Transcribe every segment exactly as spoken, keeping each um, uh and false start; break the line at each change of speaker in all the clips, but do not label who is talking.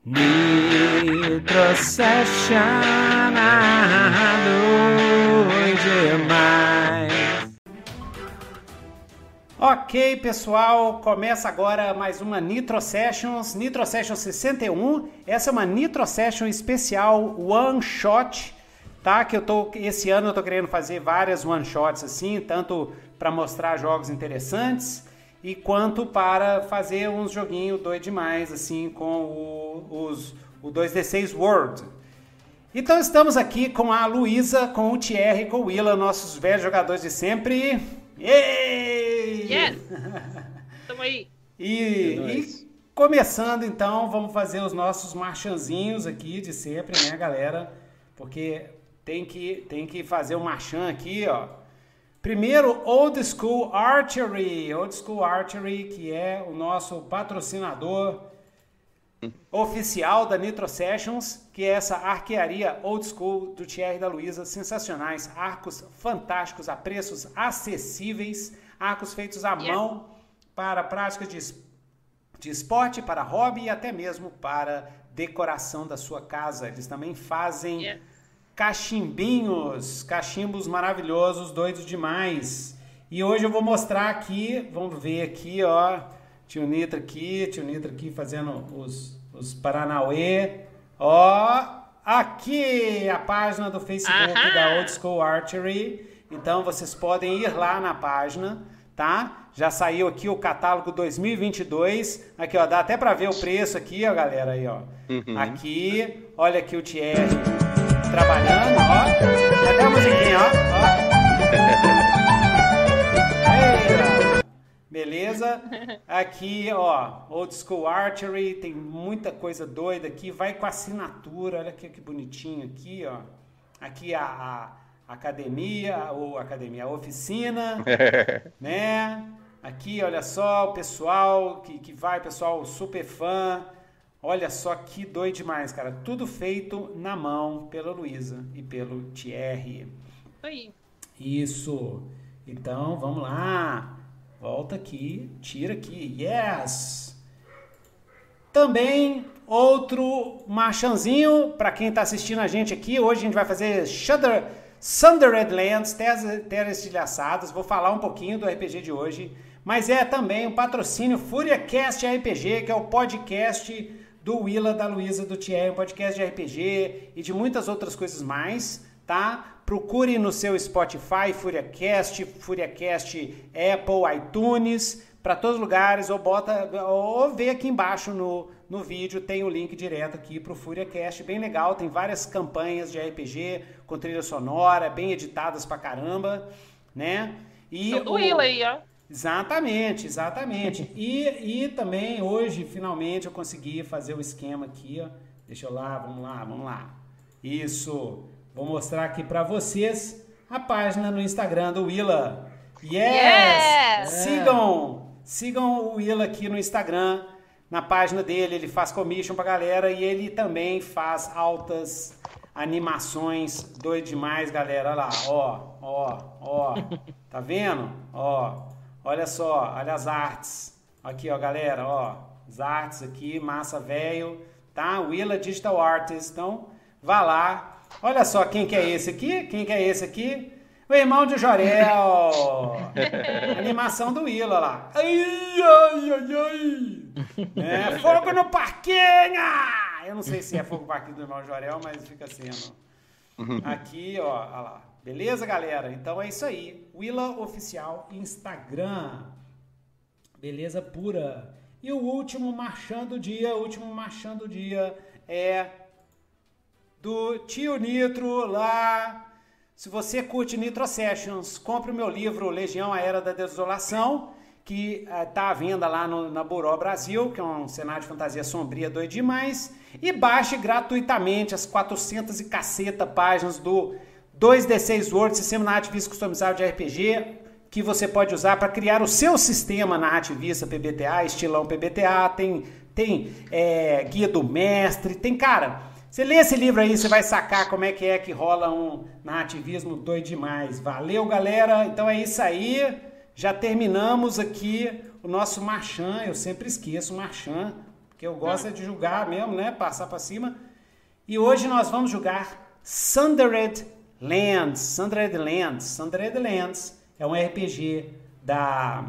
Nitro Session demais. Ok, pessoal, começa agora mais uma Nitro Sessions, Nitro Session sessenta e um. Essa é uma Nitro Session especial one shot, tá? Que eu tô esse ano eu tô querendo fazer várias one shots assim, tanto para mostrar jogos interessantes e quanto para fazer uns joguinhos doido demais assim com o, os, o dois D seis World. Então estamos aqui com a Luísa, com o Thierry e com o Willa, nossos velhos jogadores de sempre. Yay!
Yes! Tamo aí!
E, e começando então, vamos fazer os nossos marchanzinhos aqui de sempre, né, galera? Porque tem que, tem que fazer o marchan aqui, ó. Primeiro, Old School Archery. Old School Archery, que é o nosso patrocinador oficial da Nitro Sessions, que é essa arquearia Old School do Thierry e da Luísa. Sensacionais, arcos fantásticos, a preços acessíveis, arcos feitos à
Yeah.
mão para práticas de, es- de esporte, para hobby e até mesmo para decoração da sua casa. Eles também fazem...
Yeah.
cachimbinhos, cachimbos maravilhosos, doidos demais. E hoje eu vou mostrar aqui, vamos ver aqui, ó, tio Nitro aqui, tio Nitro aqui fazendo os, os Paranauê. Ó, aqui a página do Facebook
Aham.
da Old School Archery. Então vocês podem ir lá na página, tá? Já saiu aqui o catálogo dois mil e vinte e dois. Aqui, ó, dá até pra ver o preço aqui, ó, galera, aí, ó.
Uhum.
Aqui, olha aqui o Thierry trabalhando, ó. Até a musiquinha, ó. ó. Aí, ó. Beleza? Aqui, ó, Old School Archery, tem muita coisa doida aqui. Vai com assinatura, olha aqui que bonitinho aqui, ó. Aqui a, a academia, ou academia, a oficina, né? Aqui, olha só, o pessoal que, que vai, pessoal super fã. Olha só que doido demais, cara. Tudo feito na mão pela Luísa e pelo Thierry.
Aí.
Isso. Então, vamos lá. Volta aqui, tira aqui. Yes! Também outro marchanzinho para quem está assistindo a gente aqui. Hoje a gente vai fazer Shudder, Sundered Lands, Terras, Terras Estilhaçadas. Vou falar um pouquinho do R P G de hoje. Mas é também o patrocínio FuriaCast R P G, que é o podcast do Willa, da Luísa, do Thierry, um podcast de R P G e de muitas outras coisas mais, tá? Procure no seu Spotify, FuriaCast, FuriaCast Apple, iTunes, para todos os lugares, ou bota, ou vê aqui embaixo no, no vídeo, tem o link direto aqui pro FuriaCast, bem legal, tem várias campanhas de R P G com trilha sonora, bem editadas pra caramba, né? E
São do
o-
Willa aí, ó.
Exatamente, exatamente. E, e também hoje, finalmente, eu consegui fazer o esquema aqui, ó. Deixa eu lá, vamos lá, vamos lá. Isso. Vou mostrar aqui pra vocês a página no Instagram do Willa. Yes!
Yes!
Sigam, sigam o Willa aqui no Instagram, na página dele. Ele faz commission pra galera e ele também faz altas animações. Doido demais, galera. Olha lá, ó, ó, ó. Tá vendo? Ó. Olha só, olha as artes. Aqui, ó, galera, ó. As artes aqui, massa velho, tá? Willa Digital Artist. Então, vá lá. Olha só quem que é esse aqui. Quem que é esse aqui? O irmão de Jorel. Animação do Willa lá. Ai, ai, ai, ai. É, fogo no parquinho! Eu não sei se é fogo no parquinho do irmão de Jorel, mas fica sendo. Aqui, ó, olha lá. Beleza, galera? Então é isso aí. Willa Oficial Instagram. Beleza pura. E o último marchando do dia, o último marchando do dia é do tio Nitro lá. Se você curte Nitro Sessions, compre o meu livro Legião, a Era da Desolação, que está à venda lá no, na Buró Brasil, que é um cenário de fantasia sombria doido demais. E baixe gratuitamente as quatrocentas e caceta páginas do dois D seis World, sistema narrativista customizado de R P G, que você pode usar para criar o seu sistema narrativista P B T A, estilão P B T A, tem, tem é, guia do mestre, tem, cara, você lê esse livro aí, você vai sacar como é que é que rola um narrativismo doido demais. Valeu, galera, então é isso aí, já terminamos aqui o nosso marchand, eu sempre esqueço o marchand, porque eu gosto é de jogar mesmo, né? Passar para cima. E hoje nós vamos jogar Sundered Lands. Sundered Lands. Sundered Lands é um R P G da,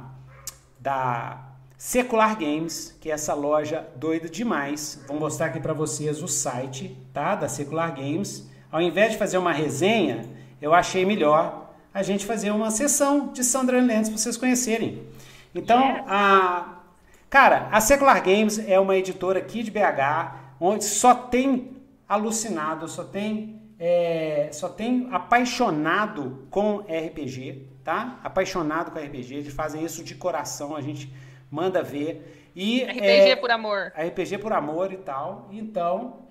da Secular Games, que é essa loja doida demais. Vou mostrar aqui para vocês o site, tá? Da Secular Games. Ao invés de fazer uma resenha, eu achei melhor a gente fazer uma sessão de Sundered Lands para vocês conhecerem. Então, a, cara, a Secular Games é uma editora aqui de B H, onde só tem alucinado, só tem, é, só tem apaixonado com R P G, tá? Apaixonado com R P G, eles fazem isso de coração, a gente manda ver. E,
R P G
é,
por amor.
R P G por amor e tal. Então,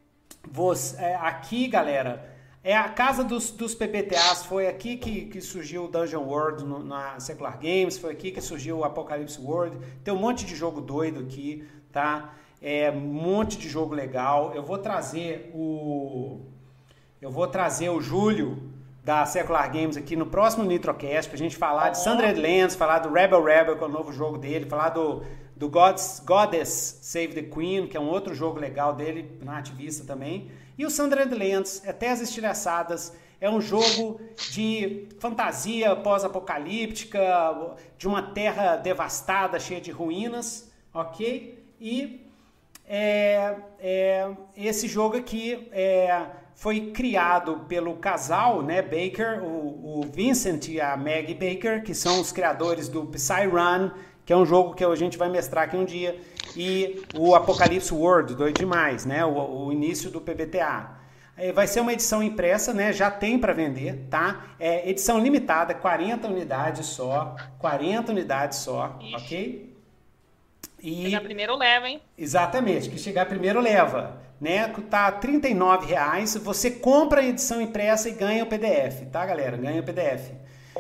você, é, aqui, galera, é a casa dos, dos P P T As, foi aqui que, que surgiu o Dungeon World no, na Secular Games, foi aqui que surgiu o Apocalypse World. Tem um monte de jogo doido aqui, tá? É um monte de jogo legal. Eu vou trazer o eu vou trazer o Júlio da Secular Games aqui no próximo Nitrocast pra gente falar de Sundered Lands, falar do Rebel Rebel, que é o novo jogo dele, falar do, do Gods, Goddess Save the Queen, que é um outro jogo legal dele, na ativista também. E o Sundered Lands, é Terras Estilhaçadas, é um jogo de fantasia pós-apocalíptica, de uma terra devastada, cheia de ruínas, ok? E É, é, esse jogo aqui é, foi criado pelo casal, né, Baker, o, o Vincent e a Maggie Baker, que são os criadores do Psyrun, que é um jogo que a gente vai mestrar aqui um dia, e o Apocalypse World, doido demais, né, o, o início do P B T A. É, vai ser uma edição impressa, né, já tem para vender, tá? É edição limitada, quarenta unidades só, quarenta unidades só, Ixi. ok? E,
chegar primeiro leva, hein?
Exatamente, que chegar primeiro leva, né? Tá trinta e nove reais, você compra a edição impressa e ganha o P D F, tá, galera? Ganha o P D F.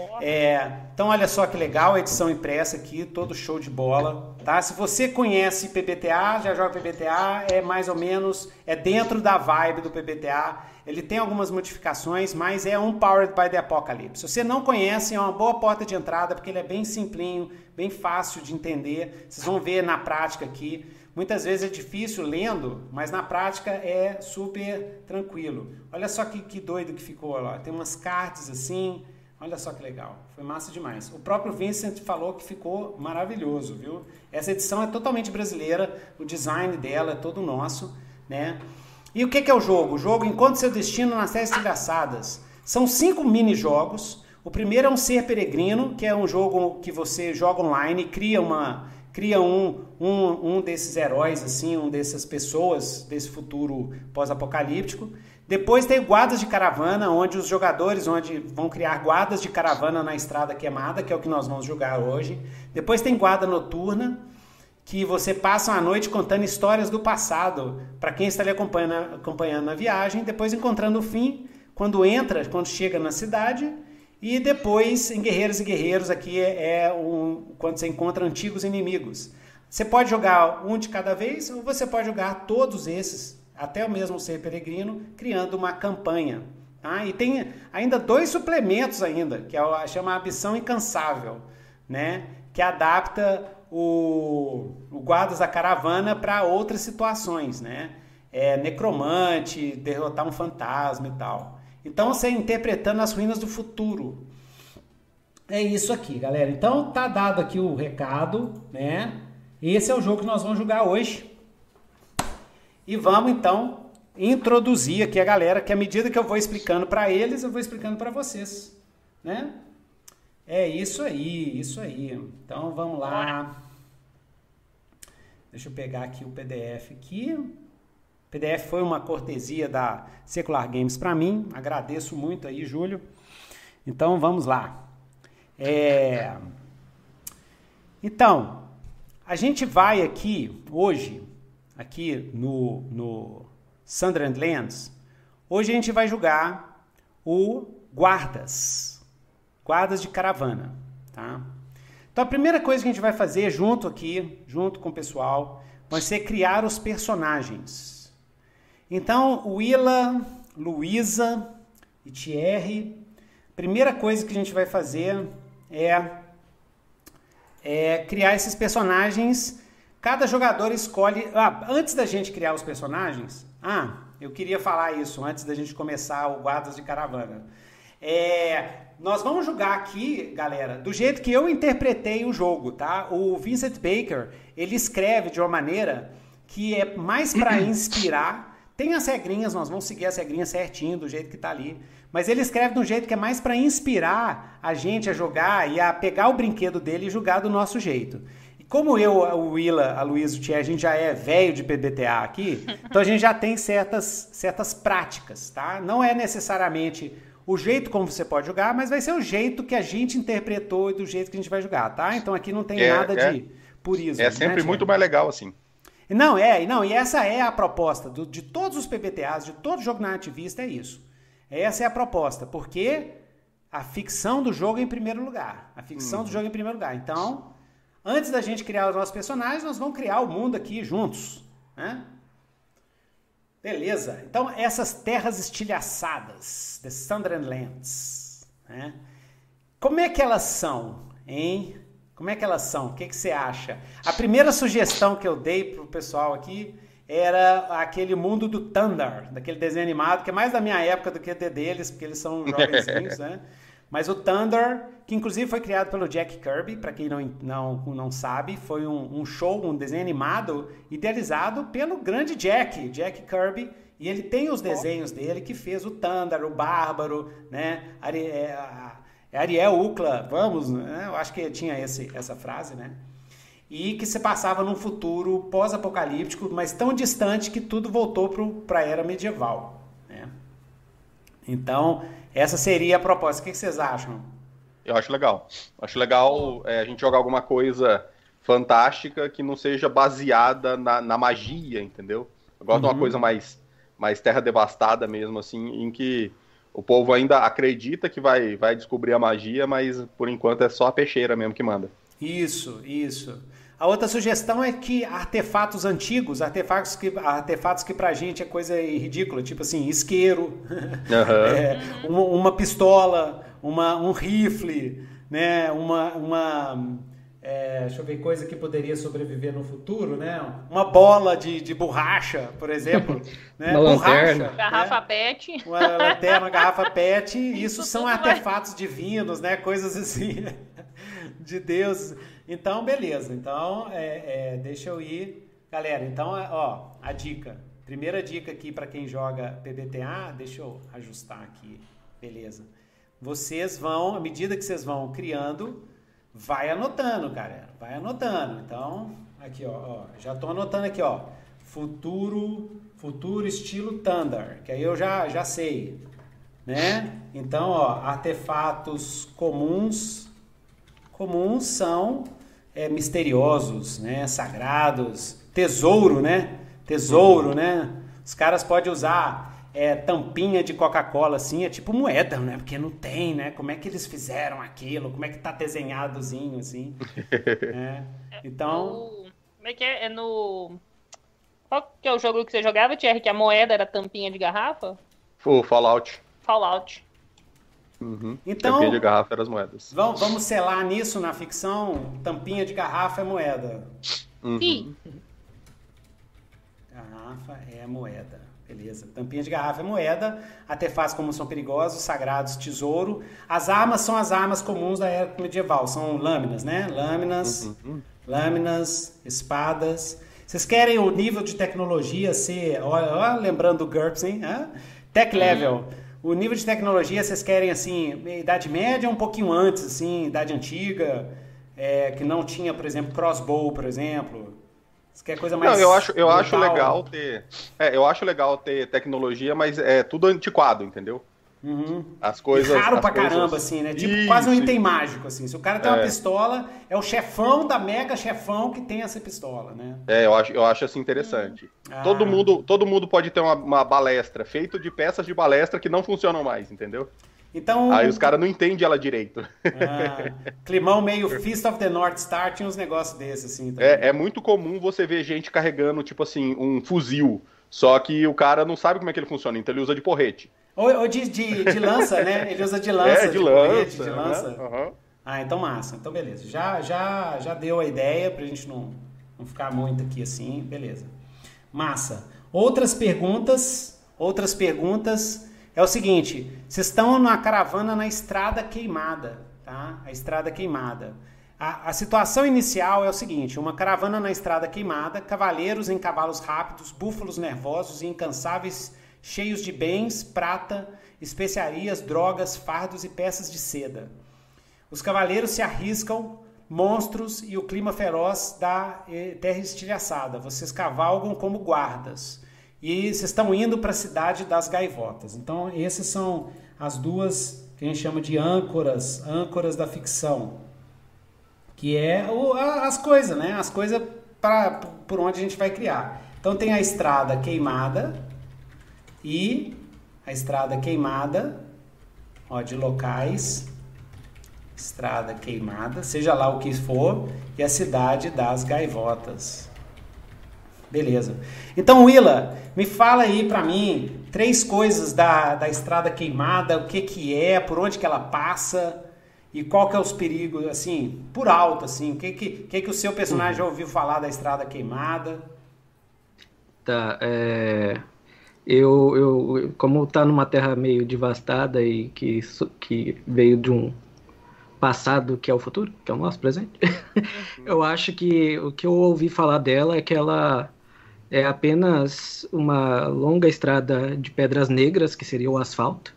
É, então, olha só que legal a edição impressa aqui, todo show de bola, tá? Se você conhece P B T A, já joga P B T A, é mais ou menos, é dentro da vibe do P B T A, ele tem algumas modificações, mas é um Powered by the Apocalypse. Se você não conhece, é uma boa porta de entrada, porque ele é bem simplinho, bem fácil de entender, vocês vão ver na prática aqui. Muitas vezes é difícil lendo, mas na prática é super tranquilo. Olha só que, que doido que ficou lá, tem umas cartas assim. Olha só que legal, foi massa demais. O próprio Vincent falou que ficou maravilhoso, viu? Essa edição é totalmente brasileira, o design dela é todo nosso, né? E o que é o jogo? O jogo Encontre Seu Destino nas Terras Estilhaçadas. São cinco mini-jogos. O primeiro é um Ser Peregrino, que é um jogo que você joga online, cria, uma, cria um, um, um desses heróis, assim, um dessas pessoas, desse futuro pós-apocalíptico. Depois tem guardas de caravana, onde os jogadores onde vão criar guardas de caravana na estrada queimada, que é o que nós vamos jogar hoje. Depois tem guarda noturna, que você passa a noite contando histórias do passado para quem está lhe acompanhando, acompanhando na viagem, depois encontrando o fim, quando entra, quando chega na cidade, e depois em Guerreiros e Guerreiros, aqui é, é um, quando você encontra antigos inimigos. Você pode jogar um de cada vez, ou você pode jogar todos esses, até o mesmo Ser Peregrino, criando uma campanha. Tá? E tem ainda dois suplementos ainda, que é a, chama a Missão Incansável, né? Que adapta o, o Guardas da Caravana para outras situações, né? É, necromante, derrotar um fantasma e tal. Então, você interpretando as ruínas do futuro. É isso aqui, galera. Então, tá dado aqui o recado, né? Esse é o jogo que nós vamos jogar hoje. E vamos, então, introduzir aqui a galera, que à medida que eu vou explicando para eles, eu vou explicando para vocês, né? É isso aí, isso aí. Então, vamos lá. Deixa eu pegar aqui o P D F aqui. O P D F foi uma cortesia da Secular Games para mim. Agradeço muito aí, Júlio. Então, vamos lá. É... Então, a gente vai aqui, hoje, aqui no, no Sundered Lands, hoje a gente vai jogar o Guardas. Guardas de caravana, tá? Então a primeira coisa que a gente vai fazer junto aqui, junto com o pessoal, vai ser criar os personagens. Então, Willa, Luísa e Thierry, primeira coisa que a gente vai fazer é, é criar esses personagens Cada jogador escolhe... Ah, antes da gente criar os personagens... Ah, eu queria falar isso antes da gente começar o Guardas de Caravana. É, nós vamos jogar aqui, galera, do jeito que eu interpretei o jogo, tá? O Vincent Baker, ele escreve de uma maneira que é mais para inspirar. Tem as regrinhas, nós vamos seguir as regrinhas certinho, do jeito que tá ali. Mas ele escreve de um jeito que é mais para inspirar a gente a jogar e a pegar o brinquedo dele e jogar do nosso jeito. Como eu, o Willa, a Luísa, o Thierry, a gente já é velho de P B T A aqui, então a gente já tem certas, certas práticas, tá? Não é necessariamente o jeito como você pode jogar, mas vai ser o jeito que a gente interpretou e do jeito que a gente vai jogar, tá? Então aqui não tem é, nada é, de purismo.
É sempre né, muito mais legal assim.
Não, é, não, e essa é a proposta do, de todos os P B T As, de todo jogo narrativista, é isso. Essa é a proposta, porque a ficção do jogo é em primeiro lugar. A ficção hum. do jogo é em primeiro lugar. Então... Antes da gente criar os nossos personagens, nós vamos criar o mundo aqui juntos, né? Beleza. Então, essas terras estilhaçadas, the Southern Lands, né? Como é que elas são, hein? Como é que elas são? O que, que você acha? A primeira sugestão que eu dei pro pessoal aqui era aquele mundo do Thunder, daquele desenho animado, que é mais da minha época do que deles, porque eles são jovenzinhos, né? Mas o Thunder, que inclusive foi criado pelo Jack Kirby, para quem não, não, não sabe, foi um, um show, um desenho animado idealizado pelo grande Jack, Jack Kirby, e ele tem os desenhos dele que fez o Thunder, o Bárbaro, né? Ari, é, é Ariel Ucla, vamos, né? Eu acho que tinha esse, essa frase, né? E que se passava num futuro pós-apocalíptico, mas tão distante que tudo voltou para a era medieval, né? Então... Essa seria a proposta. O que vocês acham?
Eu acho legal. Acho legal é, a gente jogar alguma coisa fantástica que não seja baseada na, na magia, entendeu? Eu gosto uhum. de uma coisa mais, mais terra devastada mesmo, assim, em que o povo ainda acredita que vai, vai descobrir a magia, mas por enquanto é só a peixeira mesmo que manda.
Isso, isso. A outra sugestão é que artefatos antigos, artefatos que, artefatos que pra gente é coisa ridícula, tipo assim, isqueiro, uhum. é, uma, uma pistola, uma, um rifle, né, uma, uma é, deixa eu ver, coisa que poderia sobreviver no futuro, né, uma bola de, de borracha, por exemplo, né,
uma
borracha,
lanterna,
garrafa
né,
pet,
uma lanterna, uma garrafa pet, isso são artefatos divinos, né, coisas assim, de Deus. Então, beleza. Então, é, é, deixa eu ir. Galera, então, ó, a dica. Primeira dica aqui para quem joga P B T A, deixa eu ajustar aqui. Beleza. Vocês vão, à medida que vocês vão criando, vai anotando, galera. Vai anotando. Então, aqui, ó, ó já tô anotando aqui, ó. Futuro, futuro estilo Thunder, que aí eu já, já sei, né? Então, ó, artefatos comuns, comuns são é, misteriosos, né? Sagrados, tesouro, né? Tesouro, né? Os caras podem usar é, tampinha de Coca-Cola, assim, é tipo moeda, né? Porque não tem, né? Como é que eles fizeram aquilo? Como é que tá desenhadozinho, assim? É. Então...
Como é que é? É no... Qual que é o jogo que você jogava, Thierry? Que a moeda era tampinha de garrafa?
O Fallout.
Fallout.
Uhum.
Então,
tampinha de garrafa eram as moedas.
Vamos, vamos selar nisso na ficção? Tampinha de garrafa é moeda.
Uhum.
Sim.
Garrafa é moeda. Beleza. Tampinha de garrafa é moeda. Artefatos como são perigosos, sagrados, tesouro. As armas são as armas comuns da era medieval. São lâminas, né? Lâminas, uhum. lâminas, espadas. Vocês querem o nível de tecnologia ser... Olha, olha lembrando do GURPS, hein? Hã? Tech level. Uhum. O nível de tecnologia, vocês querem, assim, Idade Média um pouquinho antes, assim, Idade Antiga, é, que não tinha, por exemplo, crossbow, por exemplo. Você quer coisa mais...
Não, eu acho, eu acho legal ter... É, eu acho legal ter tecnologia, mas é tudo antiquado, entendeu?
Uhum.
As coisas...
E raro
as
pra
coisas...
caramba, assim, né? Tipo,
Isso,
quase um item
isso.
mágico, assim. Se o cara tem uma
É.
pistola, é o chefão da mega chefão que tem essa pistola, né?
É, eu acho, eu acho assim interessante.
Ah.
Todo, mundo, todo mundo pode ter uma, uma balestra feito de peças de balestra que não funcionam mais, entendeu?
Então...
Aí os caras não entendem ela direito.
Ah, climão meio Fist of the North Star, tinha uns negócios desses, assim. Também.
É, é muito comum você ver gente carregando, tipo assim, um fuzil. Só que o cara não sabe como é que ele funciona, então ele usa de porrete.
Ou, ou de, de, de lança, né? Ele usa de lança.
É, de, de lança.
porrete, de lança.
Né? Uhum.
Ah, então massa. Então beleza. Já, já, já deu a ideia pra gente não, Não ficar muito aqui assim, beleza. Massa. Outras perguntas, outras perguntas é o seguinte, vocês estão numa caravana na Estrada Queimada, tá? A Estrada Queimada. A, a situação inicial é o seguinte, uma caravana na Estrada Queimada, cavaleiros em cavalos rápidos, búfalos nervosos e incansáveis, cheios de bens, prata, especiarias, drogas, fardos e peças de seda. Os cavaleiros se arriscam, monstros e o clima feroz da terra estilhaçada. Vocês cavalgam como guardas. E vocês estão indo para a cidade das gaivotas. Então, essas são as duas que a gente chama de âncoras, âncoras da ficção. Que é o, a, as coisas, né? As coisas pra, por onde a gente vai criar. Então, tem a Estrada Queimada e a Estrada Queimada, ó, de locais... Estrada Queimada, seja lá o que for, e a Cidade das Gaivotas. Beleza. Então, Willa, me fala aí pra mim três coisas da, da Estrada Queimada, o que que é, por onde que ela passa e qual que é os perigos, assim, por alto, assim, o que que, que, que o seu personagem já ouviu falar da Estrada Queimada?
Tá, é... Eu, eu, como tá numa terra meio devastada e que, que veio de um passado que é o futuro, que é o nosso presente, uhum. Eu acho que o que eu ouvi falar dela é que ela é apenas uma longa estrada de pedras negras, que seria o asfalto.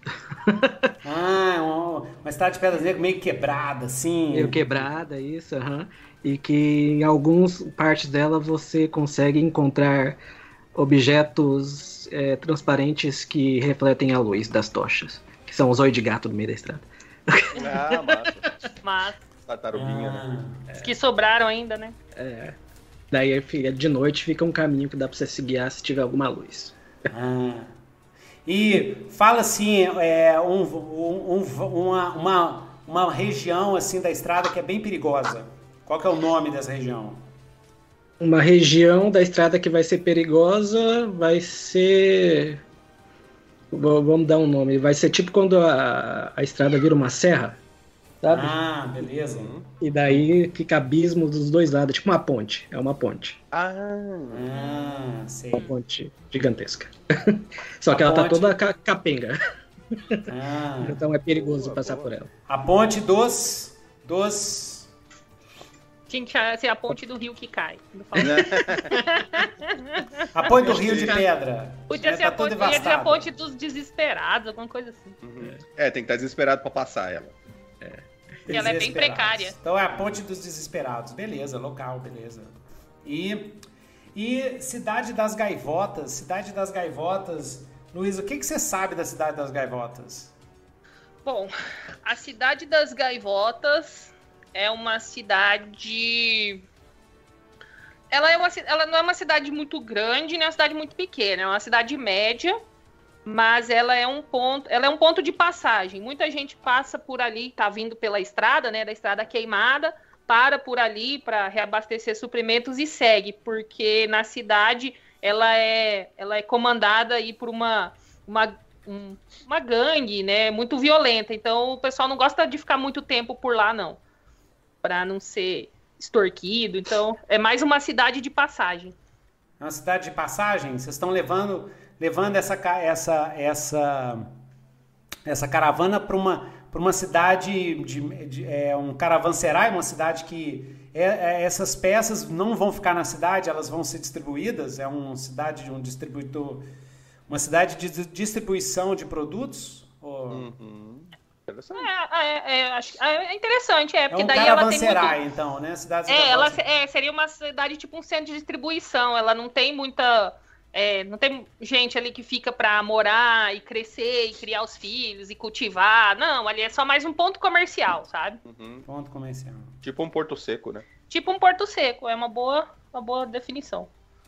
Ah, uma estrada de pedras negras meio quebrada, assim.
Meio quebrada, isso, uhum. E que em algumas partes dela você consegue encontrar objetos é, transparentes que refletem a luz das tochas, que são os olhos de gato no meio da estrada.
Ah, massa.
Massa.
Tartaruguinha,
ah.
né?
Os que sobraram ainda, né?
É. Daí de noite fica um caminho que dá pra você se guiar se tiver alguma luz.
Ah. E fala assim, é, um, um, um, uma, uma, uma região assim da estrada que é bem perigosa. Qual que é o nome dessa região?
Uma região da estrada que vai ser perigosa vai ser... Vamos dar um nome. Vai ser tipo quando a, a estrada vira uma serra, sabe?
Ah, beleza.
E daí fica abismo dos dois lados, tipo uma ponte. É uma ponte.
Ah,
ah sei.
Uma ponte gigantesca. Só que
a
ela
ponte...
tá toda ca- capenga.
Ah.
Então é perigoso
boa,
passar
boa.
por ela.
A ponte dos... dos...
Tinha que ser a ponte do rio que cai.
A ponte do rio de pedra.
Podia
é,
ser
tá
a ponte, podia ser a ponte dos desesperados, alguma coisa assim.
Uhum. É, tem que estar desesperado pra passar ela.
É. E ela é bem precária.
Então é a ponte dos desesperados. Beleza, local, beleza. E, e Cidade das Gaivotas. Cidade das Gaivotas. Luiz, o que, que você sabe da Cidade das Gaivotas?
Bom, a Cidade das Gaivotas é uma cidade... Ela, é uma, ela não é uma cidade muito grande, nem é uma cidade muito pequena. É uma cidade média, mas ela é um ponto, ela é um ponto de passagem. Muita gente passa por ali, tá vindo pela estrada, né, da Estrada Queimada, para por ali para reabastecer suprimentos e segue, porque na cidade ela é, ela é comandada aí por uma, uma, um, uma gangue, né, muito violenta. Então o pessoal não gosta de ficar muito tempo por lá, não, para não ser extorquido. Então é mais uma cidade de passagem.
É uma cidade de passagem? Vocês estão levando, levando essa, essa, essa, essa caravana para uma, para uma cidade, de, de, é, um caravanserai, uma cidade que é, é, essas peças não vão ficar na cidade, elas vão ser distribuídas? É uma cidade de um distribuidor, uma cidade de distribuição de produtos? Ou...
Uhum.
É, é, é, acho, é interessante, é, porque
é um
daí ela tem
caravanserai,
muito...
então, né? Cidade
é, ela é, seria uma cidade tipo um centro de distribuição, ela não tem muita... É, não tem gente ali que fica para morar e crescer e criar os filhos e cultivar, não, ali é só mais um ponto comercial, sabe?
Uhum.
Ponto comercial.
Tipo um porto seco, né?
Tipo um porto seco, é uma boa, uma boa definição.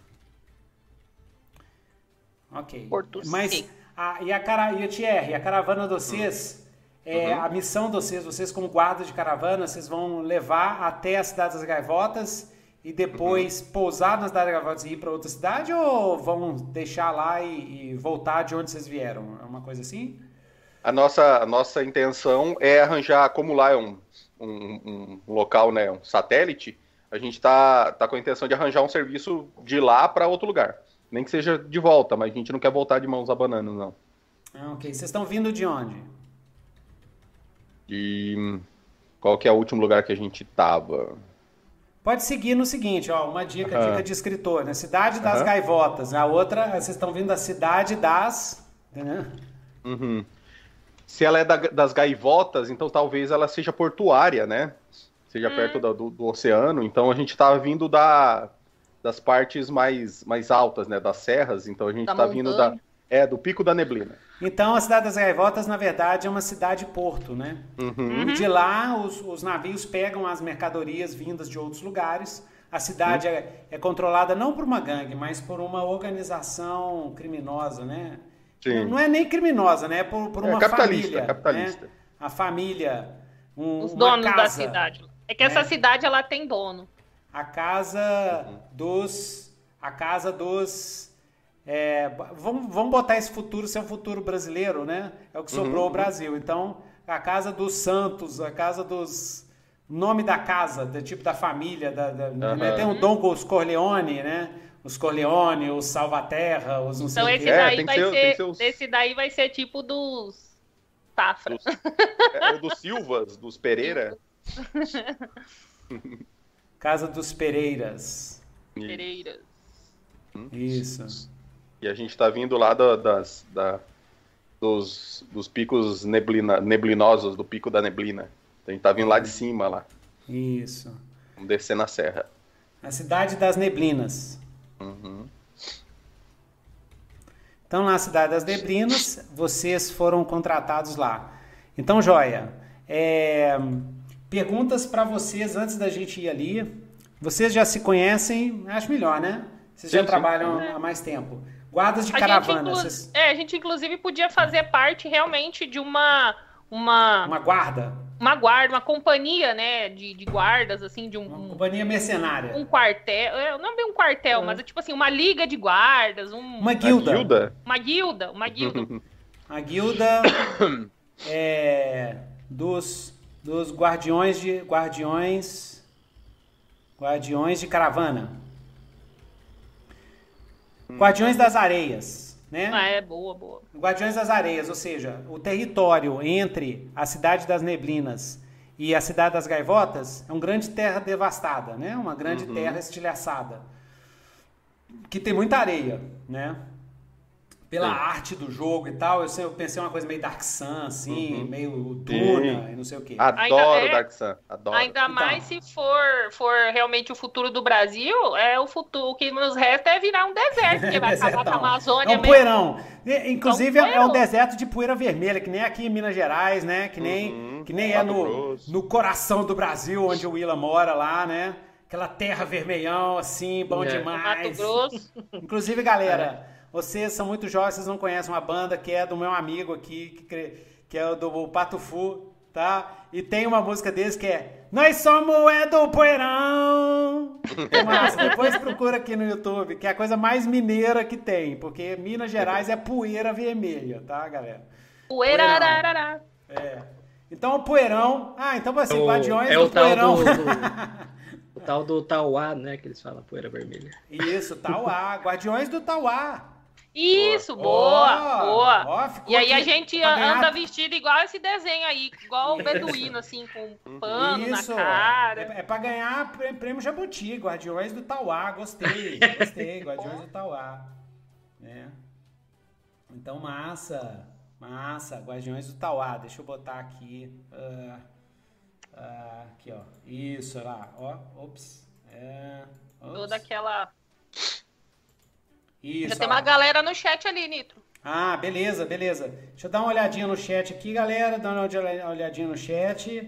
Ok.
Porto
Mas,
seco.
A, e, a cara, e a Thierry, a caravana de vocês... Hum. É, uhum. A missão de vocês, vocês como guardas de caravana, vocês vão levar até a Cidade das Gaivotas e depois uhum. pousar na Cidade das Gaivotas e ir para outra cidade, ou vão deixar lá e, e voltar de onde vocês vieram? É uma coisa assim?
A nossa, a nossa intenção é arranjar, como lá é um, um, um local, né, um satélite, a a gente tá, tá com a intenção de arranjar um serviço de lá para outro lugar. Nem que seja de volta, mas a gente não quer voltar de mãos abanando, não.
Ah, ok. Vocês estão vindo de onde?
E qual que é o último lugar que a gente tava?
Pode seguir no seguinte, ó, uma dica,
Aham.
dica de escritor, né? Cidade das
Aham.
Gaivotas. A outra, vocês estão vindo da cidade das... Entendeu?
Uhum. Se ela é da- das gaivotas, então talvez ela seja portuária, né? Seja perto da- do, do oceano. Então a gente tá vindo da, das partes mais, mais altas, né? Das serras. Então a gente
Da
tá vindo da,
montanha.
é, do Pico da Neblina.
Então, a cidade das Gaivotas, na verdade, é uma cidade-porto, né?
Uhum.
E de lá, os, os navios pegam as mercadorias vindas de outros lugares. A cidade é, é controlada não por uma gangue, mas por uma organização criminosa, né?
Sim.
Não é nem criminosa, né? É por, por
É
uma
capitalista,
família.
capitalista.
Né? A família, um,
Os
uma
donos da
casa,
cidade. É que essa
né?
cidade, ela tem dono.
A casa dos... A casa dos... é, vamos, vamos botar esse futuro, ser um futuro brasileiro, né? É o que sobrou ao Brasil. Então, a casa dos santos, a casa dos... Nome da casa, do tipo da família, da, da- né? Tem o Dom os Corleone, né? Os Corleone, os Salvaterra, os não sei
Então
o
esse
quê.
É,
daí
tem que
vai
ser- tem
ser.
que ser os-
Esse daí vai ser tipo dos Safra.
Dos, é, ou dos Silvas, dos Pereira.
Casa dos Pereiras.
E,
Pereira.
Isso.
e a gente tá vindo lá da- das, da- dos, dos picos neblina, neblinosos, do Pico da Neblina. Então, a gente tá vindo lá de cima, lá.
Isso.
Vamos descer na serra.
A cidade das neblinas. Então, na cidade das neblinas, vocês foram contratados lá. Então, joia. é, Perguntas para vocês antes da gente ir ali. Vocês já se conhecem, acho melhor, né? Vocês
Sim,
já
sim.
trabalham há mais tempo. Guardas de
A gente,
caravana.
inclu-
Vocês...
é, a gente inclusive podia fazer parte realmente de uma uma,
Uma guarda.
uma guarda, uma companhia, né, de, de guardas, assim, de um,
Uma
um,
companhia mercenária.
um quartel, é, não é bem um quartel, mas é tipo assim, uma liga de guardas, um,
Uma
A
guilda.
Guilda?
uma guilda, uma guilda.
A guilda é, dos, dos guardiões de guardiões guardiões de caravana. Guardiões das areias, né?
Ah, é boa, boa.
Guardiões das Areias, ou seja, o território entre a cidade das Neblinas e a cidade das Gaivotas é uma grande terra devastada, né? Uma grande terra estilhaçada, que tem muita areia, né? Pela
Sim.
arte do jogo e tal, eu, sei- eu pensei uma coisa meio Dark Sun, assim,
Uhum.
meio Duna
Sim.
e não sei o quê.
Adoro
Ainda é-
Dark Sun. Adoro.
Ainda
Então.
mais se for, for realmente o futuro do Brasil, é o futuro, o que nos resta é virar um deserto, porque vai acabar com a
Desertão.
Amazônia
É um
mesmo.
poeirão. E, Inclusive,
É um
é um
poeirão.
deserto de poeira vermelha, que nem aqui em Minas Gerais, né? Que nem,
Uhum.
que nem é
Mato
no,
Grosso.
no coração do Brasil, onde o Willa mora lá, né? Aquela terra vermelhão, assim, bom
É.
Mato
demais.
Grosso.
Inclusive, galera, vocês são muito jovens, vocês não conhecem uma banda que é do meu amigo aqui, que, cre- que é o do Pato Fu, tá? E tem uma música deles que é Nós somos é do Poeirão. É massa, depois procura aqui no YouTube, que é a coisa mais mineira que tem, porque Minas Gerais é poeira vermelha, tá, galera?
Poeira,
Poeirão.
ararará.
É. Então, o Poeirão... Ah, então vai ser
É o,
Guardiões
é
do
o tal
Poeirão.
do, do- o tal do Tauá, né? Que eles falam, poeira vermelha.
Isso, Tauá. Guardiões do Tauá.
Isso, boa,
Ó,
boa.
ó, ficou
E aí a
aqui
gente
pra ganhar-
anda vestido igual esse desenho aí, igual o beduíno, assim, com pano
Isso,
na cara.
É, é pra ganhar prê- prêmio Jabuti, Guardiões do Tauá, gostei, gostei, Guardiões do Tauá. É. Então, massa, massa, Guardiões do Tauá, deixa eu botar aqui, ah, ah, aqui ó, isso lá, ó, ops, é, ops,
Toda aquela.
isso,
Já tem
ó.
uma galera no chat ali, Nitro.
Ah, beleza, beleza. Deixa eu dar uma olhadinha no chat aqui, galera. Dá uma olha- olhadinha no chat.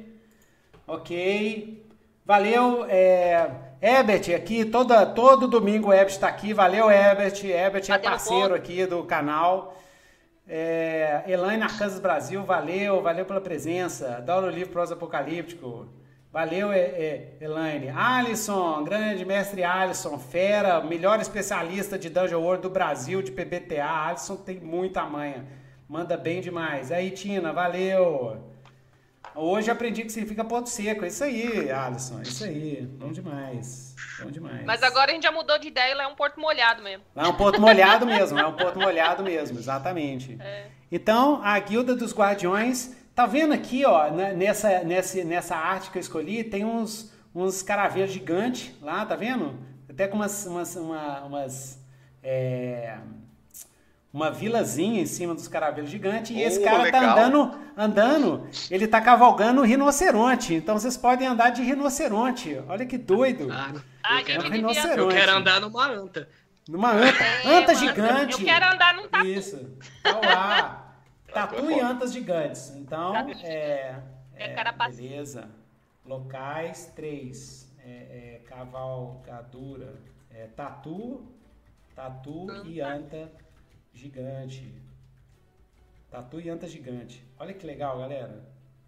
Ok. Valeu, é... Herbert aqui, toda, todo domingo o Herbert está aqui. Valeu, Herbert. Herbert é
Batendo
parceiro
ponto.
aqui do canal. É... Elaine Arkansas Brasil, valeu, valeu pela presença. Adoro o livro Prosa Apocalíptico. Valeu, é, é, Elaine. Alisson, grande mestre Alisson, fera, melhor especialista de Dungeon World do Brasil, de P B T A. Alisson tem muita manha. Manda bem demais. Aí, Tina, valeu. hoje eu aprendi que significa ponto seco. É isso aí, Alisson. É isso aí. Bom demais. Bom demais.
Mas agora a gente já mudou de ideia e lá é um porto molhado mesmo.
Lá é um porto molhado mesmo. É um porto molhado mesmo, exatamente.
É.
Então, a Guilda dos Guardiões... Tá vendo aqui, ó, nessa, nessa, nessa arte que eu escolhi, tem uns, uns caraveiros gigantes lá, tá vendo? Até com umas... umas, uma, umas é... uma vilazinha em cima dos caraveiros gigantes, e esse
Oh,
cara
legal.
tá andando, andando, ele tá cavalgando um rinoceronte, então vocês podem andar de rinoceronte, olha que doido,
Ah,
A
eu, quero,
gente
um
devia...
rinoceronte.
eu quero andar numa anta.
numa anta,
É,
anta
mano,
gigante,
Eu quero andar num tatu.
isso, tá lá, tatu e antas gigantes, então,
Tatu
é,
É
é,
carapaça.
beleza, locais, três, é, é, cavalgadura, é, tatu, tatu e anta gigante. Tatu e anta gigante. Olha que legal, galera.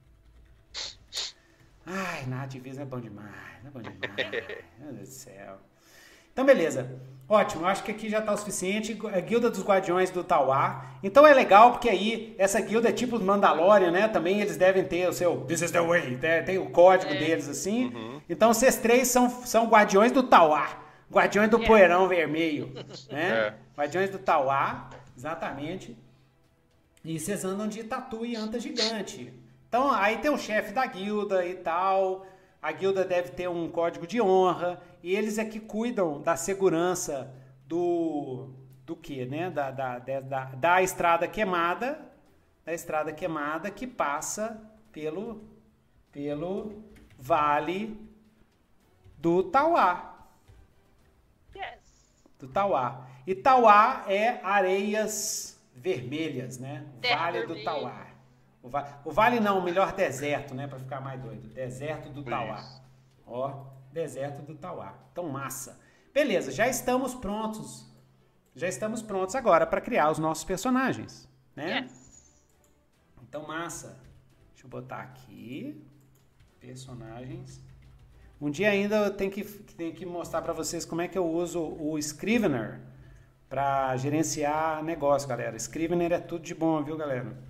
Ai, nativismo é bom demais. É bom demais. Meu Deus do céu. Então, beleza. Ótimo, acho que aqui já tá o suficiente. A Guilda dos Guardiões do Tauá. Então é legal porque aí essa guilda é tipo Mandalorian, né? Também eles devem ter o seu This is the way. Né? Tem o código
É.
deles assim. Uhum. Então vocês três são, são guardiões do Tauá. Guardiões do
É.
Poeirão Vermelho. Né?
É.
Guardiões do Tauá. Exatamente. E vocês andam de tatu e anta gigante. Então, aí tem o chefe da guilda e tal. A guilda deve ter um código de honra. E eles é que cuidam da segurança do... Do quê, né? Da, da, da, da estrada queimada. Da estrada queimada que passa pelo, pelo Vale do Tauá.
Yes.
Do Tauá. E Tauá é areias vermelhas, né?
Terra
Vale do
vermelha.
Tauá. O, va o vale não, o melhor deserto, né? Pra ficar mais doido. Deserto do Tauá.
Isso.
Ó, deserto do Tauá. Então, massa. Beleza, já estamos prontos. Já estamos prontos agora para criar os nossos personagens, né?
Yes.
Então, massa. Deixa eu botar aqui. Personagens. Um dia ainda eu tenho que, tenho que mostrar para vocês como é que eu uso o Scrivener para gerenciar negócio, galera. Scrivener é tudo de bom, viu, galera?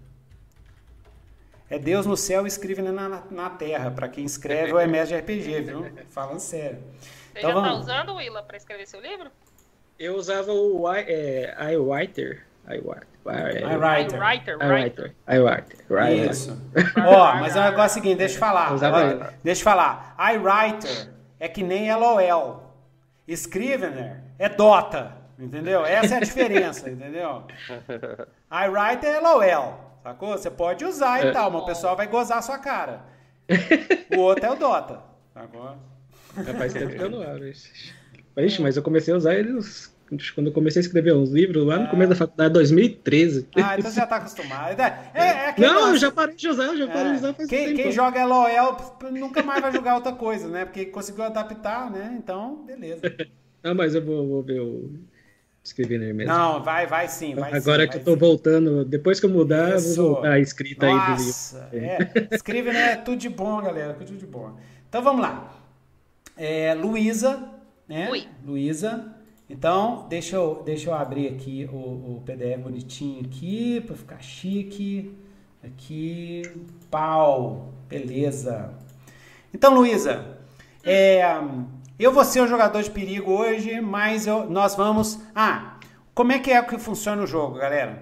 É Deus no céu e Scrivener na, na terra. Para quem escreve ou é mestre de R P G, viu? Falando sério.
Você
Então,
já tá
vamos.
usando, Willa, pra escrever seu livro?
Eu usava o I- é, iWriter. iWriter.
iWriter.
Writer, writer.
iWriter. iWriter. Writer.
Isso. Ó, mas é um negócio seguinte, deixa eu falar.
Usava
Ó,
ele.
deixa eu falar. iWriter é que nem LOL. Scrivener é Dota. Entendeu? Essa é a diferença, entendeu? iWriter é LOL. Sacou? Você pode usar e
É.
tal, mas o pessoal vai gozar a sua cara. O outro é o Dota. Sacou?
Faz tempo que eu não abro isso. Ixi, mas eu comecei a usar eles quando eu comecei a escrever uns livros lá no começo da faculdade, dois mil e treze.
Ah, então você já tá acostumado. É, é, é aquele
Não, eu
lance.
já parei de usar, eu já parei de usar faz
Quem,
tempo.
quem joga LOL nunca mais vai jogar outra coisa, né? Porque conseguiu adaptar, né? Então, beleza.
Não, mas eu vou, vou ver o Scrivener mesmo.
Não, vai, vai sim. Vai
Agora
sim,
que
vai
eu tô
sim.
voltando, depois que eu mudar, eu
Isso.
vou voltar a escrita aí do livro.
Nossa, é. Escreve, né? Tudo de bom, galera. Tudo de bom. Então, vamos lá. É, Luísa, né?
Oi.
Luísa. Então, deixa eu, deixa eu abrir aqui o, o P D F bonitinho aqui, para ficar chique. Aqui, pau. Beleza. Então, Luísa, é, eu vou ser o jogador de perigo hoje, mas eu, nós vamos... Ah, como é que é que funciona o jogo, galera?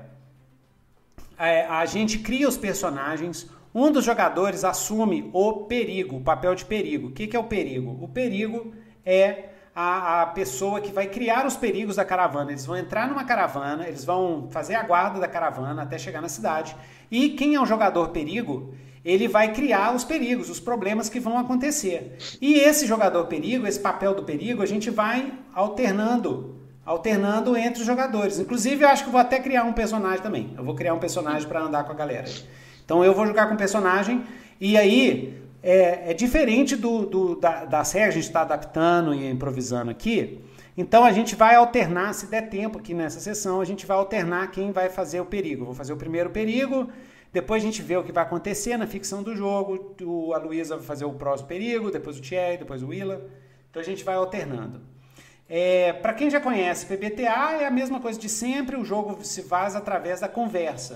É, a gente cria os personagens, um dos jogadores assume o perigo, o papel de perigo. O que, que é o perigo? O perigo é a, a pessoa que vai criar os perigos da caravana. Eles vão entrar numa caravana, eles vão fazer a guarda da caravana até chegar na cidade. E quem é um jogador perigo, ele vai criar os perigos, os problemas que vão acontecer. E esse jogador perigo, esse papel do perigo, a gente vai alternando alternando entre os jogadores. Inclusive, eu acho que vou até criar um personagem também. Eu vou criar um personagem para andar com a galera. Então, eu vou jogar com um personagem e aí é, é diferente do, do, da, da série, a gente está adaptando e improvisando aqui. Então, a gente vai alternar, se der tempo aqui nessa sessão, a gente vai alternar quem vai fazer o perigo. Eu vou fazer o primeiro perigo, depois a gente vê o que vai acontecer na ficção do jogo. O, a Luísa vai fazer o próximo perigo, depois o Thierry, depois o Willa. Então, a gente vai alternando. É, para quem já conhece P B T A, é a mesma coisa de sempre, o jogo se faz através da conversa.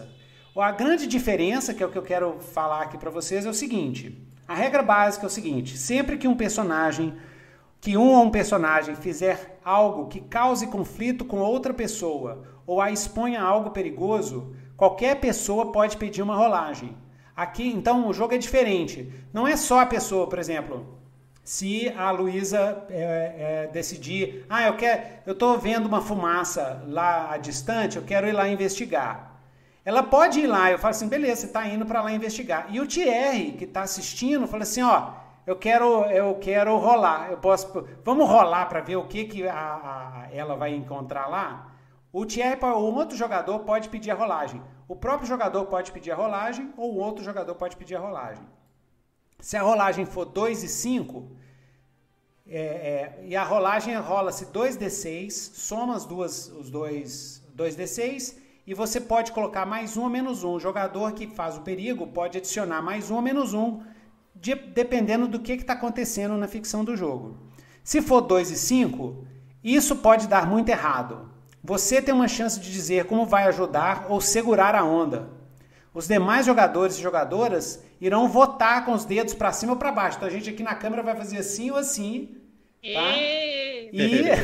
A grande diferença, que é o que eu quero falar aqui para vocês, é o seguinte. A regra básica é o seguinte. Sempre que um personagem, que um ou um personagem fizer algo que cause conflito com outra pessoa ou a exponha a algo perigoso, qualquer pessoa pode pedir uma rolagem. Aqui, então, o jogo é diferente. Não é só a pessoa, por exemplo, se a Luísa é, é, decidir, ah, eu quero, eu estou vendo uma fumaça lá distante, eu quero ir lá investigar. Ela pode ir lá, eu falo assim, beleza, você está indo para lá investigar. E o Thierry, que está assistindo, fala assim, ó, eu quero, eu quero rolar, eu posso, vamos rolar para ver o que, que a, a, ela vai encontrar lá? O Thierry, o outro jogador pode pedir a rolagem. O próprio jogador pode pedir a rolagem ou o outro jogador pode pedir a rolagem. Se a rolagem for dois e cinco, é, é, e a rolagem rola-se dois D seis, soma as duas, os dois, dois D seis, e você pode colocar mais um ou menos um. O jogador que faz o perigo pode adicionar mais um ou menos um, de, dependendo do que está acontecendo na ficção do jogo. Se for dois e cinco, isso pode dar muito errado. Você tem uma chance de dizer como vai ajudar ou segurar a onda. Os demais jogadores e jogadoras irão votar com os dedos para cima ou para baixo. Então a gente aqui na câmera vai fazer assim ou assim. Tá? E,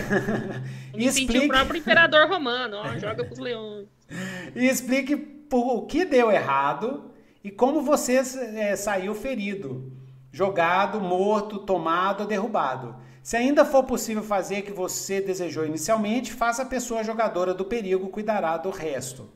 e explique... o próprio imperador romano, ó, joga pros leões.
E explique por, o que deu errado e como você é, saiu ferido, jogado, morto, tomado ou derrubado. Se ainda for possível fazer o que você desejou inicialmente, faça a pessoa jogadora do perigo cuidará do resto.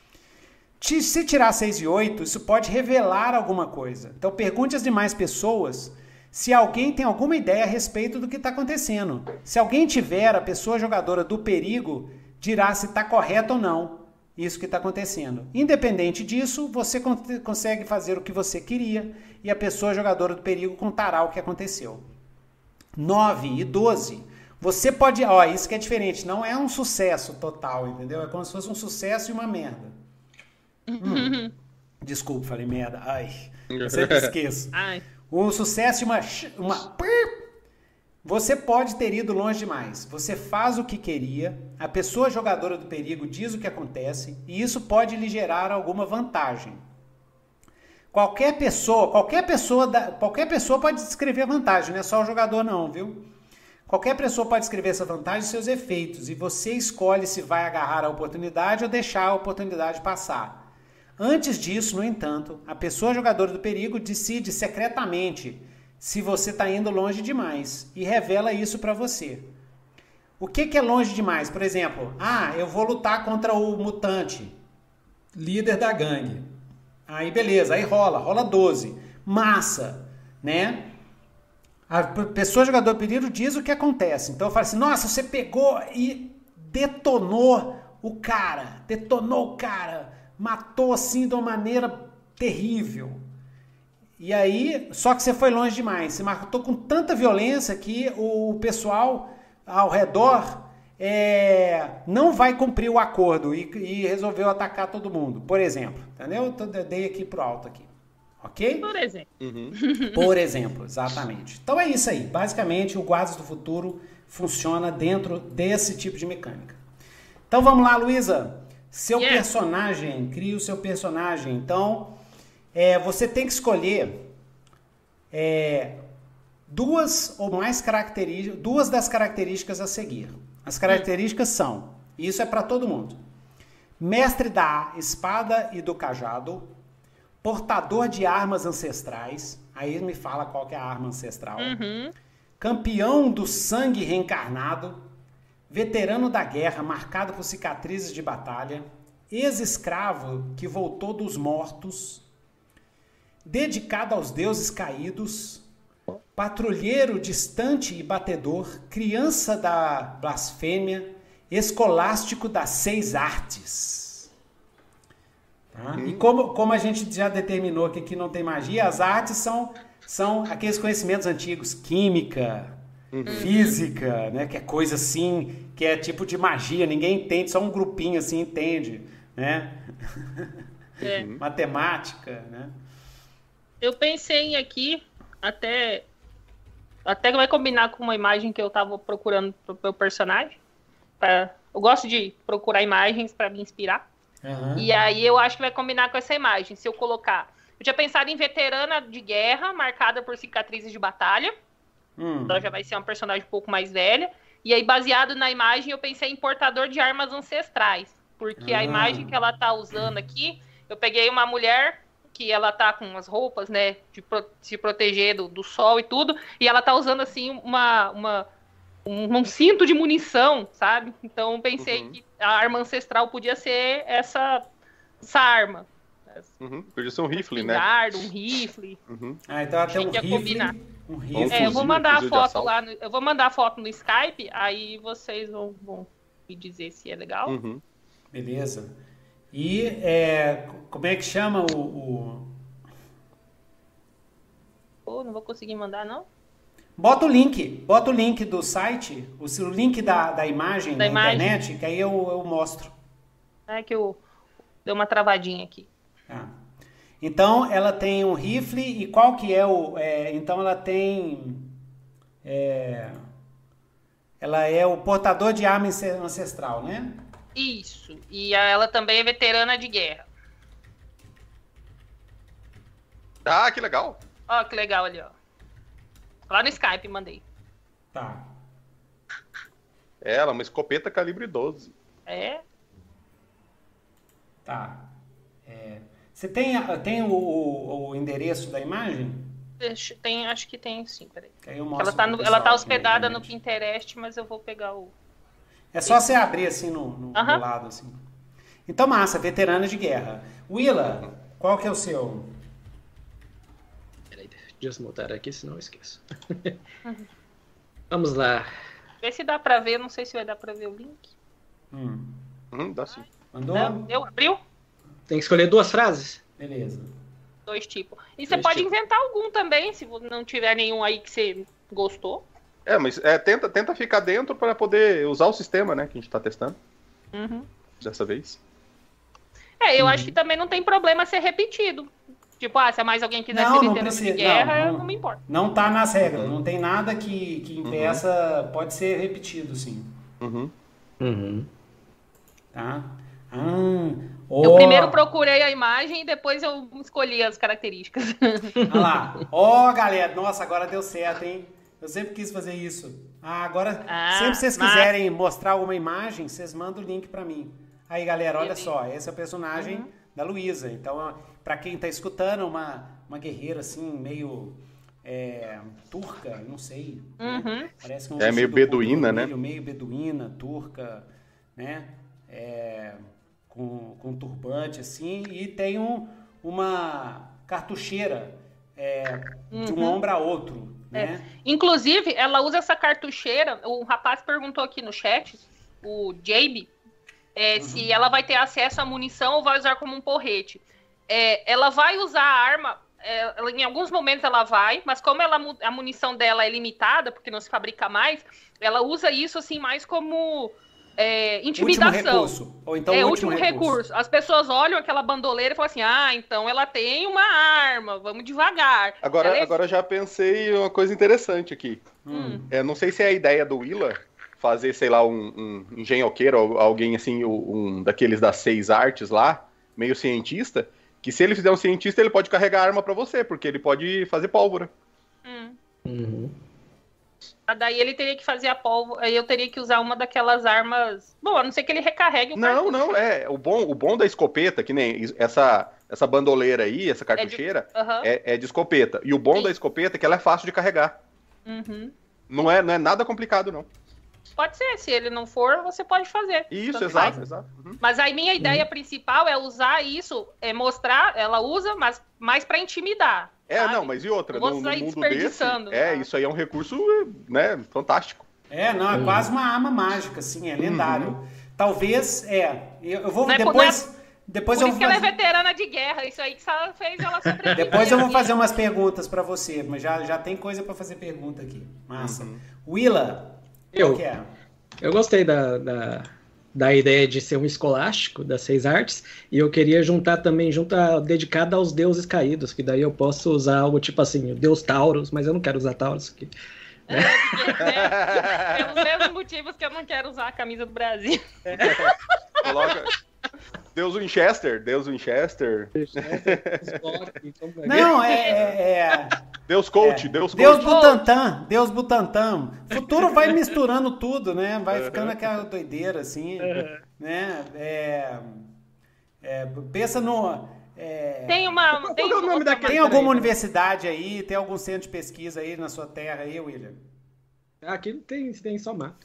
Se tirar seis e oito, isso pode revelar alguma coisa. Então pergunte às demais pessoas se alguém tem alguma ideia a respeito do que está acontecendo. Se alguém tiver, a pessoa jogadora do perigo dirá se está correto ou não isso que está acontecendo. Independente disso, você consegue fazer o que você queria e a pessoa jogadora do perigo contará o que aconteceu. nove e doze. Você pode... Ó, isso que é diferente. Não é um sucesso total, entendeu? É como se fosse um sucesso e uma merda. Hum. Desculpa, falei merda. Ai, eu sempre esqueço.
Ai.
Um sucesso e uma... uma... Você pode ter ido longe demais. Você faz o que queria, a pessoa jogadora do perigo diz o que acontece e isso pode lhe gerar alguma vantagem. Qualquer pessoa, qualquer pessoa, da, qualquer pessoa pode descrever a vantagem, não é só o jogador não, viu? Qualquer pessoa pode escrever essa vantagem e seus efeitos, e você escolhe se vai agarrar a oportunidade ou deixar a oportunidade passar. Antes disso, no entanto, a pessoa jogadora do perigo decide secretamente se você está indo longe demais e revela isso para você. O que, que é longe demais? Por exemplo, ah, eu vou lutar contra o mutante, líder da gangue. Aí beleza, aí rola, rola doze. Massa, né? A pessoa jogador perigo diz o que acontece. Então eu falo assim, nossa, você pegou e detonou o cara. Detonou o cara. Matou assim de uma maneira terrível. E aí, só que você foi longe demais. Você matou com tanta violência que o pessoal ao redor é, não vai cumprir o acordo e, e resolveu atacar todo mundo, por exemplo. Entendeu? Eu dei aqui pro alto aqui. Ok?
Por exemplo.
Uhum.
Por exemplo, exatamente. Então é isso aí. Basicamente, o Guardas do Futuro funciona dentro desse tipo de mecânica. Então vamos lá, Luísa. Seu
Yeah.
personagem, cria o seu personagem. Então, é, você tem que escolher é, duas ou mais características, duas das características a seguir. As características são, isso é para todo mundo, mestre da espada e do cajado, portador de armas ancestrais, aí me fala qual que é a arma ancestral,
Uhum.
campeão do sangue reencarnado, veterano da guerra marcado por cicatrizes de batalha, ex-escravo que voltou dos mortos, dedicado aos deuses caídos, patrulheiro distante e batedor, criança da blasfêmia, escolástico das seis artes. Tá? Uhum. E como, como a gente já determinou que aqui não tem magia, as artes são, são aqueles conhecimentos antigos, química, uhum. física, né? Que é coisa assim, que é tipo de magia, ninguém entende, só um grupinho assim entende, né?
É.
Matemática, né?
Eu pensei aqui, até, até vai combinar com uma imagem que eu tava procurando pro meu personagem. Pra, eu gosto de procurar imagens para me inspirar.
Aham.
E aí eu acho que vai combinar com essa imagem. Se eu colocar... Eu tinha pensado em veterana de guerra, marcada por cicatrizes de batalha.
Hum.
Então já vai ser uma personagem um pouco mais velha. E aí, baseado na imagem, eu pensei em portador de armas ancestrais. Porque
Ah.
a imagem que ela tá usando aqui, eu peguei uma mulher que ela tá com umas roupas, né, de pro- se proteger do, do sol e tudo, e ela tá usando, assim, uma, uma, um, um cinto de munição, sabe? Então, eu pensei
Uhum.
que a arma ancestral podia ser essa, essa arma.
Uhum. Podia ser um rifle, né?
Espingarda, um rifle.
Uhum.
Ah, então ela tem um
Achei que ia combinar.
rifle. Um
Um
rifle.
É, eu vou
fuzil,
mandar a
fuzil de
foto
assalto.
lá, no, eu vou mandar a foto no Skype, aí vocês vão, vão me dizer se é legal.
Uhum.
Beleza. E é, como é que chama o, o-
Pô, não vou conseguir mandar, não?
Bota o link, bota o link do site, o, o link da, da imagem
Da
na
imagem.
internet, que aí eu, eu mostro.
É que eu deu uma travadinha aqui.
Tá. Então ela tem um rifle e qual que é o... é, então ela tem... é, ela é o portador de arma ance- ancestral, né?
Isso. E a- ela também é veterana de guerra.
Ah, que legal.
Ó, que legal ali, ó. Lá no Skype mandei.
Tá.
É, ela é uma escopeta calibre doze.
É.
Tá. É, você tem, a- tem o, o- o endereço da imagem?
Deixa- tem, acho que tem sim, peraí.
Que aí eu mostro
Ela tá,
pro
no-
pessoal
ela tá
aqui na
hospedada no
internet.
Pinterest, mas eu vou pegar o.
É só você abrir assim no, no
Aham.
do lado, assim. Então, massa, veterana de guerra. Willa, qual que é o seu?
Peraí, deixa eu desmutar aqui, senão eu esqueço. Vamos lá.
Vê se dá pra ver, não sei se vai dar pra ver o link.
Hum,
Uhum, dá sim.
mandou?
Não, deu? Abriu?
Tem que escolher duas frases?
Beleza.
Dois tipos. E você
Dois
pode
tipos.
inventar algum também, se não tiver nenhum aí que você gostou.
É, mas é, tenta, tenta ficar dentro para poder usar o sistema, né? Que a gente tá testando
Uhum.
dessa vez.
É, eu acho que também não tem problema ser repetido. Tipo, ah, se mais alguém quiser
Não,
ser
não
veterano
precisa,
de guerra,
não,
eu
não.
não me importo.
Não tá nas regras, não tem nada que, que impeça, pode ser repetido, sim.
Uhum.
Uhum.
Tá? Ah,
Eu
ó,
primeiro procurei a imagem e depois eu escolhi as características.
olha lá. Ó, galera, nossa, agora deu certo, hein? Eu sempre quis fazer isso. Ah, agora,
Ah,
sempre que vocês
mas-
quiserem mostrar alguma imagem, vocês mandam o link pra mim. Aí, galera, olha
Beleza.
só, esse é o personagem
Uhum.
da Luísa. Então, ó, pra quem tá escutando, uma, uma guerreira assim, meio é, turca, não sei. né?
Uhum.
Parece que um
É, meio
vestido
beduína,
curto,
né?
vermelho, Meio beduína, turca, né? É, com, com turbante assim, e tem um, uma cartucheira é, de um
Uhum.
ombro a outro, né?
Inclusive, ela usa essa cartucheira. O rapaz perguntou aqui no chat, o Jabe, é, se ela vai ter acesso à munição ou vai usar como um porrete. É, ela vai usar a arma, é, ela- em alguns momentos ela vai, mas como ela, mu- a munição dela é limitada, porque não se fabrica mais, ela usa isso assim mais como é,
Último
intimidação.
recurso. Ou então
é
o
último, recurso. As pessoas olham aquela bandoleira e falam assim: ah, então ela tem uma arma, vamos devagar.
Agora,
Ela é-
agora já pensei uma coisa interessante aqui.
Hum.
É, não sei se é a ideia do Willa fazer, sei lá, um, um engenhoqueiro, ou alguém assim, um daqueles das seis artes lá, meio cientista, que se ele fizer um cientista, ele pode carregar a arma pra você, porque ele pode fazer pólvora.
Hum.
Uhum.
Daí ele teria que fazer a pólvora, aí eu teria que usar uma daquelas armas. Bom, a não ser que ele recarregue o
Não,
cartucho.
não, é. O bom, o bom da escopeta, que nem essa, essa bandoleira aí, essa cartucheira,
Aham.
é, é de escopeta. E o bom
Sim.
da escopeta é que ela é fácil de carregar.
Uhum.
Não é, não é nada complicado, não.
Pode ser, se ele não for, você pode fazer.
Isso,
Tanto
exato,
faz.
exato. Uhum.
Mas aí minha ideia principal é usar isso, é mostrar, ela usa, mas mais pra intimidar.
É,
sabe?
não, mas e outra?
Não
No,
vou
no
sair
mundo desse,
desperdiçando.
é, isso aí é um recurso, né, fantástico.
É, não, é
Uhum.
quase uma arma mágica, assim, é lendário. Talvez, é, eu, eu vou
Não é por-
depois, depois
Por
eu
isso
vou
que ela é
fazer,
veterana de guerra, isso aí que só fez ela sobreviver.
depois eu vou fazer umas perguntas pra você, mas já, já tem coisa pra fazer pergunta aqui. Massa. Willa,
Eu.
qual que é?
Eu gostei da, da, da ideia de ser um escolástico das seis artes, e eu queria juntar também, junta, dedicada aos deuses caídos, que daí eu posso usar algo tipo assim, o deus Taurus, mas eu não quero usar Taurus aqui.
É, porque, né, pelos mesmos motivos que eu não quero usar a camisa do Brasil.
Coloca, Deus Winchester, Deus Winchester.
Não, é... é, é...
Deus Coach,
é.
Deus Coach.
Deus Butantan, Deus Butantan. Futuro vai misturando tudo, né? Vai ficando aquela doideira, assim, né? É... É... Pensa no... É...
Tem uma... Tem,
Qual é o nome daquele-
Tem alguma universidade aí, tem algum centro de pesquisa aí na sua terra aí, William?
Aqui não tem, tem só mato.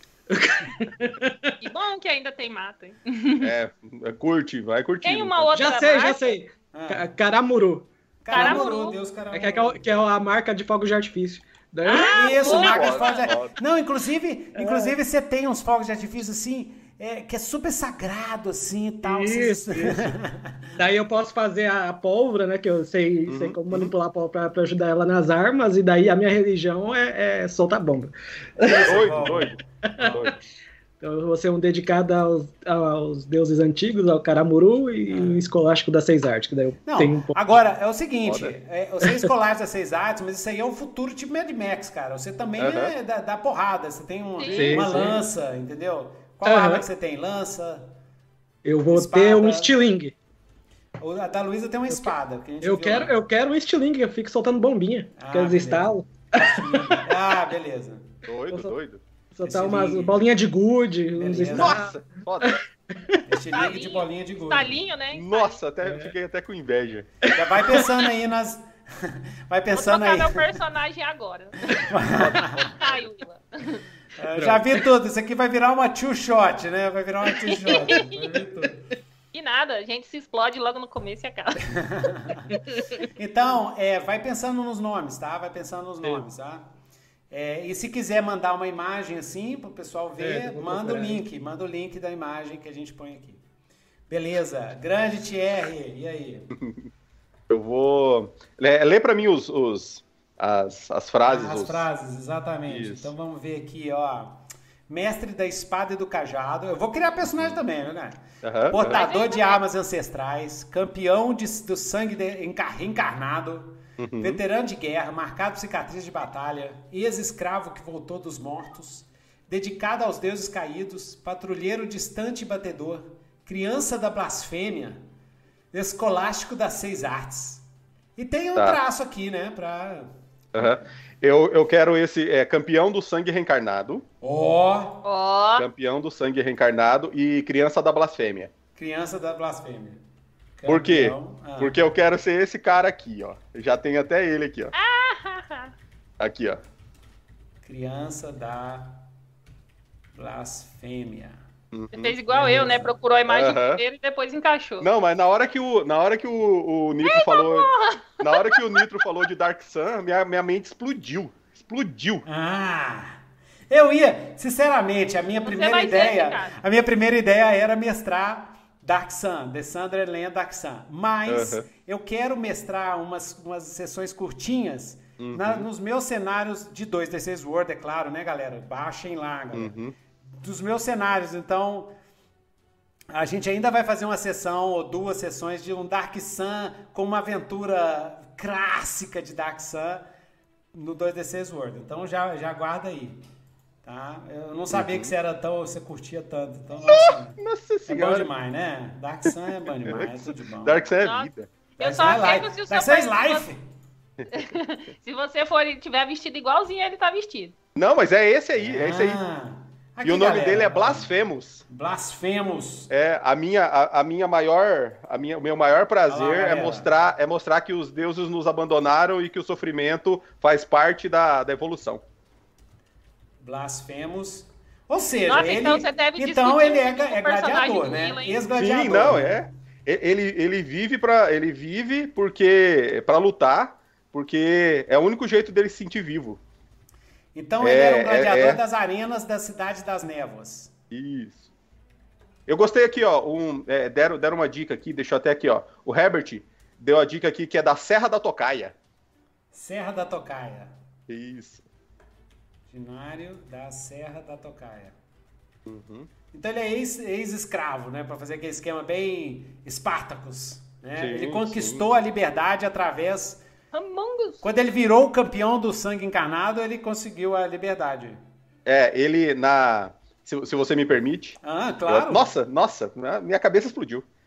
Que bom que ainda tem mato, hein?
É, curte, vai curtindo.
Tem uma outra
Já sei,
marca?
já sei.
Ah.
Ca- Caramuru.
Caramuru,
Caramuru.
Deus
É,
Caramuru.
que é, que é a marca de fogos de artifício. Daí-
Isso,
boa.
marca de
Foda,
fogos de
foda.
Não, inclusive, inclusive você tem uns fogos de artifício assim, é, que é super sagrado assim e tal.
Isso,
Você-
isso. Daí eu posso fazer a pólvora, né? Que eu sei,
Uhum,
sei como manipular a pólvora pra ajudar ela nas armas. E daí a minha religião é, é soltar bomba.
Doido, doido. doido.
Então eu vou ser um dedicado aos, aos deuses antigos, ao Caramuru e um escolástico das seis artes. Que daí eu
Não,
tenho um pouco.
agora, é o seguinte,
Foda.
é, você é escolar das seis artes, mas isso aí é o futuro tipo Mad Max, cara. Você também
Aham.
é da, da porrada, você tem um-
Sim.
uma
Sim, sim.
lança, entendeu? Qual
Aham.
arma que você tem? Lança?
Eu vou
espada.
ter um estilingue.
O- A da Luísa tem uma espada. que a gente
Eu
viu
quero,
lá.
eu quero um estilingue, eu fico soltando bombinha.
Ah,
Aqueles
beleza.
estalos.
Ah, beleza.
Doido,
Eu sou-
doido.
Soltar
Estilingue.
umas bolinhas de gude, uns
Beleza.
estalos.
Nossa, foda.
Estilingue de bolinha de gude.
Estalinho, né?
Nossa, até, fiquei até com inveja.
Já vai pensando aí nas... Vai
Vou
pensando
trocar
aí.
meu personagem agora. Ai, Willa.
Eu já vi tudo. Isso aqui vai virar uma two shot, né? Vai virar uma two shot. Vai ver tudo.
E nada, a gente se explode logo no começo e acaba.
Então, é, vai pensando nos nomes, tá? Vai pensando nos nomes, tá? É, e se quiser mandar uma imagem assim para o pessoal ver,
É, eu vou
manda o
procurar.
link, manda o link da imagem que a gente põe aqui. Beleza, grande Thierry, e aí?
Eu vou. Lê, lê pra mim os, os, as, as frases.
As
os...
frases, exatamente.
Isso.
Então vamos ver aqui, ó. Mestre da espada e do cajado. Eu vou criar personagem também, viu, cara?
Aham,
Portador
aham.
de armas ancestrais, campeão de- do sangue de- encar- reencarnado,
Uhum.
veterano de guerra, marcado por cicatriz de batalha, ex-escravo que voltou dos mortos, dedicado aos deuses caídos, patrulheiro distante e batedor, criança da blasfêmia, escolástico das seis artes. E tem um
Tá.
traço aqui, né, pra...
aham. Eu, eu quero esse é, campeão do sangue reencarnado.
Ó,
Ó,
Campeão do sangue reencarnado e criança da blasfêmia.
criança da blasfêmia.
Por quê?
Campeão- ah.
Porque eu quero ser esse cara aqui, ó. Eu já tenho até ele aqui, ó. Aqui, ó.
Criança da blasfêmia.
você fez igual eu, né? Procurou a imagem
Aham.
inteira e depois encaixou.
Não, mas na hora que o, na hora que o, o Nitro falou. Na hora que o Nitro falou de Dark Sun, minha, minha mente explodiu. Explodiu.
Ah! Eu ia, sinceramente, a minha primeira
vai ser
ideia,
esse cara.
a minha primeira ideia era mestrar Dark Sun, The Sunderland Dark Sun. Mas
Aham.
eu quero mestrar umas, umas sessões curtinhas
Uhum.
na- nos meus cenários de dois D seis World, é claro, né, galera? Baixem lá, galera.
Uhum.
Dos meus cenários, então a gente ainda vai fazer uma sessão ou duas sessões de um Dark Sun com uma aventura clássica de Dark Sun no dois D seis World. Então já, já guarda aí. Tá? Eu não sabia
Uhum.
que você era tão. Você curtia tanto. Então, nossa,
Nossa
é bom
senhora.
demais, né? Dark Sun é bom demais, é tudo de bom.
Dark Sun é
Nossa.
vida.
Eu
Dark
só
Sun é
aceito
life.
se o seu
Dark Sun é
pai-
life.
Se você for tiver vestido igualzinho, ele tá vestido.
Não, mas é esse aí, é esse aí.
Ah,
E
aqui,
o nome
galera.
dele é Blasphemous.
Blasfemos.
É, a minha, a, a minha maior, a minha, o meu maior prazer
Olha lá,
é
galera.
mostrar, é mostrar que os deuses nos abandonaram e que o sofrimento faz parte da, da evolução.
Blasfemos. Ou seja,
Nossa,
ele,
então você deve
então
discutir
ele é,
muito
ga-
com
é
o personagem
gladiador,
do
né?
Willa, hein?
Ex-gladiador.
Sim, não,
né?
é. E- Ele, ele vive para ele vive porque para lutar, porque é o único jeito dele se sentir vivo.
Então
É,
ele era um
é,
gladiador
é.
das arenas da cidade das névoas.
Isso. Eu gostei aqui, ó. Um, é, deram, deram uma dica aqui, deixou até aqui, ó. O Herbert deu a dica aqui que é da Serra da Tocaia.
Serra da Tocaia.
Isso.
Dinário da Serra da Tocaia.
Uhum.
Então ele é ex- ex-escravo, né? Para fazer aquele esquema bem Espartacus. Né?
Sim,
Ele conquistou a liberdade através...
Among Us.
Quando ele virou o campeão do sangue encarnado, ele conseguiu a liberdade.
É, ele na. Se, se você me permite.
Ah, claro.
eu- nossa, nossa, minha cabeça explodiu.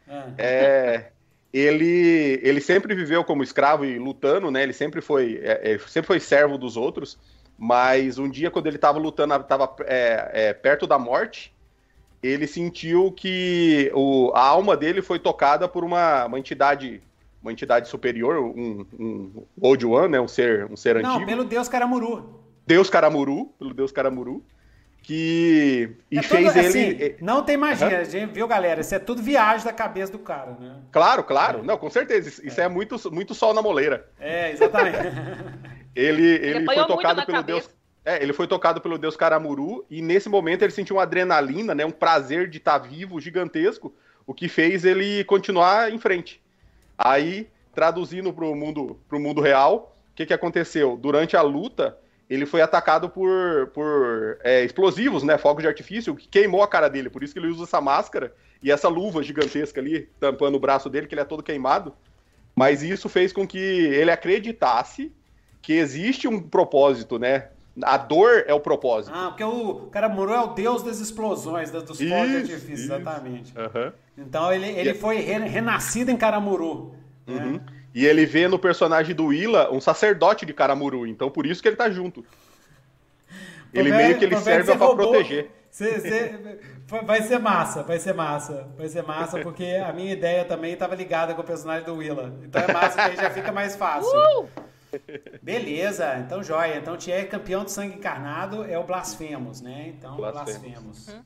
Ah.
É, ele, ele sempre viveu como escravo e lutando, né? Ele sempre foi, é, sempre foi servo dos outros, mas um dia, quando ele estava lutando, estava é, é, perto da morte, ele sentiu que o, a alma dele foi tocada por uma, uma entidade, uma entidade superior, um, um Old One, né? Um ser, um ser
Não,
antigo.
pelo Deus Caramuru.
Deus Caramuru, pelo Deus Caramuru, que e
É
fez
tudo,
ele.
assim, não tem magia, uhum. Viu, galera? Isso é tudo viagem da cabeça do cara, né?
Claro, claro. É. Não, com certeza. Isso, é. isso é muito, muito sol na moleira.
É, exatamente.
ele, ele,
ele
foi tocado pelo
cabeça.
Deus. É, ele foi tocado pelo Deus Caramuru e nesse momento ele sentiu uma adrenalina, né? Um prazer de estar vivo gigantesco, o que fez ele continuar em frente. Aí, traduzindo para o mundo, pro mundo real, o que, que aconteceu? Durante a luta, ele foi atacado por, por é, explosivos, né? Fogos de artifício, que queimou a cara dele. Por isso que ele usa essa máscara e essa luva gigantesca ali, tampando o braço dele, que ele é todo queimado. Mas isso fez com que ele acreditasse que existe um propósito, né? A dor é o propósito.
Ah, porque o Caramuru é o deus das explosões, dos fogos de artifício,
isso.
Exatamente.
Uhum.
Então ele, ele foi re, renascido em Caramuru.
Uhum.
Né?
E ele vê no personagem do Willa um sacerdote de Caramuru, então por isso que ele tá junto. Ele
Tô
meio
vendo,
que ele
tô vendo
serve
que você
pra
roubou.
proteger.
Cê, cê, vai ser massa, vai ser massa. Vai ser massa, porque a minha ideia também estava ligada com o personagem do Willa. Então é massa que aí já fica mais fácil.
Uh!
Beleza, então joia. Então Thierry, campeão de sangue encarnado, é o Blasfemos, né? Então,
Blasfemos.
Blasfemos. Hum.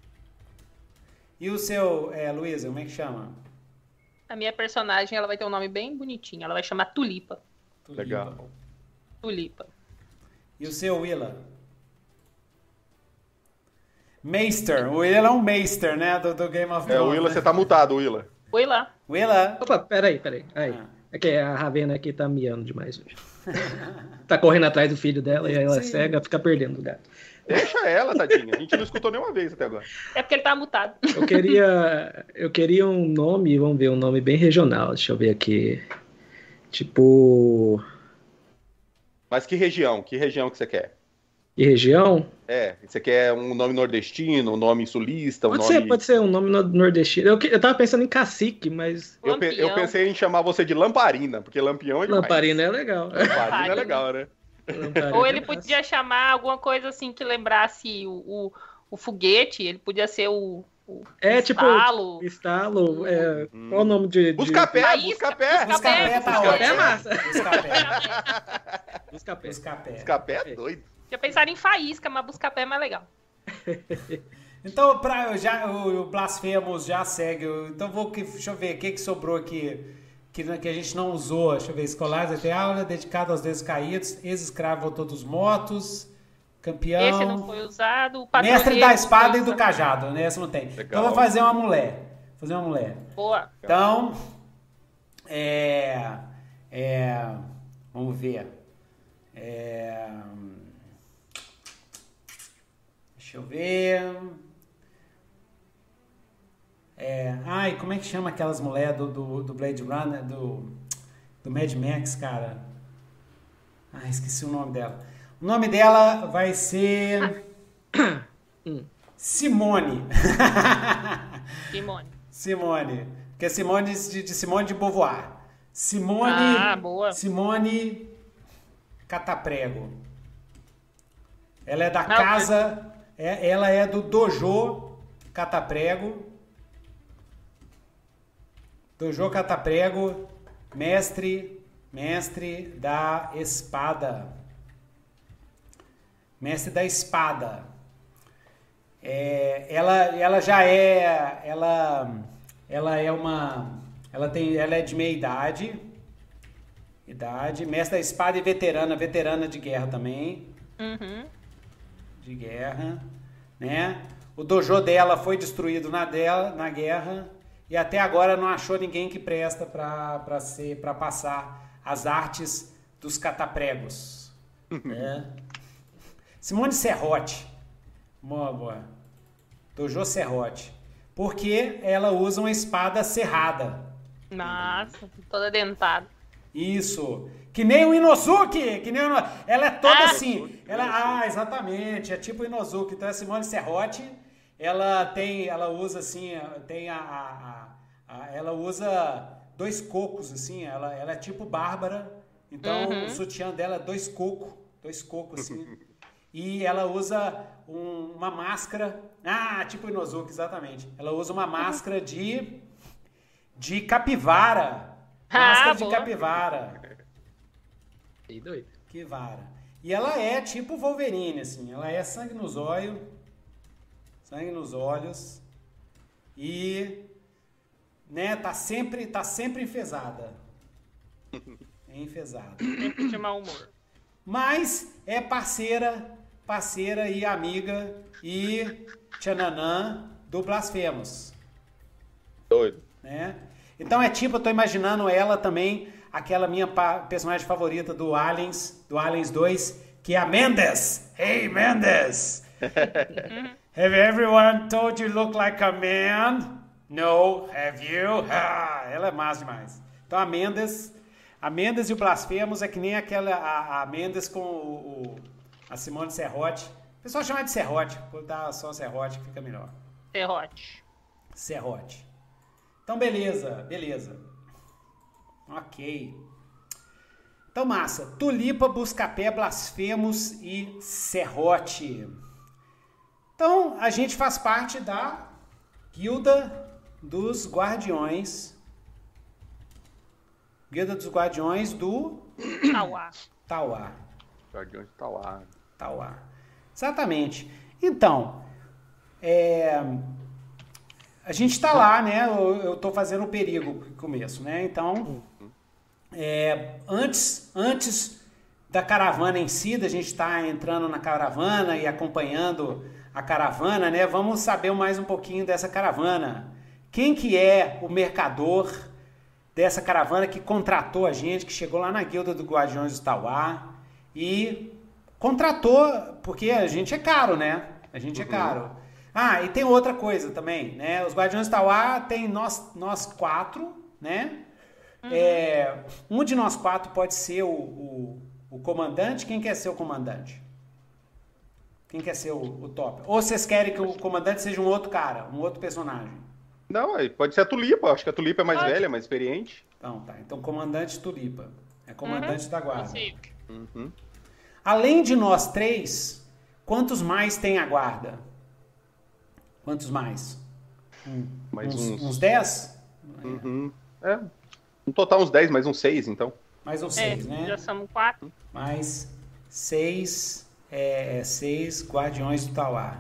E o seu, é, Luísa, como é que chama?
A minha personagem, ela vai ter um nome bem bonitinho. Ela vai chamar Tulipa.
Tulipa.
Legal.
Tulipa.
E o seu, Willa? Meister. O Willa é um Meister, né? Do, do Game of Thrones.
É, o Willa,
né?
você tá mutado, Willa.
Willa.
Willa.
Opa, peraí, peraí. Aí.
Ah.
É que a Ravena aqui tá miando demais hoje. Tá correndo atrás do filho dela e aí ela é cega, fica perdendo o gato.
Deixa ela, tadinha. A gente não escutou nenhuma vez até agora.
É porque ele tá mutado.
Eu queria, eu queria um nome, vamos ver, um nome bem regional. Deixa eu ver aqui. Tipo...
Mas que região? Que região que você quer?
Que região?
É, você quer um nome nordestino, um nome sulista, um
Pode
nome...
ser, pode ser um nome nordestino. Eu, eu tava pensando em cacique, mas...
Eu, pe- eu pensei em chamar você de Lamparina, porque Lampião é demais.
Lamparina é legal.
Lamparina é legal, né?
Lamparina
Ou ele
é
podia
massa.
chamar alguma coisa assim que lembrasse o, o, o foguete. Ele podia ser o, o
É
estalo.
tipo, estalo, é,
Hum.
qual o nome de... de...
Buscapé,
Faísca,
Buscapé.
Buscapé tá
Buscapé
ótimo.
é massa.
Buscapé.
Buscapé.
Buscapé.
Buscapé é doido.
Tinha pensado em faísca, mas Buscapé é mais legal.
Então, pra, já, o, o Blasfemos já segue. Então, vou, que- deixa eu ver o que, que sobrou aqui que, que a gente não usou. Deixa eu ver. Escolares até aula dedicada aos deuses caídos. Ex-escravo voltou dos mortos. Campeão.
Esse não foi usado. O
Mestre
patrulheiro
da
não
espada
foi
e do
usado.
cajado, né? Essa não tem.
Legal.
Então, eu vou fazer uma mulher. Fazer uma mulher.
Boa.
Então, é, é, vamos ver. É, deixa eu ver. É, ai, como é que chama aquelas mulheres do, do, do Blade Runner, do, do Mad Max, cara? Ah, esqueci o nome dela. O nome dela vai ser Simone.
Simone.
Simone. Que é Simone de, de Simone de Beauvoir. Simone.
Ah, boa.
Simone Cataprego. Ela é da
Ah,
casa. É, ela é do Dojo Cataprego. Dojo Cataprego, mestre, mestre da espada. Mestre da espada. É, ela, ela já é, ela, ela é uma, ela tem, ela é de meia idade, idade, mestre da espada e veterana, veterana de guerra também,
Uhum.
de guerra, né? O dojo dela foi destruído na dela, na guerra e até agora não achou ninguém que presta para para ser, para passar as artes dos catapregos, né? Simone Serrote. Boa, boa. Dojo Serrote. Porque ela usa uma espada serrada.
Nossa, toda dentada.
Isso. Que nem o Inosuke. Que nem o Ino... Ela é toda
Ah,
assim. Ela... Ah, exatamente. É tipo o Inosuke. Então a Simone Serrote, ela tem, ela usa assim, tem a, a, ela usa dois cocos, assim, ela, ela é tipo Bárbara, então
Uhum.
o sutiã dela é dois cocos, dois cocos, assim. E ela usa um- uma máscara, ah, tipo Inozuki, exatamente. Ela usa uma máscara de, de capivara, máscara
Ah,
de
boa.
capivara.
Que doido.
Que vara. E ela é tipo Wolverine, assim. Ela é sangue nos olhos. Sangue nos olhos. E... né, tá sempre, tá sempre enfesada. É enfesada.
Sempre de mau humor.
Mas é parceira, parceira e amiga e tchananã do Blasfemos.
Doido.
Né? Então é tipo, eu tô imaginando ela também, aquela minha pa- personagem favorita do Aliens, do Aliens dois, que é a Mendes. Hey, Mendes! Have everyone told you look like a man? No, have you? Ah, ela é massa demais. Então a Mendes, a Mendes e o Blasfemos é que nem aquela, a, a Mendes com o, o- a Simone Serrote. O pessoal chama de Serrote, vou dar só Serrote que fica melhor.
Serrote.
Serrote. Então, beleza, beleza. Ok. Então, massa. Tulipa, Buscapé, Blasfemos e Serrote. Então, a gente faz parte da Guilda dos Guardiões. Guilda dos Guardiões do
Tauá.
Tauá.
Guardiões de Tauá.
Tauá. Exatamente. Então, é, a gente está lá, né? Eu estou fazendo o perigo no começo, né? Então, é, antes, antes da caravana em si, da gente estar entrando na caravana e acompanhando a caravana, né? Vamos saber mais um pouquinho dessa caravana. Quem que é o mercador dessa caravana que contratou a gente, que chegou lá na Guilda do Guardiões do Tauá e contratou, porque a gente é caro, né? A gente é caro. Ah, e tem outra coisa também, né? Os Guardiões do Tauá tem nós, nós quatro, né? É, um de nós quatro pode ser o, o, o comandante. Quem quer ser o comandante? Quem quer ser o, o top? Ou vocês querem que o comandante seja um outro cara, um outro personagem?
Não, aí pode ser a Tulipa. Acho que a Tulipa é mais
Pode.
velha, mais experiente.
Então, tá. Então, comandante Tulipa. É comandante da guarda.
Possível.
Uhum.
Além de nós três, quantos mais tem a guarda? Quantos mais? Um,
Mais
uns,
uns-
uns dez?
Uhum. É. No total uns dez, mais uns seis, então.
Mais uns
É,
seis, né?
já somos quatro.
Mais seis, é, seis guardiões do Tauá.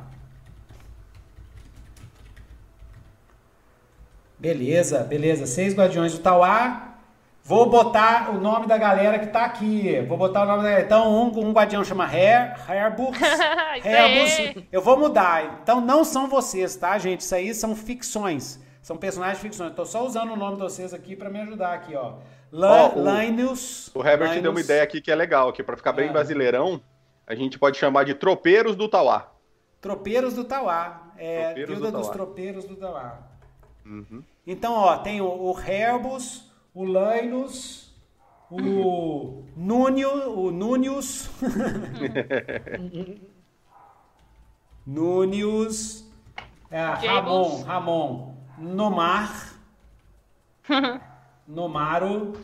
Beleza, beleza. Seis guardiões do Tauá. Vou botar o nome da galera que tá aqui. Vou botar o nome da galera. Então, um, um guardião chama Hair, Hairbus.
Isso
Hairbus.
aí.
Eu vou mudar. Então, não são vocês, tá, gente? Isso aí são ficções. São personagens de ficções. Tô só usando o nome de vocês aqui pra me ajudar aqui, ó. Lan,
Ó, o-
Linus.
O Herbert
Linus.
deu uma ideia aqui que é legal, que pra ficar bem
Ah.
brasileirão, a gente pode chamar de Tropeiros do Tauá.
Tropeiros do Tauá. É,
Tropeiros
Guilda
do
dos
Tauá.
Tropeiros do Tauá.
Uhum.
Então, ó, tem o, o Herbus, o Linus, o Núnio, o Núnius. Núnius. É, Ramon, Ramon. Nomar. Nomaro.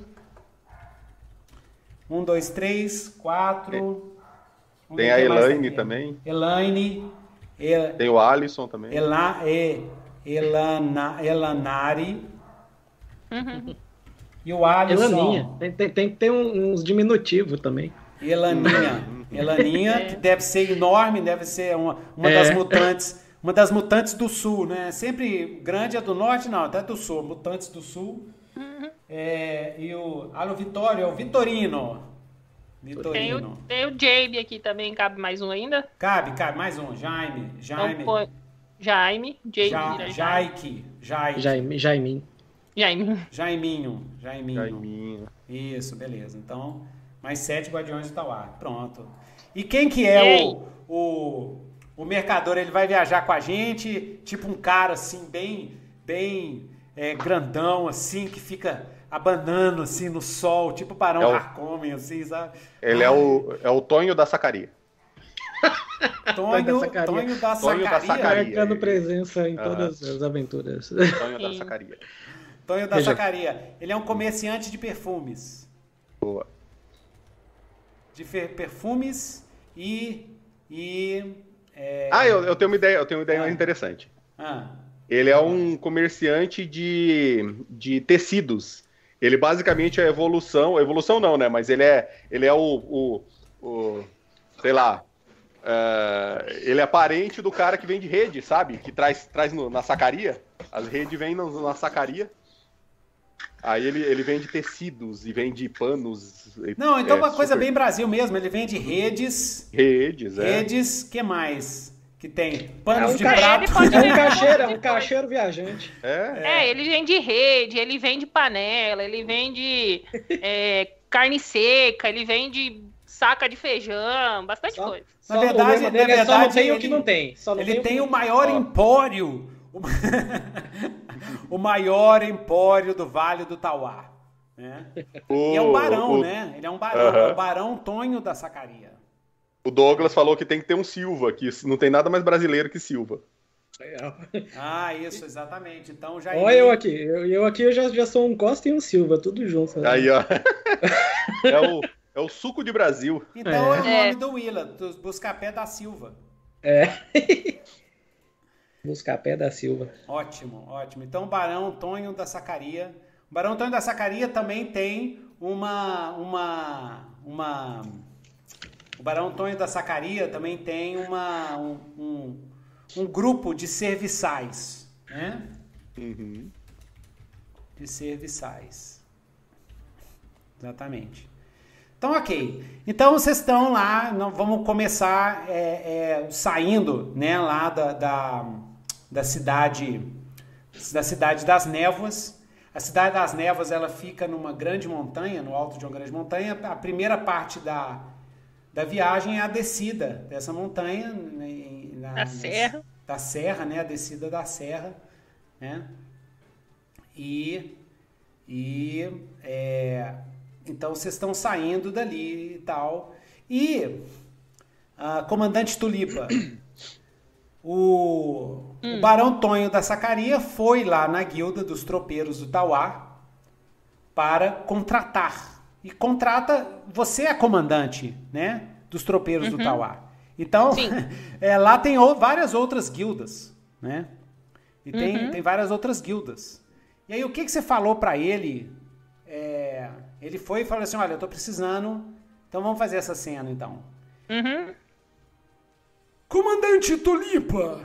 Um, dois, três, quatro. Vamos
Tem
ver
a
quem mais tá
Elaine
aqui.
também.
Elaine. El,
Tem o Alisson também.
Ela, e, Elana, Elanari. E o Alisson.
Elaninha. Tem, tem, tem que ter um- uns diminutivos também.
Elaninha. Elaninha, que deve ser enorme, deve ser uma, uma
É.
das mutantes. Uma das mutantes do sul, né? Sempre grande é do norte, não, até do sul. Mutantes do sul. É, e o. Alô, Vitório, é o Vitorino.
Tem
Vitorino.
o, tem o Jabe aqui também, cabe mais um ainda.
Cabe, cabe, mais um. Jaime. Jaime.
Então, põe Jaime, Jabe,
Ja,
vira Jaime.
Jaike. Jaike.
Jaime, Jaimin.
Jaime.
Jaiminho. Jaiminho.
Jaiminho.
Isso, beleza. Então, mais sete Guardiões do Tauá. Pronto. E quem que é
Ei.
o, o, o mercador? Ele vai viajar com a gente, tipo um cara assim, bem, bem é, grandão, assim, que fica abanando assim no sol, tipo Barão
É o-
Harkonnen, assim, sabe?
Ele é o, é o Tonho da Sacaria.
Tonho,
da Sacaria.
Tonho da
Tonho da
Sacaria.
Sacaria.
Marcando presença em
Ah.
todas as aventuras.
Tonho da
Sim.
Sacaria.
Tonho da
Veja.
Sacaria. Ele é um comerciante de perfumes.
Boa.
De fer- perfumes e... e é...
Ah, eu, eu tenho uma ideia, eu tenho uma ideia
Ah.
interessante.
Ah,
Ele é um comerciante de, de tecidos. Ele basicamente é a evolução, evolução não, né? Mas ele é, ele é o, o, o sei lá, é, ele é parente do cara que vende rede, sabe? Que traz, traz no- na sacaria. As redes vêm no- na sacaria. Aí ele, ele vende tecidos e vende panos. e-
Não, então
é,
uma coisa
super-
bem Brasil mesmo. Ele vende redes,
Redes, é.
redes, que mais? Que tem
É
panos
um,
de
ca...
prato.
Ele pode
é um
vender
caixeiro, é
um monte
um
de
caixeiro viajante.
É.
É, ele vende rede, ele vende panela, ele vende é, carne seca, ele vende saca de feijão, bastante
Só,
coisa.
só
Na
o
verdade-
problema dele
na
é só não
verdade,
tem o
ele-
que não tem. Só não
Ele
tem,
tem
o
o
que...
maior
Ó.
empório. O... o maior empório do Vale do Tauá. Né?
O,
E é um barão,
o,
né? Ele é um barão.
Aham.
É o Barão Tonho da Sacaria.
o Douglas falou que tem que ter um Silva, que não tem nada mais brasileiro que Silva.
Ah, isso, exatamente. Então já
Olha eu aqui. Eu, eu aqui eu já, já sou um Costa e um Silva, tudo junto. né?
Aí, ó. É o, é o suco de Brasil.
Então é, o
É.
nome do Willa, do Buscapé da Silva.
É. Buscapé da Silva.
Ótimo, ótimo. Então, o Barão Tonho da Sacaria. O Barão Tonho da Sacaria também tem uma, uma, uma... O Barão Tonho da Sacaria também tem uma, um, um, um grupo de serviçais, né?
Uhum.
De serviçais. Exatamente. Então, ok. Então, vocês estão lá, nós vamos começar é, é, saindo, né, lá da, da, da cidade da cidade das Névoas. A cidade das Névoas, ela fica numa grande montanha, no alto de uma grande montanha. A primeira parte da, da viagem é a descida dessa montanha. Né, na,
Da serra.
Da serra, né, a descida da serra, né? E... e é, então vocês estão saindo dali e tal. E, ah, comandante Tulipa, o, o Barão Tonho da Sacaria foi lá na guilda dos tropeiros do Tauá para contratar. E contrata, você é comandante, né, dos tropeiros do Tauá. Então,
Sim.
é, lá tem o- várias outras guildas, né? E tem,
Uhum.
tem várias outras guildas. E aí, o que, que você falou para ele? É, ele foi e falou assim, olha, eu tô precisando, então vamos fazer essa cena, então.
Uhum.
Comandante Tulipa,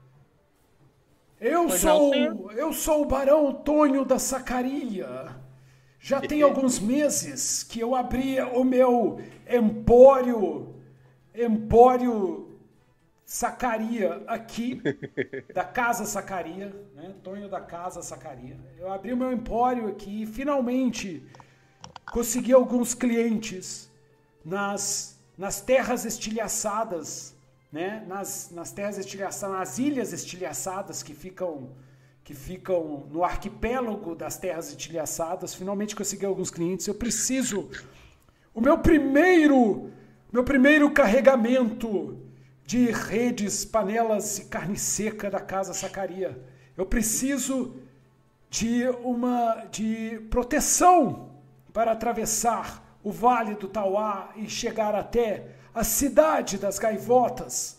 eu
Pois
sou,
não, senhor?
eu sou o Barão Tonho da Sacaria. Já tem alguns meses que eu abri o meu empório, empório Sacaria aqui, da Casa Sacaria, né? Tonho da Casa Sacaria. Eu abri o meu empório aqui e finalmente consegui alguns clientes nas, nas terras estilhaçadas, né? Nas, nas terras estilhaçadas, nas ilhas estilhaçadas que ficam, que ficam no arquipélago das terras estilhaçadas. Finalmente consegui alguns clientes. Eu preciso, o meu primeiro, meu primeiro carregamento de redes, panelas e carne seca da Casa Sacaria. Eu preciso de uma de proteção para atravessar o Vale do Tauá e chegar até a cidade das Gaivotas.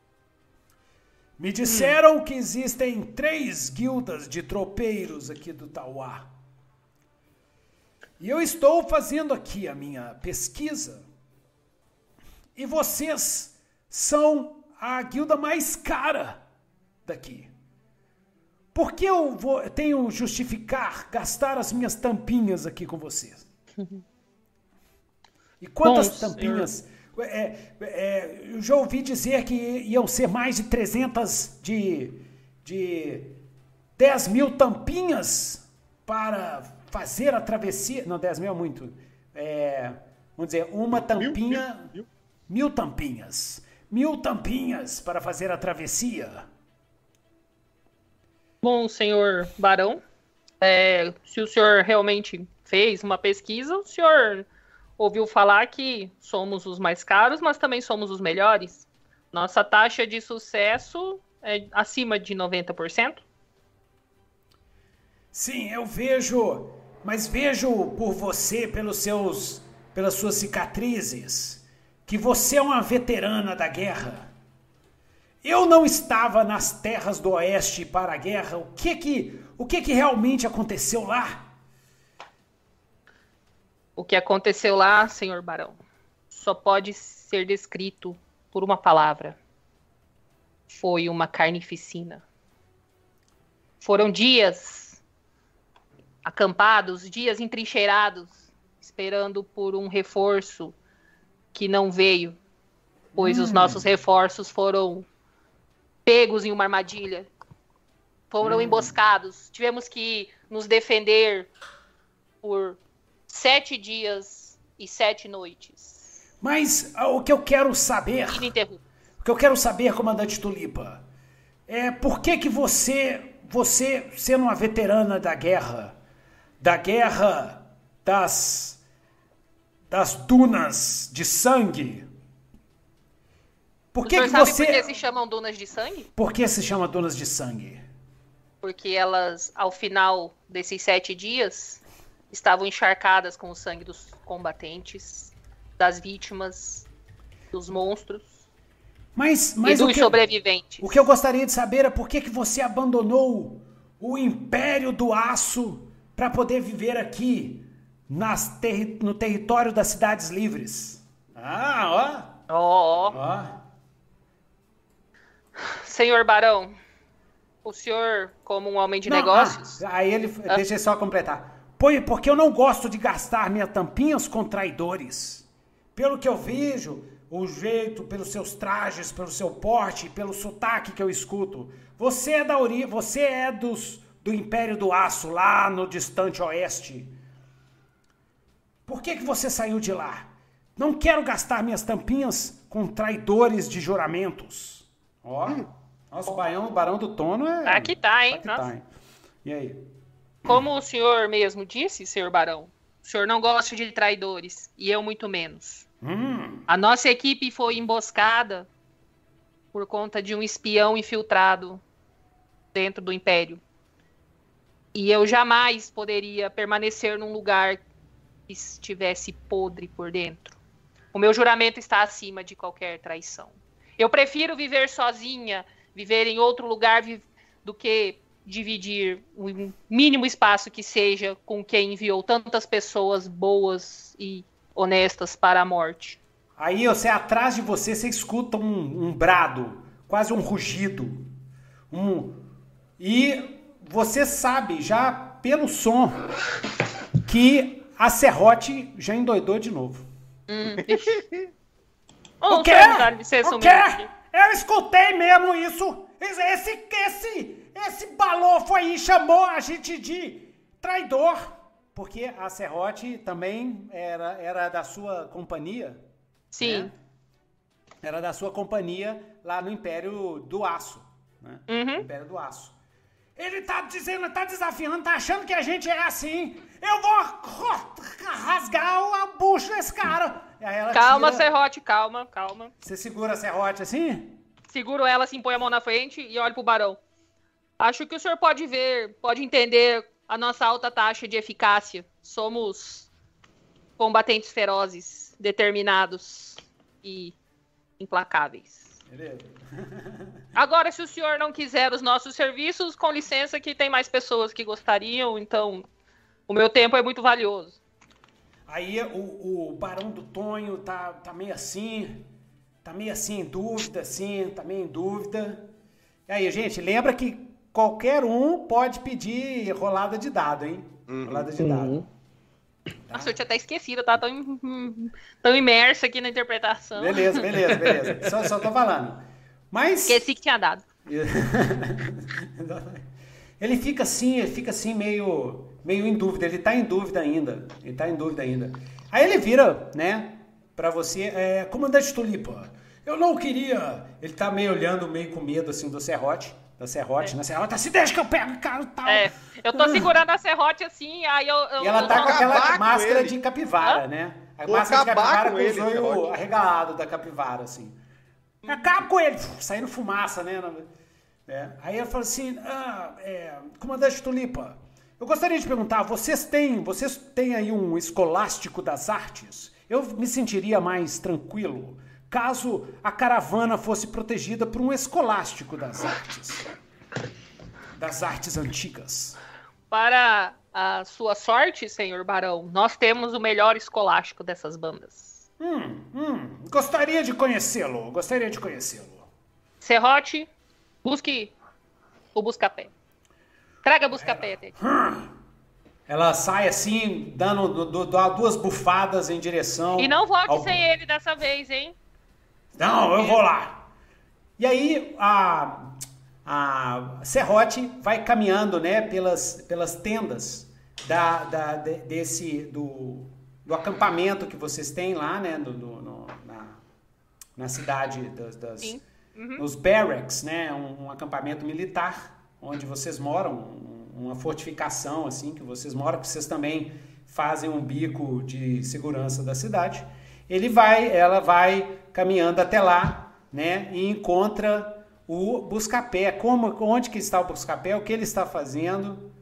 Me disseram que existem três guildas de tropeiros aqui do Tauá. E eu estou fazendo aqui a minha pesquisa. E vocês são a guilda mais cara daqui. Por que eu vou, tenho justificar gastar as minhas tampinhas aqui com vocês? E quantas
Bom,
tampinhas? É, é, eu já ouvi dizer que iam ser mais de trezentas, de, de dez mil tampinhas para fazer a travessia. Não, dez mil é muito. É, vamos dizer, uma tampinha,
Mil, mil,
mil tampinhas. Mil tampinhas para fazer a travessia.
Bom, senhor Barão, é, se o senhor realmente fez uma pesquisa, o senhor ouviu falar que somos os mais caros, mas também somos os melhores. Nossa taxa de sucesso é acima de noventa por cento.
Sim, eu vejo, mas vejo por você, pelos seus, pelas suas cicatrizes, que você é uma veterana da guerra. Eu não estava nas terras do Oeste para a guerra. O que que, o que que realmente aconteceu lá?
O que aconteceu lá, senhor Barão, só pode ser descrito por uma palavra. Foi uma carnificina. Foram dias acampados, dias entrincheirados, esperando por um reforço que não veio, pois hum. os nossos reforços foram pegos em uma armadilha, foram hum. emboscados. Tivemos que nos defender por sete dias e sete noites.
Mas o que eu quero saber, o que eu quero saber, comandante Tulipa, é por que que você, você sendo uma veterana da guerra, da guerra das, das dunas de sangue, por que
o
que
sabe
você...
por que se chamam dunas de sangue?
Por que se chama dunas de sangue?
Porque elas, ao final desses sete dias, estavam encharcadas com o sangue dos combatentes, das vítimas, dos monstros
mas, mas
e dos
o que,
sobreviventes.
O que eu gostaria de saber é por que que você abandonou o Império do Aço para poder viver aqui nas terri- no território das cidades livres. Ah, ó.
Ó,
oh. ó.
Senhor Barão, o senhor, como um homem de
não,
negócios...
Ah, aí ele...
Ah.
Deixa eu só completar. Pois, porque eu não gosto de gastar minhas tampinhas com traidores. Pelo que eu vejo, o jeito, pelos seus trajes, pelo seu porte, pelo sotaque que eu escuto, você é da ori... você é dos... do Império do Aço, lá no distante oeste. Por que que você saiu de lá? Não quero gastar minhas tampinhas com traidores de juramentos. Ó, hum. nossa, o barão, o barão do Tono é...
Aqui tá, hein?
Aqui tá, hein? E aí?
Como o senhor mesmo disse, senhor Barão, o senhor não gosta de traidores, e eu muito menos.
Hum.
A nossa equipe foi emboscada por conta de um espião infiltrado dentro do Império. E eu jamais poderia permanecer num lugar que estivesse podre por dentro. O meu juramento está acima de qualquer traição. Eu prefiro viver sozinha, viver em outro lugar do que dividir o mínimo espaço que seja com quem enviou tantas pessoas boas e honestas para a morte.
Aí, você atrás de você, você escuta um, um brado, quase um rugido. Um... E você sabe, já pelo som, que a Serrote já endoidou de novo.
Hum.
O quê? O quê? Eu escutei mesmo isso. Esse, esse, esse balofo aí chamou a gente de traidor. Porque a Serrote também era, era da sua companhia.
Sim.
Né? Era da sua companhia lá no Império do Aço. Né?
Uhum.
Império do Aço. Ele tá dizendo, tá desafiando, tá achando que a gente é assim. Eu vou rasgar o bucho desse cara.
Calma,
tira...
Serrote, calma, calma.
Você segura a Serrote assim?
Seguro ela, assim, põe a mão na frente e olho pro Barão. Acho que o senhor pode ver, pode entender a nossa alta taxa de eficácia. Somos combatentes ferozes, determinados e implacáveis.
Beleza.
Agora, se o senhor não quiser os nossos serviços, com licença que tem mais pessoas que gostariam, então o meu tempo é muito valioso.
Aí o, o Barão do Tonho tá, tá meio assim, tá meio assim em dúvida, assim, tá meio em dúvida. E aí, gente, lembra que qualquer um pode pedir rolada de dado, hein? Uhum. Rolada de dado.
Uhum. Tá? Nossa, eu tinha até esquecido, tá tão, tão imerso aqui na interpretação.
Beleza, beleza, beleza. Só, só tô falando. Mas...
Esqueci que tinha dado.
Ele fica assim, ele fica assim meio, meio em dúvida, ele tá em dúvida ainda, ele tá em dúvida ainda. Aí ele vira, né, pra você, é, comandante Tulipa, eu não queria, ele tá meio olhando, meio com medo, assim, do Serrote, da Serrote, é. né, Serrote, assim, deixa que eu pego o cara e tal.
É, eu tô segurando a Serrote assim, aí eu... eu
e ela
eu
tá
não...
com aquela
Acabar
máscara
com
de capivara, Hã? né, a
Vou
máscara de capivara
com
com
ele,
o zóio
Serrote.
arregalado da capivara, assim. Acaba com ele, saindo fumaça, né, É. Aí ela falou assim, ah, é, comandante Tulipa, Eu gostaria de perguntar, vocês têm, vocês têm aí um escolástico das artes? Eu me sentiria mais tranquilo caso a caravana fosse protegida por um escolástico das artes. Das artes antigas.
Para a sua sorte, senhor Barão, nós temos o melhor escolástico dessas bandas.
Hum, hum, gostaria de conhecê-lo, gostaria de conhecê-lo.
Serrote, busque o Buscapé. Traga Buscapé até aqui.
Ela sai assim, dando do, do, do, duas bufadas em direção...
E não volte
ao...
sem ele dessa vez, hein?
Não, eu vou lá. E aí, a, a Serrote vai caminhando, né, pelas, pelas tendas da, da, de, desse, do, do acampamento que vocês têm lá, né, do, do, no, na, na cidade das... das
Sim. Uhum.
Nos barracks, né, um, um acampamento militar, onde vocês moram, um, uma fortificação, assim, que vocês moram, que vocês também fazem um bico de segurança da cidade. Ele vai, ela vai caminhando até lá, né, e encontra o Buscapé. Como, onde que está o Buscapé? O que ele está fazendo?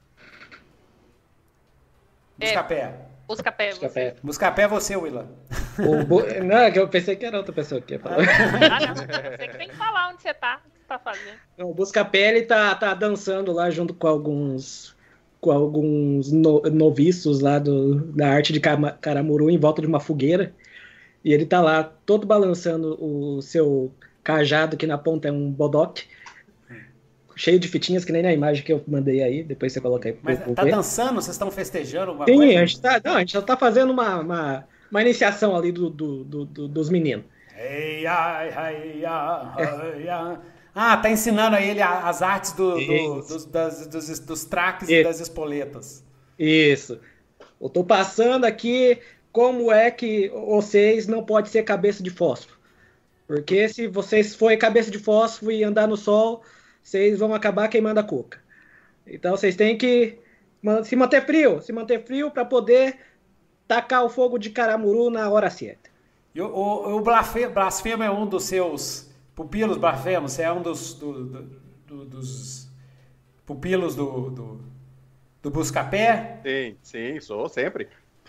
Buscapé.
É, Buscapé.
Buscapé.
Buscapé é você, Willa.
O bu... Não, é que eu pensei que era outra pessoa que ia falar.
Ah, não. Você que tem que falar onde você tá, o que você tá fazendo.
Não, o Buscapé, ele tá, tá dançando lá junto com alguns com alguns no, noviços lá do, da arte de Caramuru em volta de uma fogueira. E ele tá lá todo balançando o seu cajado, que na ponta é um bodoque, cheio de fitinhas, que nem na imagem que eu mandei aí, depois você coloca aí.
Mas
pro,
tá
ver.
dançando? Vocês estão festejando alguma
Sim,
coisa?
a gente tá, não, a gente já tá fazendo uma, uma, uma iniciação ali do, do, do, do, dos meninos.
Ei, ai, ai, ai, ai. Ah, tá ensinando a ele as artes do, do, dos, das, dos, dos traques e das espoletas.
Isso. Eu tô passando aqui como é que vocês não podem ser cabeça de fósforo. Porque se vocês forem cabeça de fósforo e andar no sol, vocês vão acabar queimando a cuca. Então vocês têm que se manter frio, se manter frio para poder tacar o fogo de Caramuru na hora certa.
E o, o, o Blasfemo é um dos seus pupilos, Blasfemo? Você é um dos, do, do, do, dos pupilos do, do, do Buscapé?
Sim, sim, sou sempre.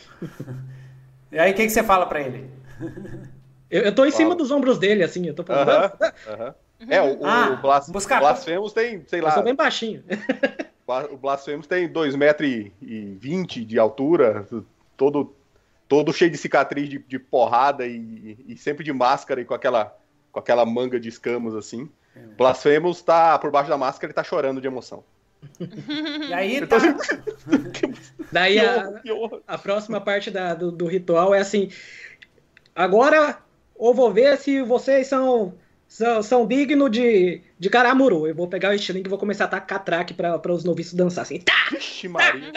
E aí o que, que você fala pra ele?
Eu, eu tô em
Fala.
cima dos ombros dele, assim, eu tô falando.
Aham, aham. É, o,
Ah,
o Blas,
buscar-
Blasphemous tem, sei
Eu
lá,
sou bem baixinho.
o Blasphemous tem dois metros e vinte de altura, todo, todo cheio de cicatriz de, de porrada e, e sempre de máscara e com aquela, com aquela manga de escamas assim. Blasphemous tá por baixo da máscara e tá chorando de emoção.
E aí tá...
Daí
Que
a,
horror, que horror.
a próxima parte da, do, do ritual é assim: agora eu vou ver se vocês são, são, são dignos de, de Caramuru. Eu vou pegar o estilingue e vou começar a tacar traque para os noviços dançar assim. Tá!
Vixe, Maria.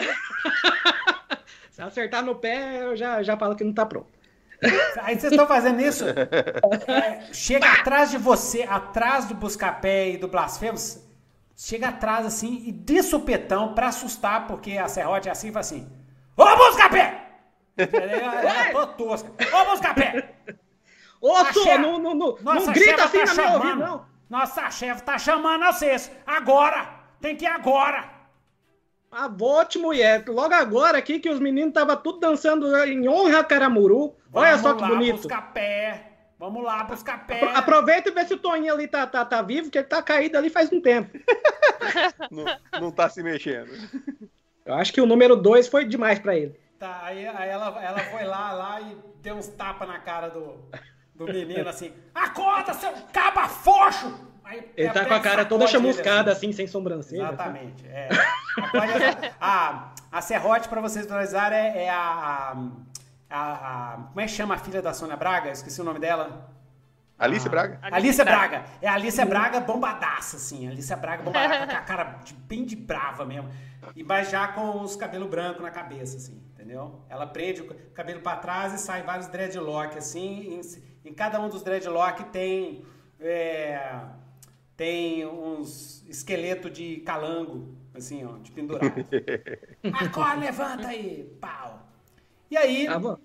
Se acertar no pé, eu já, já falo que não tá pronto.
Aí vocês estão fazendo isso, é, chega atrás de você, atrás do Buscapé e do Blasfemos, chega atrás assim e de supetão pra assustar, porque a Serrote é assim e fala assim: Ô Buscapé! Ela tô tosca. Ô Buscapé!
Ô,
A
Sô,
chefe-
não, não, não, não
Nossa
grita
chefe
assim
tá
na minha ouvido,
chamando.
não.
Nossa chefe tá chamando vocês. Agora! Tem que ir agora!
Ah, vote, mulher. Logo agora aqui que os meninos estavam tudo dançando em honra a Caramuru. Olha
Vamos
só que
lá,
bonito.
Buscapé! Vamos lá, Buscapé!
Apro- Aproveita e vê se o Toninho ali tá, tá, tá vivo, que ele tá caído ali faz um tempo.
Não, não tá se mexendo.
Eu acho que o número dois foi demais pra ele.
Tá, aí, aí ela, ela foi lá, lá e deu uns tapas na cara do, do menino assim: Acorda, seu cabafocho! Aí,
Ele tá
pega
com a
e
cara toda
sacode ele,
chamuscada, assim, sem sobrancelha.
Exatamente, é. Agora, a, a Serrote, pra vocês visualizarem, é, é a, a, a... Como é que chama a filha da Sônia Braga? Esqueci o nome dela.
Alice
Ah,
Braga?
Alice Braga. É a Alice Braga bombadaça, assim. Alice Braga bombadaça, com a cara de- bem de brava mesmo. E mas já com os cabelos brancos na cabeça, assim, entendeu? Ela prende o cabelo pra trás e sai vários dreadlock, assim. Em, em cada um dos dreadlock tem... É, tem uns esqueletos de calango, assim, ó, de pendurado. Acorda, levanta aí, pau. E aí...
Ah, bom.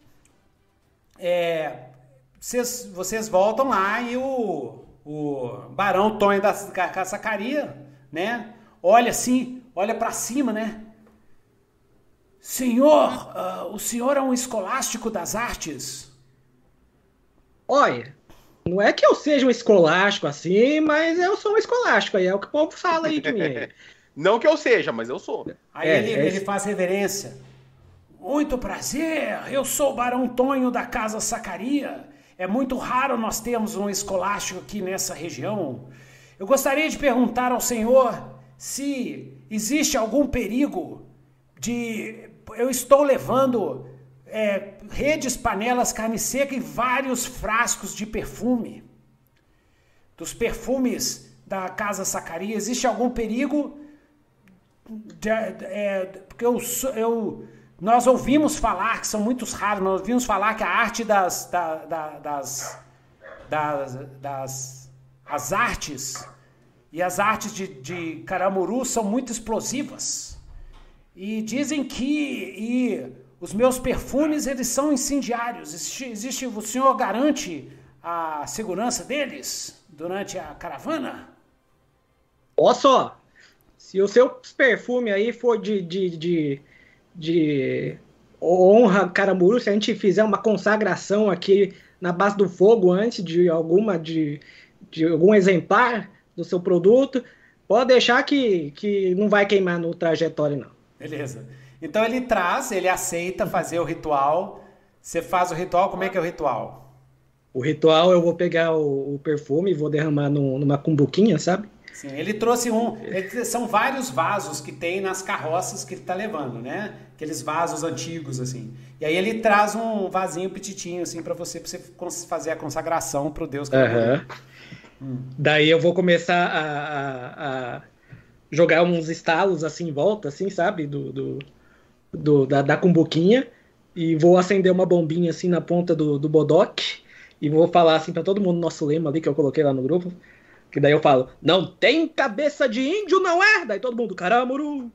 É, vocês, vocês voltam lá e o, o Barão Tonho da Ca- Caçacaria, né? Olha assim, olha pra cima, né? Senhor, uh, o senhor é um escolástico das artes?
Olha, não é que eu seja um escolástico assim, mas eu sou um escolástico, aí é o que o povo fala aí de mim. Aí.
Não que eu seja, mas eu sou.
Aí
É,
ele,
é
ele
isso.
faz reverência. Muito prazer, eu sou o Barão Tonho da Casa Sacaria. É muito raro nós termos um escolástico aqui nessa região. Eu gostaria de perguntar ao senhor se existe algum perigo de... Eu estou levando é, redes, panelas, carne seca e vários frascos de perfume. Dos perfumes da Casa Sacaria. Existe algum perigo? De, é, porque eu, eu, nós ouvimos falar, que são muito raros, nós ouvimos falar que a arte das, da, da, das, das, das as artes e as artes de, de Caramuru são muito explosivas. E dizem que e os meus perfumes, eles são incendiários. Existe, existe, o senhor garante a segurança deles durante a caravana?
Olha só, se o seu perfume aí for de, de, de, de honra Caramuru, se a gente fizer uma consagração aqui na base do fogo antes de alguma de, de algum exemplar do seu produto, pode deixar que, que não vai queimar no trajetório, não.
Beleza. Então ele traz, ele aceita fazer o ritual. Você faz o ritual, como é que é o ritual?
O ritual, eu vou pegar o, o perfume e vou derramar no, numa cumbuquinha, sabe?
Sim, ele trouxe um... Ele, são vários vasos que tem nas carroças que ele tá levando, né? Aqueles vasos antigos, assim. E aí ele traz um vasinho petitinho, assim, pra você, pra você fazer a consagração pro Deus que
Uhum. Hum. Daí eu vou começar a, a, a jogar uns estalos, assim, em volta, assim, sabe? Do, do, do, da, da cumbuquinha. E vou acender uma bombinha, assim, na ponta do, do bodoque. E vou falar, assim, pra todo mundo, nosso lema ali, que eu coloquei lá no grupo. Que daí eu falo, não tem cabeça de índio, não é? Daí todo mundo, Caramuru.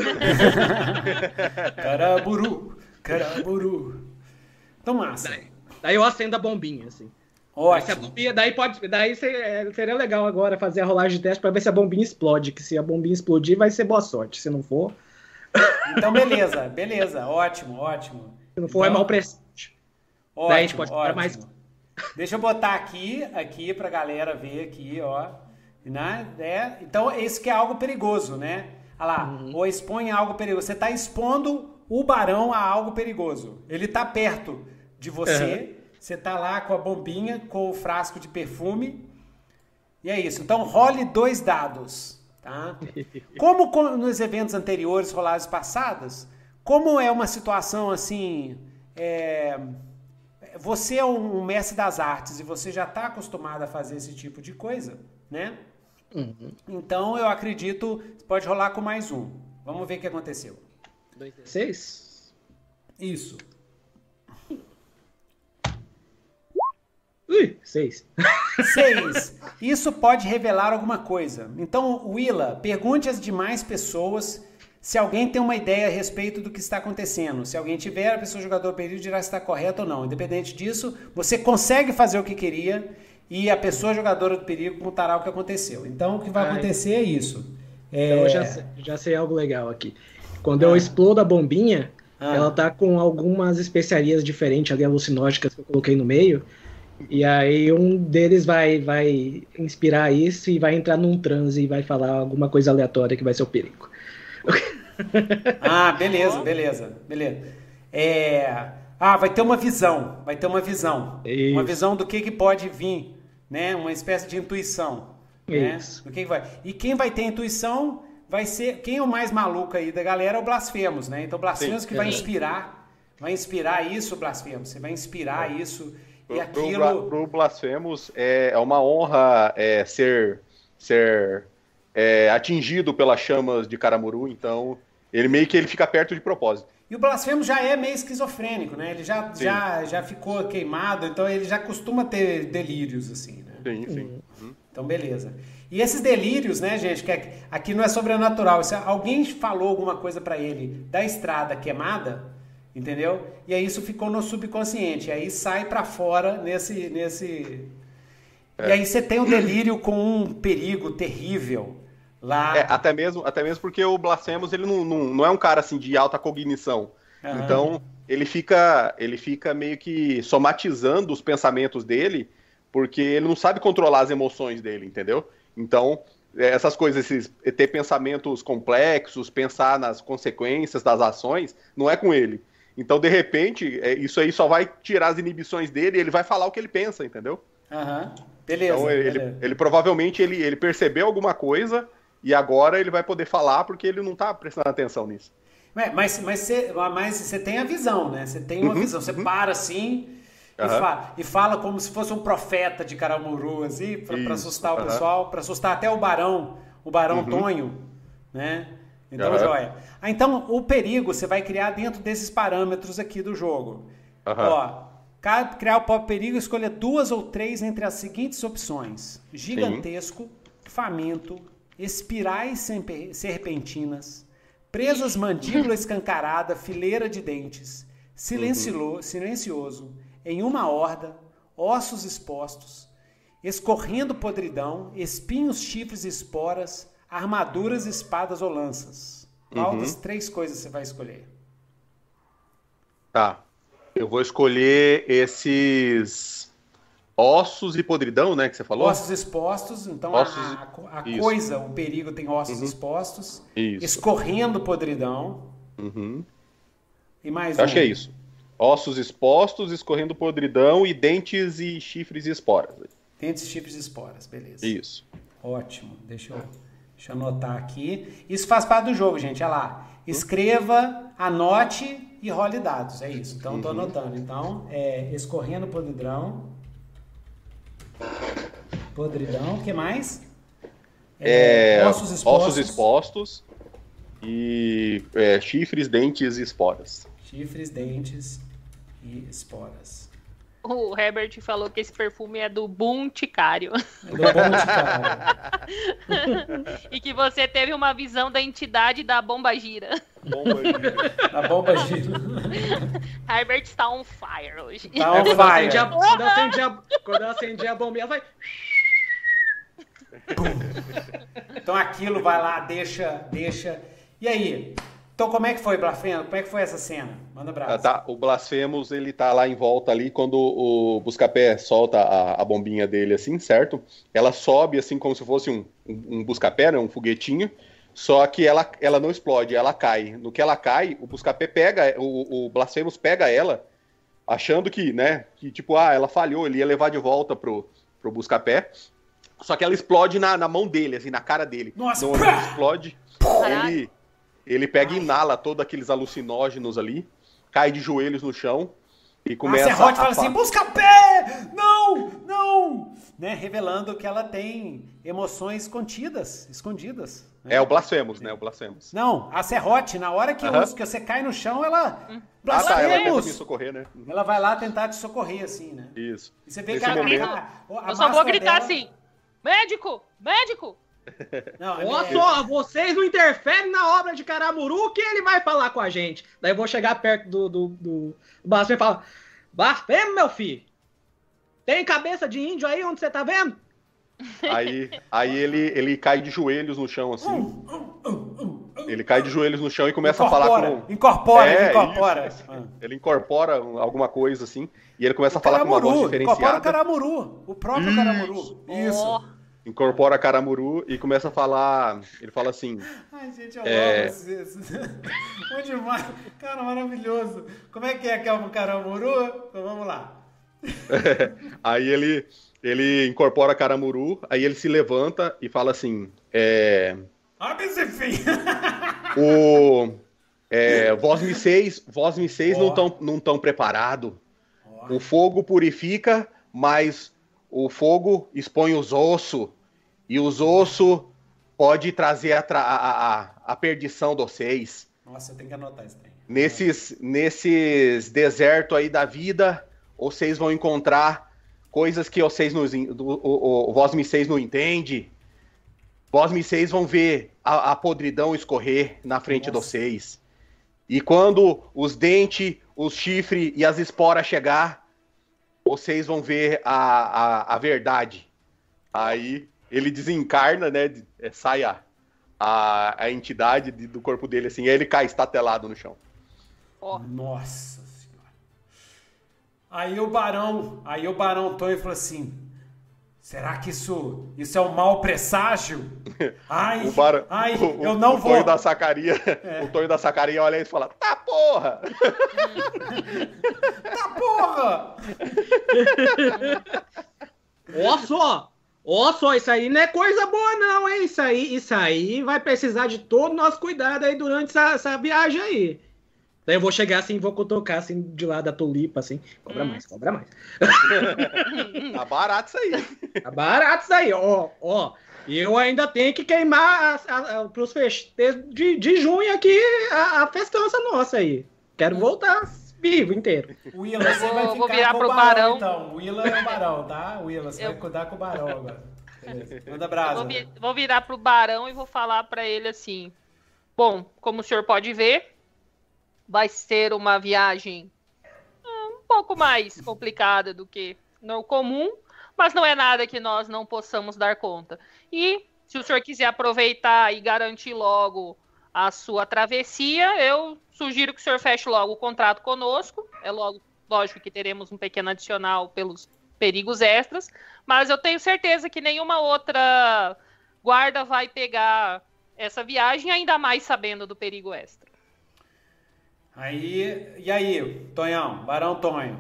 Caramuru, Caramuru. Então, massa.
Daí, daí eu acendo a bombinha, assim.
Ótimo.
Daí, a bombinha, daí, pode, daí seria legal agora fazer a rolagem de teste pra ver se a bombinha explode. Que se a bombinha explodir, vai ser boa sorte. Se não for...
Então, beleza, beleza. Ótimo, ótimo.
Se não for,
então,
é mau prestígio.
Ótimo,
daí a gente pode
ótimo.
mais...
Deixa eu botar aqui, aqui pra galera ver aqui, ó. Né? É, então, esse que é algo perigoso, né? Olha lá, uhum. Ou expõe a algo perigoso. Você está expondo o barão a algo perigoso. Ele está perto de você, uhum. Você está lá com a bombinha, com o frasco de perfume. E é isso. Então, role dois dados, tá? Como nos eventos anteriores, rolagens passadas, como é uma situação assim... É, você é um mestre das artes e você já está acostumado a fazer esse tipo de coisa, né? Uhum. Então, eu acredito, pode rolar com mais um. Vamos ver o que aconteceu.
dois D seis?
Isso.
Ui, seis.
seis. Isso pode revelar alguma coisa. Então, Willa, pergunte às demais pessoas se alguém tem uma ideia a respeito do que está acontecendo. Se alguém tiver, a pessoa jogador período dirá se está correto ou não. Independente disso, você consegue fazer o que queria e a pessoa jogadora do perigo contará o que aconteceu. Então, o que vai Ai. acontecer é isso. É...
Então, eu já sei, já sei algo legal aqui. Quando ah. eu explodo a bombinha, ah. ela tá com algumas especiarias diferentes ali, alucinógenas, que eu coloquei no meio. E aí um deles vai, vai inspirar isso e vai entrar num transe e vai falar alguma coisa aleatória que vai ser o perigo.
Ah, beleza, beleza, beleza. É... Ah, vai ter uma visão, vai ter uma visão. Isso. Uma visão do que, que pode vir, né? Uma espécie de intuição. Isso. Né? Do que que vai... E quem vai ter intuição vai ser... Quem é o mais maluco aí da galera é o Blasfemos, né? Então, Blasfemos Sim, que é. vai inspirar, vai inspirar isso, Blasfemos. Você vai inspirar é. isso...
Pro, e aquilo... pro, pro Blasfemos é, é uma honra é, ser, ser é, atingido pelas chamas de Caramuru, então ele meio que ele fica perto de propósito.
E o Blasfemos já é meio esquizofrênico, né? Ele já, já, já ficou queimado, então ele já costuma ter delírios, assim, né?
Sim, sim.
Uhum. Então, beleza. E esses delírios, né, gente, que aqui não é sobrenatural. Se alguém falou alguma coisa pra ele da estrada queimada... Entendeu? E aí isso ficou no subconsciente. E aí sai pra fora nesse... nesse... É. E aí você tem um delírio com um perigo terrível lá.
É, até mesmo, até mesmo porque o Blasfemos ele não, não, não é um cara assim de alta cognição.
Aham.
Então, ele fica, ele fica meio que somatizando os pensamentos dele, porque ele não sabe controlar as emoções dele, entendeu? Então, essas coisas, esses, ter pensamentos complexos, pensar nas consequências das ações, não é com ele. Então, de repente, isso aí só vai tirar as inibições dele e ele vai falar o que ele pensa, entendeu?
Aham. Beleza.
Então, ele,
beleza.
ele provavelmente ele, ele percebeu alguma coisa e agora ele vai poder falar porque ele não tá prestando atenção nisso.
É, Mas, mas, você, mas você tem a visão, né? Você tem uma
Uhum,
visão. Você
uhum.
para assim e,
Aham.
fala, e fala como se fosse um profeta de Caramuru, assim, pra, pra
Isso,
assustar o
aham.
pessoal, pra assustar até o Barão, o Barão
Uhum.
Tonho, né? Então,
Aham.
joia. Ah, então, o perigo você vai criar dentro desses parâmetros aqui do jogo.
Aham.
Ó, cada- criar o próprio perigo, escolha duas ou três entre as seguintes opções: gigantesco, faminto, espirais sempe- serpentinas, presas mandíbula escancarada, fileira de dentes, silencilo- silencioso, em uma horda, ossos expostos, escorrendo podridão, espinhos, chifres e esporas, armaduras, espadas ou lanças. Qual
Uhum.
das três coisas você vai escolher?
Tá. Eu vou escolher esses ossos e podridão, né, que você falou?
Ossos expostos, então
Ossos
a, a- a
isso.
coisa, o perigo tem ossos
Uhum.
expostos,
Isso.
escorrendo podridão,
Uhum.
e mais
Eu
um.
acho que é isso. Ossos expostos, escorrendo podridão e dentes e chifres e esporas.
Dentes, chifres e esporas, beleza.
Isso.
Ótimo, deixa eu, deixa eu anotar aqui. Isso faz parte do jogo, gente, olha lá. Escreva, anote e role dados, é isso. Então, estou anotando. Então, é escorrendo podridão. Podridão, o que mais?
É,
ossos expostos.
ossos expostos e é, chifres, dentes e esporas.
Chifres, dentes e esporas.
O Herbert falou que esse perfume é do Boticário.
É do Boticário.
E que você teve uma visão da entidade da bomba gira.
Bomba de...
Da bomba gira.
Herbert está on fire hoje.
Tá
É,
on
quando, eu acendi a,
fire.
quando, eu acendi a, quando eu acendi a bombinha, vai.
Então aquilo vai lá, deixa, deixa. E aí? Então como é que foi, Blasfemo? Como é que foi essa cena? Manda
Ah,
abraço.
tá, o Blasphemous, ele tá lá em volta ali, quando o Buscapé solta a, a bombinha dele assim, certo? Ela sobe assim como se fosse um, um, um Buscapé, né, um foguetinho, só que ela, ela não explode, ela cai. No que ela cai, o Buscapé pega, o, o Blasphemous pega ela, achando que, né, que tipo, ah, ela falhou, ele ia levar de volta pro, pro Buscapé, só que ela explode na, na mão dele, assim, na cara dele.
Nossa,
Então,
pá!
ele explode, ele... Ele pega e inala todos aqueles alucinógenos ali, cai de joelhos no chão e começa
a Serrote
a...
fala assim, busca pé! Não! Não! Né? Revelando que ela tem emoções contidas, escondidas. Né?
É o Blasphemous, né? O Blasphemous.
Não, a Serrote, na hora que,
Aham.
os- que você cai no chão, ela...
Ah, tá, ela tenta
Blasphemous!
me socorrer, né? Uhum.
Ela vai lá tentar te socorrer, assim, né?
Isso.
E você vê
Nesse
que ela...
momento-
a- a
Eu só vou
máscara
gritar
dela-
assim: médico! Médico!
Não, é-
Ó
é-
só, vocês não interferem na obra de Caramuru que ele vai falar com a gente. Daí eu vou chegar perto do, do, do Blasfemo e falar: Blasfemo, meu filho! Tem cabeça de índio aí onde você tá vendo?
Aí, aí ele, ele cai de joelhos no chão, assim. Ele cai de joelhos no chão e começa a falar
Incorpora,
com...
incorpora,
É,
incorpora.
isso,
Ah.
Ele incorpora alguma coisa, assim, e ele começa a falar com uma voz
Caramuru, incorpora o
diferenciada.
Caramuru, o próprio
Isso.
Caramuru. Isso.
Ó,
Incorpora Caramuru e começa a falar... Ele fala assim...
Ai, gente, eu
É.
amo vocês. Bom demais. Cara, maravilhoso. Como é que é que é o Caramuru? Então vamos lá.
Aí ele, ele incorpora Caramuru, aí ele se levanta e fala assim: é,
Abre esse fim.
o, é, vós me seis, vós me seis
Ó.
não estão não tão preparado. O fogo purifica, mas o fogo expõe os ossos, e os ossos pode trazer a, tra- a, a, a perdição de vocês.
Nossa, eu tenho que anotar esse trem.
Nesses, nesses desertos aí da vida, vocês vão encontrar coisas que vocês não, do, o, o, vós me seis não entende. Vós me seis vão ver a, a podridão escorrer na frente
Nossa.
de vocês. E quando os dentes, os chifres e as esporas chegar, vocês vão ver a, a, a verdade. Aí ele desencarna, né? de- é, sai a, a, a entidade de- do corpo dele assim, e aí ele cai estatelado no chão.
Ó.
Nossa senhora. Aí o Barão, aí o Barão Tonho falou assim, será que isso, isso é um mau presságio? Ai,
O bar...
ai
o,
eu não
o
vou.
Tonho da Sacaria,
É.
o Tonho da Sacaria olha e fala, tá porra!
Tá porra!
Ó só! Ó só, isso aí não é coisa boa não, hein? Isso aí, isso aí vai precisar de todo o nosso cuidado aí durante essa, essa viagem aí. Daí eu vou chegar assim, vou cutucar assim de lá da tulipa, assim. Cobra
Hum.
mais, cobra mais.
Tá barato isso aí.
Tá barato isso aí, ó, ó. E eu ainda tenho que queimar a, a, a, pros festejos de, de junho aqui a, a festança nossa aí. Quero voltar vivo inteiro.
Willa, você vai
Vou-
ficar
vou virar
com
pro
o Barão,
Barão.
então. Willa é o Barão, tá? Willa, você
Eu-
vai cuidar com o Barão agora. Beleza. Manda
Eu
brasa.
vou, vi- vou virar pro Barão e vou falar pra ele assim: bom, como o senhor pode ver, vai ser uma viagem hum, um pouco mais complicada do que no comum, mas não é nada que nós não possamos dar conta. E se o senhor quiser aproveitar e garantir logo a sua travessia, eu sugiro que o senhor feche logo o contrato conosco. É logo, lógico que teremos um pequeno adicional pelos perigos extras, mas eu tenho certeza que nenhuma outra guarda vai pegar essa viagem, ainda mais sabendo do perigo extra.
Aí, e aí, Tonhão, Barão Tonho?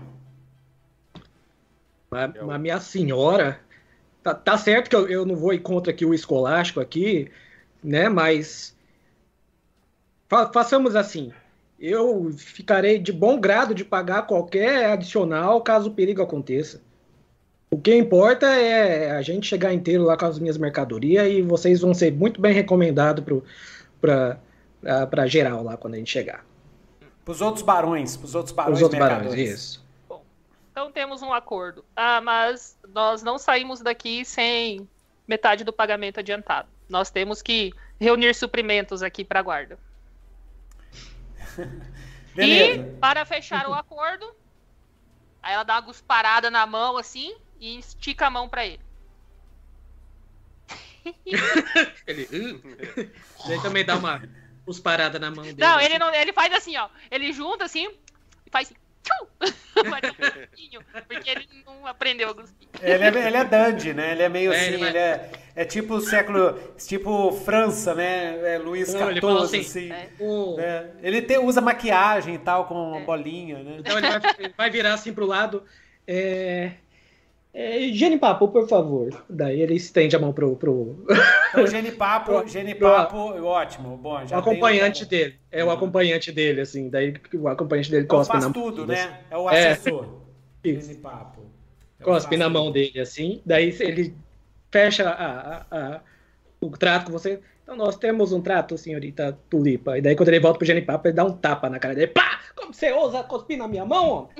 Mas, mas minha senhora, tá, tá certo que eu, eu não vou ir contra aqui o escolástico aqui, né? Mas fa- façamos assim. Eu ficarei de bom grado de pagar qualquer adicional caso o perigo aconteça. O que importa é a gente chegar inteiro lá com as minhas mercadorias e vocês vão ser muito bem recomendados para geral lá quando a gente chegar.
Pros outros barões, pros outros barões
Os outros
mercadores.
barões, isso.
Então temos um acordo. Ah, mas nós não saímos daqui sem metade do pagamento adiantado. Nós temos que reunir suprimentos aqui para a guarda.
Beleza.
E, para fechar o acordo, aí ela dá uma gusparada na mão, assim, e estica a mão para ele.
Ele, uh, ele também dá uma cusparada na mão dele.
Não, ele não, ele faz assim, ó. Ele junta assim e faz assim. Tchum! Faz um pouquinho, porque ele não aprendeu a cuspir.
Ele é, ele é dandy, né? Ele é meio
É,
assim,
ele vai-
ele é, é tipo século, tipo França, né? É Luís
Não, ele fala
quatorze,
assim,
assim.
é.
O-
né? Ele tem, usa maquiagem e tal, com uma
É.
bolinha, né?
Então ele vai, ele vai virar assim pro lado. É, é, Genipapo, por favor. Daí ele estende a mão pro, pro
Então, Genipapo, Genipapo, ótimo. Bom, já
o acompanhante
tem o-
dele. É o acompanhante dele, assim. Daí o acompanhante dele
Então
cospe
faz
na
tudo,
mão dele,
né? É o
É.
assessor.
Isso.
Genipapo. É o
Cospe na
faz
mão
tudo.
dele, assim. Daí ele fecha a- a- a- o trato com você. Então nós temos um trato, senhorita Tulipa. E daí quando ele volta pro Genipapo, ele dá um tapa na cara dele. Pá! Como você ousa cuspir na minha mão, homem?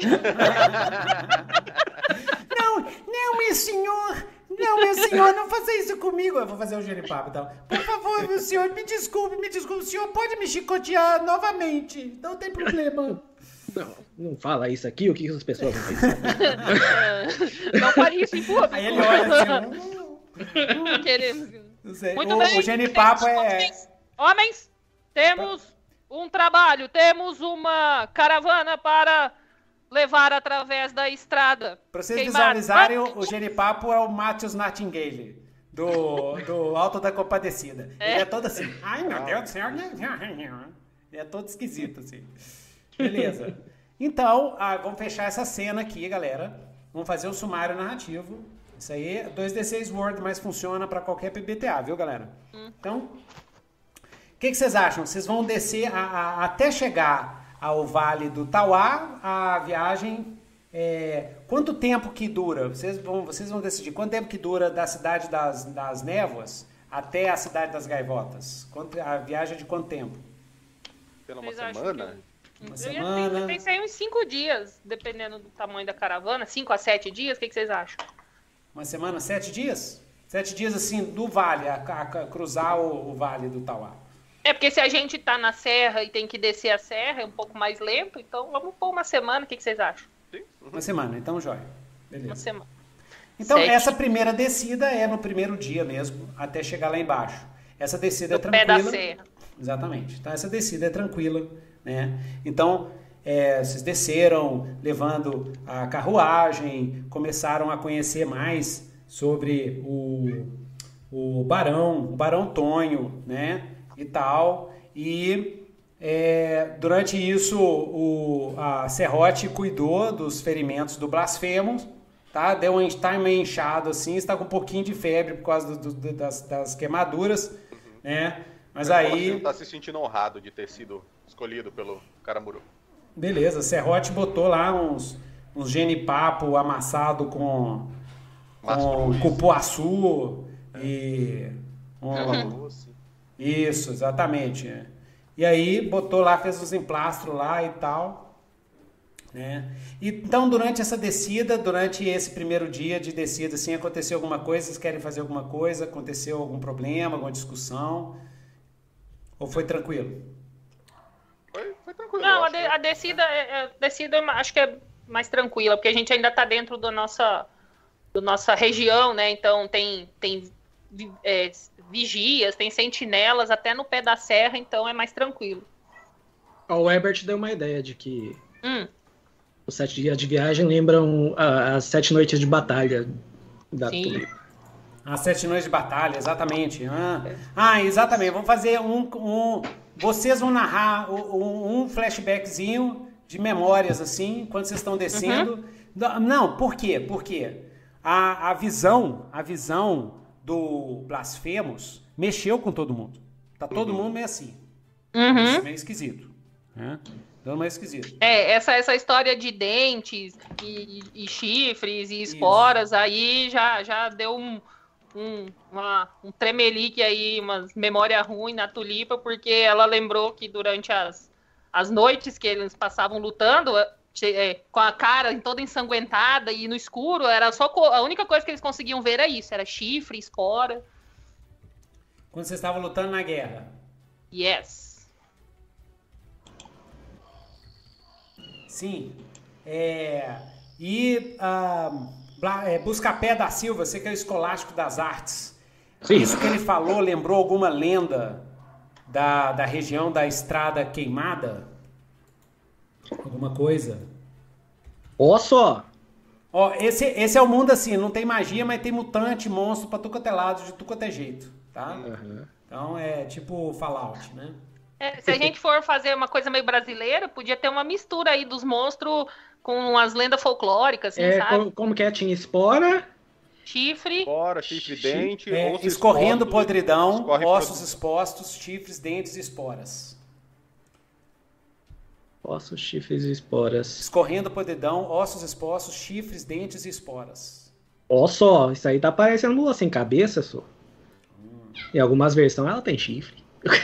Não, não, meu senhor. Não, meu senhor, não faça isso comigo. Eu vou fazer o Genipapo, então. Por favor, meu senhor, me desculpe, me desculpe. O senhor pode me chicotear novamente. Não tem problema.
Não, não fala isso aqui, o que essas pessoas vão pensar?
Não faria isso em público.
Aí ele olha assim. hum,
Porque ele-
Não sei.
Muito
o,
bem.
o Genipapo é.
Homens, homens, temos um trabalho, temos uma caravana para levar através da estrada.
Pra vocês
Queimar-
visualizarem, o, o Genipapo é o Matheus Nightingale, do, do Alto da Compadecida.
É?
Ele é todo assim, ai meu Deus do céu. Ele é todo esquisito, assim. Beleza. Então, ah, vamos fechar essa cena aqui, galera. Vamos fazer o sumário narrativo. Isso aí é dois D seis Word, mas funciona pra qualquer P B T A, viu, galera? Então, o que, que vocês acham? Vocês vão descer a- a- até chegar ao Vale do Tauá, a viagem. é, quanto tempo que dura? Vocês vão, vocês vão decidir quanto tempo que dura da cidade das, das névoas até a cidade das gaivotas? Quanto, a viagem é de quanto tempo?
Pela uma
Vocês acham
semana?
que-
Uma
Eu ia
semana.
pensar- pensei uns cinco dias, dependendo do tamanho da caravana, cinco a sete dias, o que, que vocês acham?
Uma semana? Sete dias? Sete dias assim do vale, a, a- a cruzar o, o Vale do Tauá.
É porque se a gente tá na serra e tem que descer a serra, é um pouco mais lento, então vamos pôr uma semana, o que, que vocês acham?
Uma semana, então joia.
Uma
Beleza.
semana.
Então,
Sete.
essa primeira descida é no primeiro dia mesmo, até chegar lá embaixo. Essa descida é
No pé
tranquila.
da serra.
Exatamente. Então, essa descida é tranquila, né? Então, é, vocês desceram levando a carruagem, começaram a conhecer mais sobre o, o Barão, o Barão Tonho, né, e tal, e é, durante isso o, a Serrote cuidou dos ferimentos do Blasfemo, tá, deu um, tá meio inchado assim, está com um pouquinho de febre por causa do, do, das, das queimaduras, uhum. né, mas aí...
Você está se sentindo honrado de ter sido escolhido pelo Caramuru.
Beleza, Serrote botou lá uns, uns genipapo amassado com, com cupuaçu e... Um, isso, exatamente. E aí botou lá, fez os emplastros lá e tal, né? Então, durante essa descida, durante esse primeiro dia de descida, assim, aconteceu alguma coisa? Vocês querem fazer alguma coisa? Aconteceu algum problema, alguma discussão? Ou foi tranquilo?
Foi, foi tranquilo.
Não, a, de, a descida, a descida acho que é mais tranquila, porque a gente ainda está dentro da nossa, da nossa região, né? Então tem, tem é, vigias, tem sentinelas até no pé da serra, então é mais tranquilo.
O Herbert deu uma ideia de que
hum.
os sete dias de viagem lembram as sete noites de batalha da Tulipa.
As sete noites de batalha, exatamente. Ah, é. ah exatamente. Vamos fazer um, um... Vocês vão narrar um, um flashbackzinho de memórias, assim, quando vocês estão descendo. Uhum. Não, por quê? Por quê? A, a visão, a visão do Blasfemos mexeu com todo mundo. Tá todo uhum. mundo meio assim.
Uhum.
Isso, meio esquisito. Né? Dando meio esquisito.
É, essa, essa história de dentes e, e chifres e esporas, Isso. aí já, já deu um... Um, uma, um tremelique aí, uma memória ruim na Tulipa, porque ela lembrou que durante as, as noites que eles passavam lutando, é, com a cara toda ensanguentada e no escuro, era só a única coisa que eles conseguiam ver era isso, era chifre, espora.
Quando vocês estavam lutando na guerra?
Yes.
Sim. É, e... Uh... Buscapé da Silva, você que é o escolástico das artes. Sim. Isso que ele falou lembrou alguma lenda da, da região da Estrada Queimada? Alguma coisa?
Ó só!
Ó, esse, esse é o mundo assim, não tem magia, mas tem mutante, monstro pra tu quanto é lado, de tu quanto é jeito, tá? Uhum. Então é tipo Fallout, né?
É, se a gente for fazer uma coisa meio brasileira, podia ter uma mistura aí dos monstros com as lendas folclóricas, assim,
é,
sabe?
Como, como que é? Tinha espora?
Chifre.
Espora, chifre, dente,
é,
ossos
escorrendo
expostos,
podridão,
escorre
ossos
pro...
expostos, chifres, dentes e esporas.
Ossos, chifres e esporas.
Escorrendo podridão, ossos expostos, chifres, dentes e esporas.
Ó só, isso aí tá parecendo lua sem cabeça, só. Hum. Em algumas versões ela tem chifre.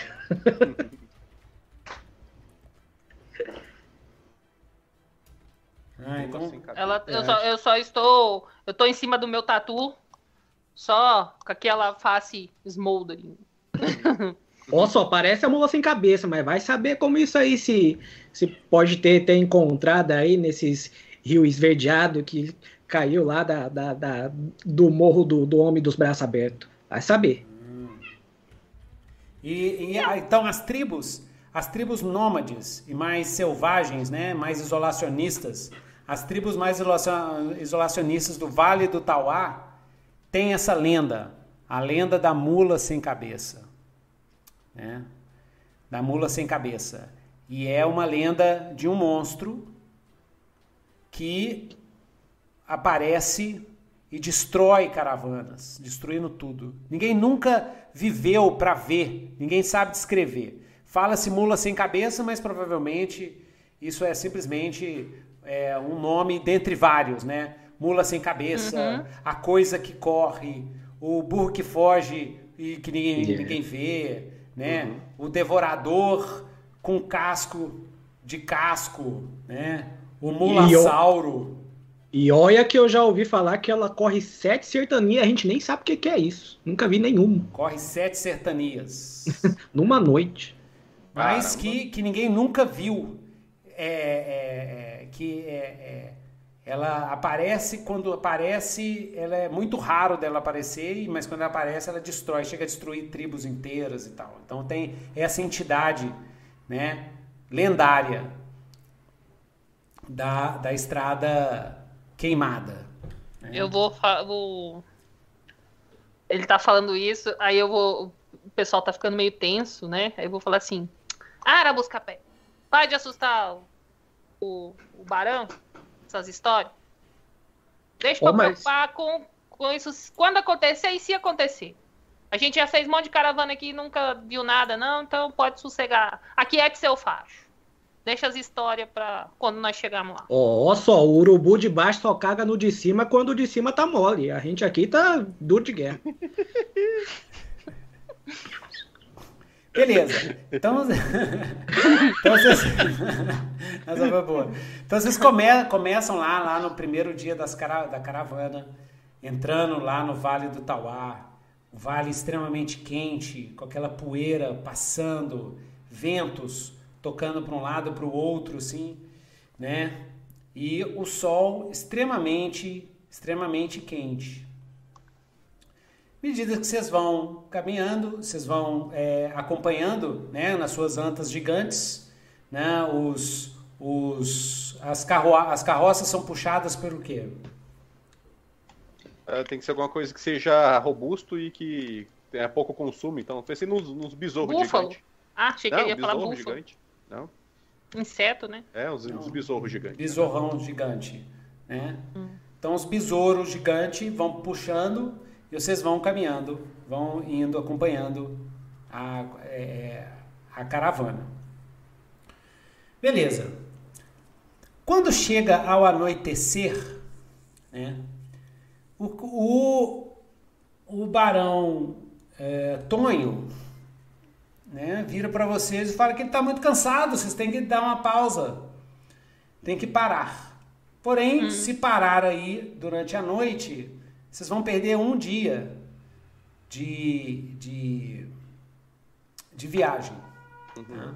Ah, então...
Ela, eu, só, eu só estou... Eu tô em cima do meu tatu, só com aquela face smoldering.
Ó só, parece a mula sem cabeça, mas vai saber como isso aí se, se pode ter, ter encontrado aí nesses rios esverdeados que caiu lá da, da, da, do morro do, do Homem dos Braços Abertos. Vai saber.
Hum. E, e então as tribos, as tribos nômades e mais selvagens, né, mais isolacionistas, as tribos mais isolacionistas do Vale do Tauá têm essa lenda, a lenda da mula sem cabeça, né? Da mula sem cabeça. E é uma lenda de um monstro que aparece e destrói caravanas, destruindo tudo. Ninguém nunca viveu para ver, ninguém sabe descrever. Fala-se mula sem cabeça, mas provavelmente isso é simplesmente é, um nome dentre vários, né? Mula sem cabeça, uhum. A coisa que corre, o burro que foge e que ninguém, yeah. ninguém vê, né? Uhum. O devorador com casco de casco, né? O mulassauro.
E olha que eu já ouvi falar que ela corre sete sertanias, a gente nem sabe o que, que é isso. Nunca vi nenhum.
Corre sete sertanias.
Numa noite.
Mas que, que ninguém nunca viu. É, é, é, que é, é, ela aparece, quando aparece, ela é muito raro dela aparecer, mas quando ela aparece, ela destrói, chega a destruir tribos inteiras e tal. Então tem essa entidade, né, lendária. da, da estrada queimada. Né?
Eu vou, vou... Ele tá falando isso, aí eu vou... O pessoal tá ficando meio tenso, né? Aí eu vou falar assim... Ara Buscapé, para de assustar o, o, o Barão, essas histórias. Deixa pra
Ô, mas-
preocupar com, com isso quando acontecer e se acontecer. A gente já fez um monte de caravana aqui e nunca viu nada, não, então pode sossegar. Aqui é de seu facho. Deixa as histórias pra quando nós chegarmos lá.
Ó, só, o urubu de baixo só caga no de cima quando o de cima tá mole. A gente aqui tá duro de guerra.
Beleza. Então, então vocês, essa foi boa. Então vocês come, começam lá, lá no primeiro dia das cara, da caravana, entrando lá no Vale do Tauá, um vale extremamente quente, com aquela poeira passando, ventos tocando para um lado para o outro, assim, né? E o sol extremamente, extremamente quente. À medida que vocês vão caminhando, vocês vão é, acompanhando, né, nas suas antas gigantes, né, os, os, as, carro, as carroças são puxadas pelo quê?
É, tem que ser alguma coisa que seja robusto e que tenha pouco consumo. Então, pensei nos, nos besouros
Búfalo.
gigantes.
Ah, achei que
Não,
ele ia falar
besouro
búfalo.
gigante. Não,
Inseto, né?
é, os, os besouros gigantes.
Besourrão gigante, né? Então os besouros gigantes vão puxando e vocês vão caminhando, vão indo acompanhando a, é, a caravana. Beleza. Quando chega ao anoitecer, né, o, o, o barão é, Tonho, né, vira para vocês e fala que ele está muito cansado, vocês têm que dar uma pausa, tem que parar. Porém, hum. se parar aí durante a noite, vocês vão perder um dia de, de, de viagem. Uhum. Né?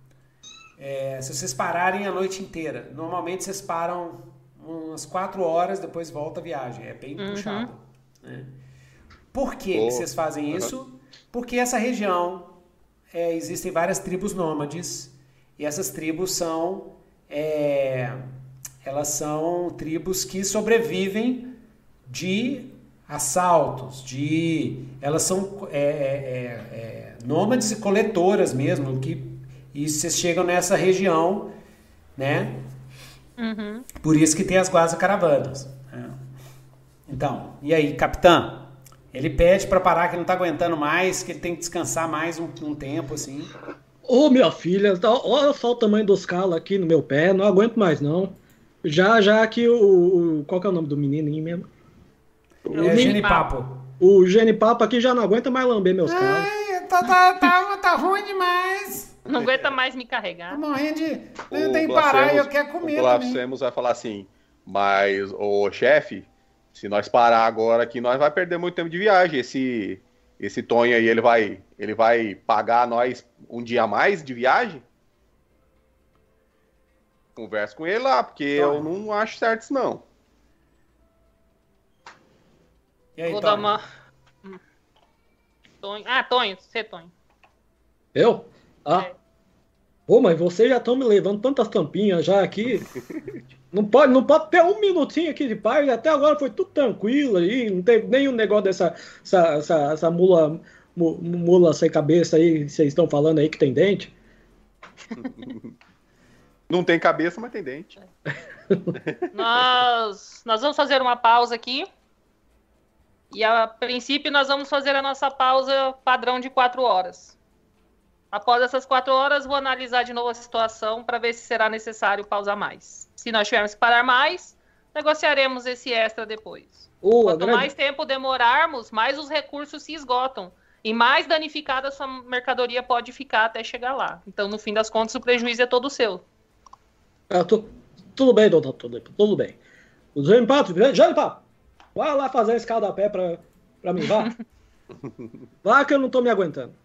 É, se vocês pararem a noite inteira, normalmente vocês param umas quatro horas, depois volta a viagem. É bem uhum. puxado. Né? Por que, oh. que vocês fazem uhum. isso? Porque essa região é, existem várias tribos nômades e essas tribos são é, elas são tribos que sobrevivem de assaltos, de elas são é, é, é, nômades e coletoras mesmo, que e vocês chegam nessa região, né?
Uhum.
Por isso que tem as guarda-caravanas. Né? Então, e aí, capitã? Ele pede para parar, que ele não tá aguentando mais, que ele tem que descansar mais um, um tempo, assim.
Ô, minha filha, olha só o tamanho dos calos aqui no meu pé, não aguento mais, não. Já, já que o... o qual que é o nome do menininho mesmo?
O é Genipapo.
O Genipapo aqui já não aguenta mais lamber meus calos.
Ai, tá, tá, tá, tá ruim demais.
Não aguenta mais me carregar.
Tô morrendo de... Eu tenho que parar e eu quero comer
o Blasfemos vai falar assim, mas, ô chefe, se nós parar agora aqui, nós vai perder muito tempo de viagem. Esse, esse Tonho aí, ele vai, ele vai pagar nós um dia a mais de viagem? Conversa com ele lá, porque Tonho. Eu não acho certo isso, não.
E aí,
Vou
Tonho?
dar uma... Tonho. Ah, Tonho, você, Tonho.
Eu? Ah.
É.
Pô, mas vocês já estão me levando tantas tampinhas já aqui. Não pode, não pode ter um minutinho aqui de paz. Até agora foi tudo tranquilo aí. Não teve nenhum negócio dessa essa, essa, essa mula, mula sem cabeça aí que vocês estão falando aí que tem dente.
Não tem cabeça, mas tem dente.
Nós, nós vamos fazer uma pausa aqui. E a princípio nós vamos fazer a nossa pausa padrão de quatro horas. Após essas quatro horas, vou analisar de novo a situação para ver se será necessário pausar mais. Se nós tivermos que parar mais, negociaremos esse extra depois.
Oh,
Quanto
grande...
mais tempo demorarmos, mais os recursos se esgotam. E mais danificada a sua mercadoria pode ficar até chegar lá. Então, no fim das contas, o prejuízo é todo seu.
Ah, tu... Tudo bem, doutor, tudo, tudo bem. O Genipapo, Genipapo, vai lá fazer esse escada-pé para pra mim, vá. Vá que eu não tô me aguentando.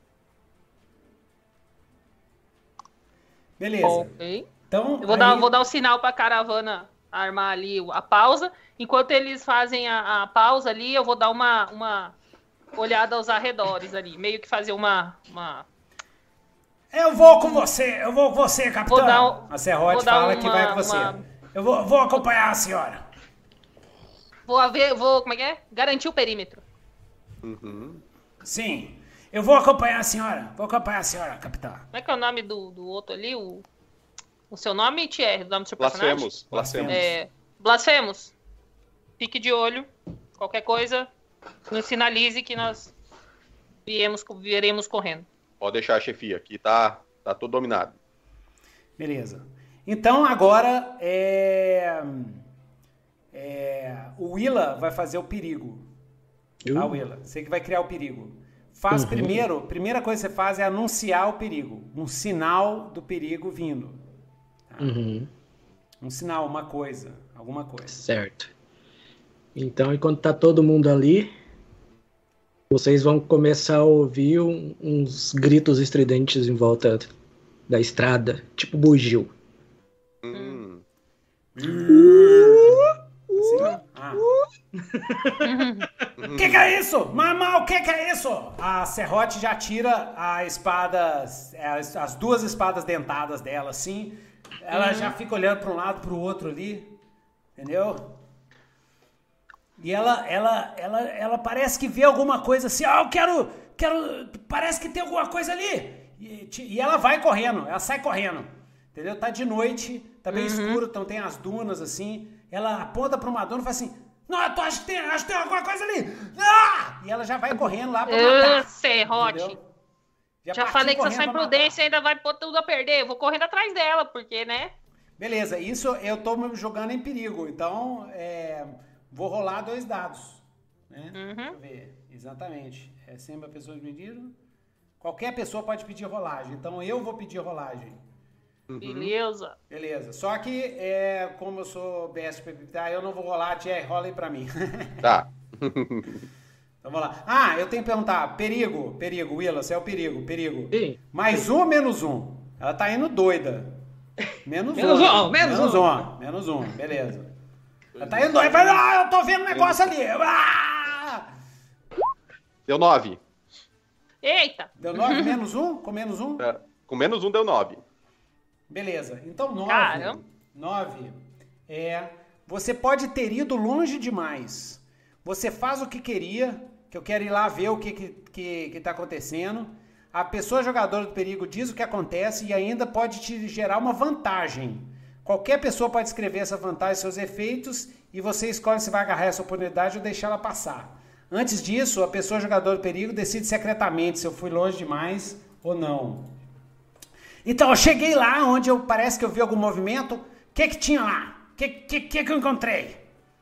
Beleza.
Ok.
Então,
eu vou,
aí...
dar, vou dar um sinal para a caravana armar ali a pausa. Enquanto eles fazem a, a pausa ali, eu vou dar uma, uma olhada aos arredores ali. Meio que fazer uma... uma...
Eu vou com você, eu vou com você, capitão.
Vou dar um-
A Serrote
vou dar
fala que
uma-
vai com você.
uma-
Eu vou, vou acompanhar a senhora.
Vou haver, vou, como é que é? Garantir o perímetro.
Uhum.
Sim, eu vou acompanhar a senhora. Vou acompanhar a senhora, capitão.
Como é que é o nome do, do outro ali? O, o seu nome, Thierry? O nome do seu personagem?
Blasfemos, blasfemos.
É, Blasfemos. Fique de olho. Qualquer coisa, nos sinalize que nós viemos, viremos correndo.
Pode deixar a chefia, aqui tá, tá tudo dominado.
Beleza. Então agora é... é... o Willa vai fazer o perigo. Tá, Willa? Você que vai criar o perigo. Faz
Uhum.
primeiro, primeira coisa que você faz é anunciar o perigo. Um sinal do perigo vindo.
Uhum.
Um sinal, uma coisa, alguma coisa.
Certo. Então, enquanto tá todo mundo ali, vocês vão começar a ouvir um- uns gritos estridentes em volta da estrada, tipo bugio.
Hum.
Assim? Ah. Que que é isso? Mamá, o que que é isso? A Serrote já tira a espada, as, as duas espadas dentadas dela, assim. Ela já fica olhando para um lado, para o outro ali, entendeu? E ela, ela, ela, ela parece que vê alguma coisa assim. Ah, eu quero, quero, parece que tem alguma coisa ali. E, ti- e ela vai correndo, ela sai correndo, entendeu? Tá de noite, tá bem escuro, então tem as dunas assim. Ela aponta para uma duna e fala assim: não, eu tô, acho que tem, acho que tem alguma coisa ali. Ah! E ela já vai correndo lá para
Ô,
matar.
Serrote.
entendeu?
Já
partiu
falei que se eu
correndo
sou
pra matar.
imprudência ainda vai pôr tudo a perder. Eu vou correndo atrás dela, porque, né?
Beleza, isso eu tô me jogando em perigo, então é, vou rolar dois dados. Né?
Uhum.
Deixa eu ver, exatamente. É sempre a pessoa que pedir. Qualquer pessoa pode pedir rolagem, então eu vou pedir rolagem.
Beleza.
Beleza, só que é, como eu sou B S P P T A, eu não vou rolar, Thierry, rola aí pra mim.
Tá.
Então vamos lá. Ah, eu tenho que perguntar, perigo, perigo, Willa, você é o perigo, perigo.
Sim.
Mais um ou menos um? Ela tá indo doida. Menos,
Menos
um.
um, menos
menos
um.
um. Menos um, beleza. Ela tá indo doida. Vai, ah, eu tô vendo um negócio ali. Ah!
Deu nove.
Eita.
Deu nove, menos um? Com menos um?
É, com menos um deu nove.
Beleza. Então nove.
Caramba.
Nove é... Você pode ter ido longe demais. Você faz o que queria, que eu quero ir lá ver o que, que, que, que tá acontecendo. A pessoa jogadora do perigo diz o que acontece e ainda pode te gerar uma vantagem. Qualquer pessoa pode escrever essa vantagem, seus efeitos, e você escolhe se vai agarrar essa oportunidade ou deixar ela passar. Antes disso, a pessoa jogadora do perigo decide secretamente se eu fui longe demais ou não. Então, eu cheguei lá onde eu parece que eu vi algum movimento. O que que tinha lá? O que, que, que que eu encontrei?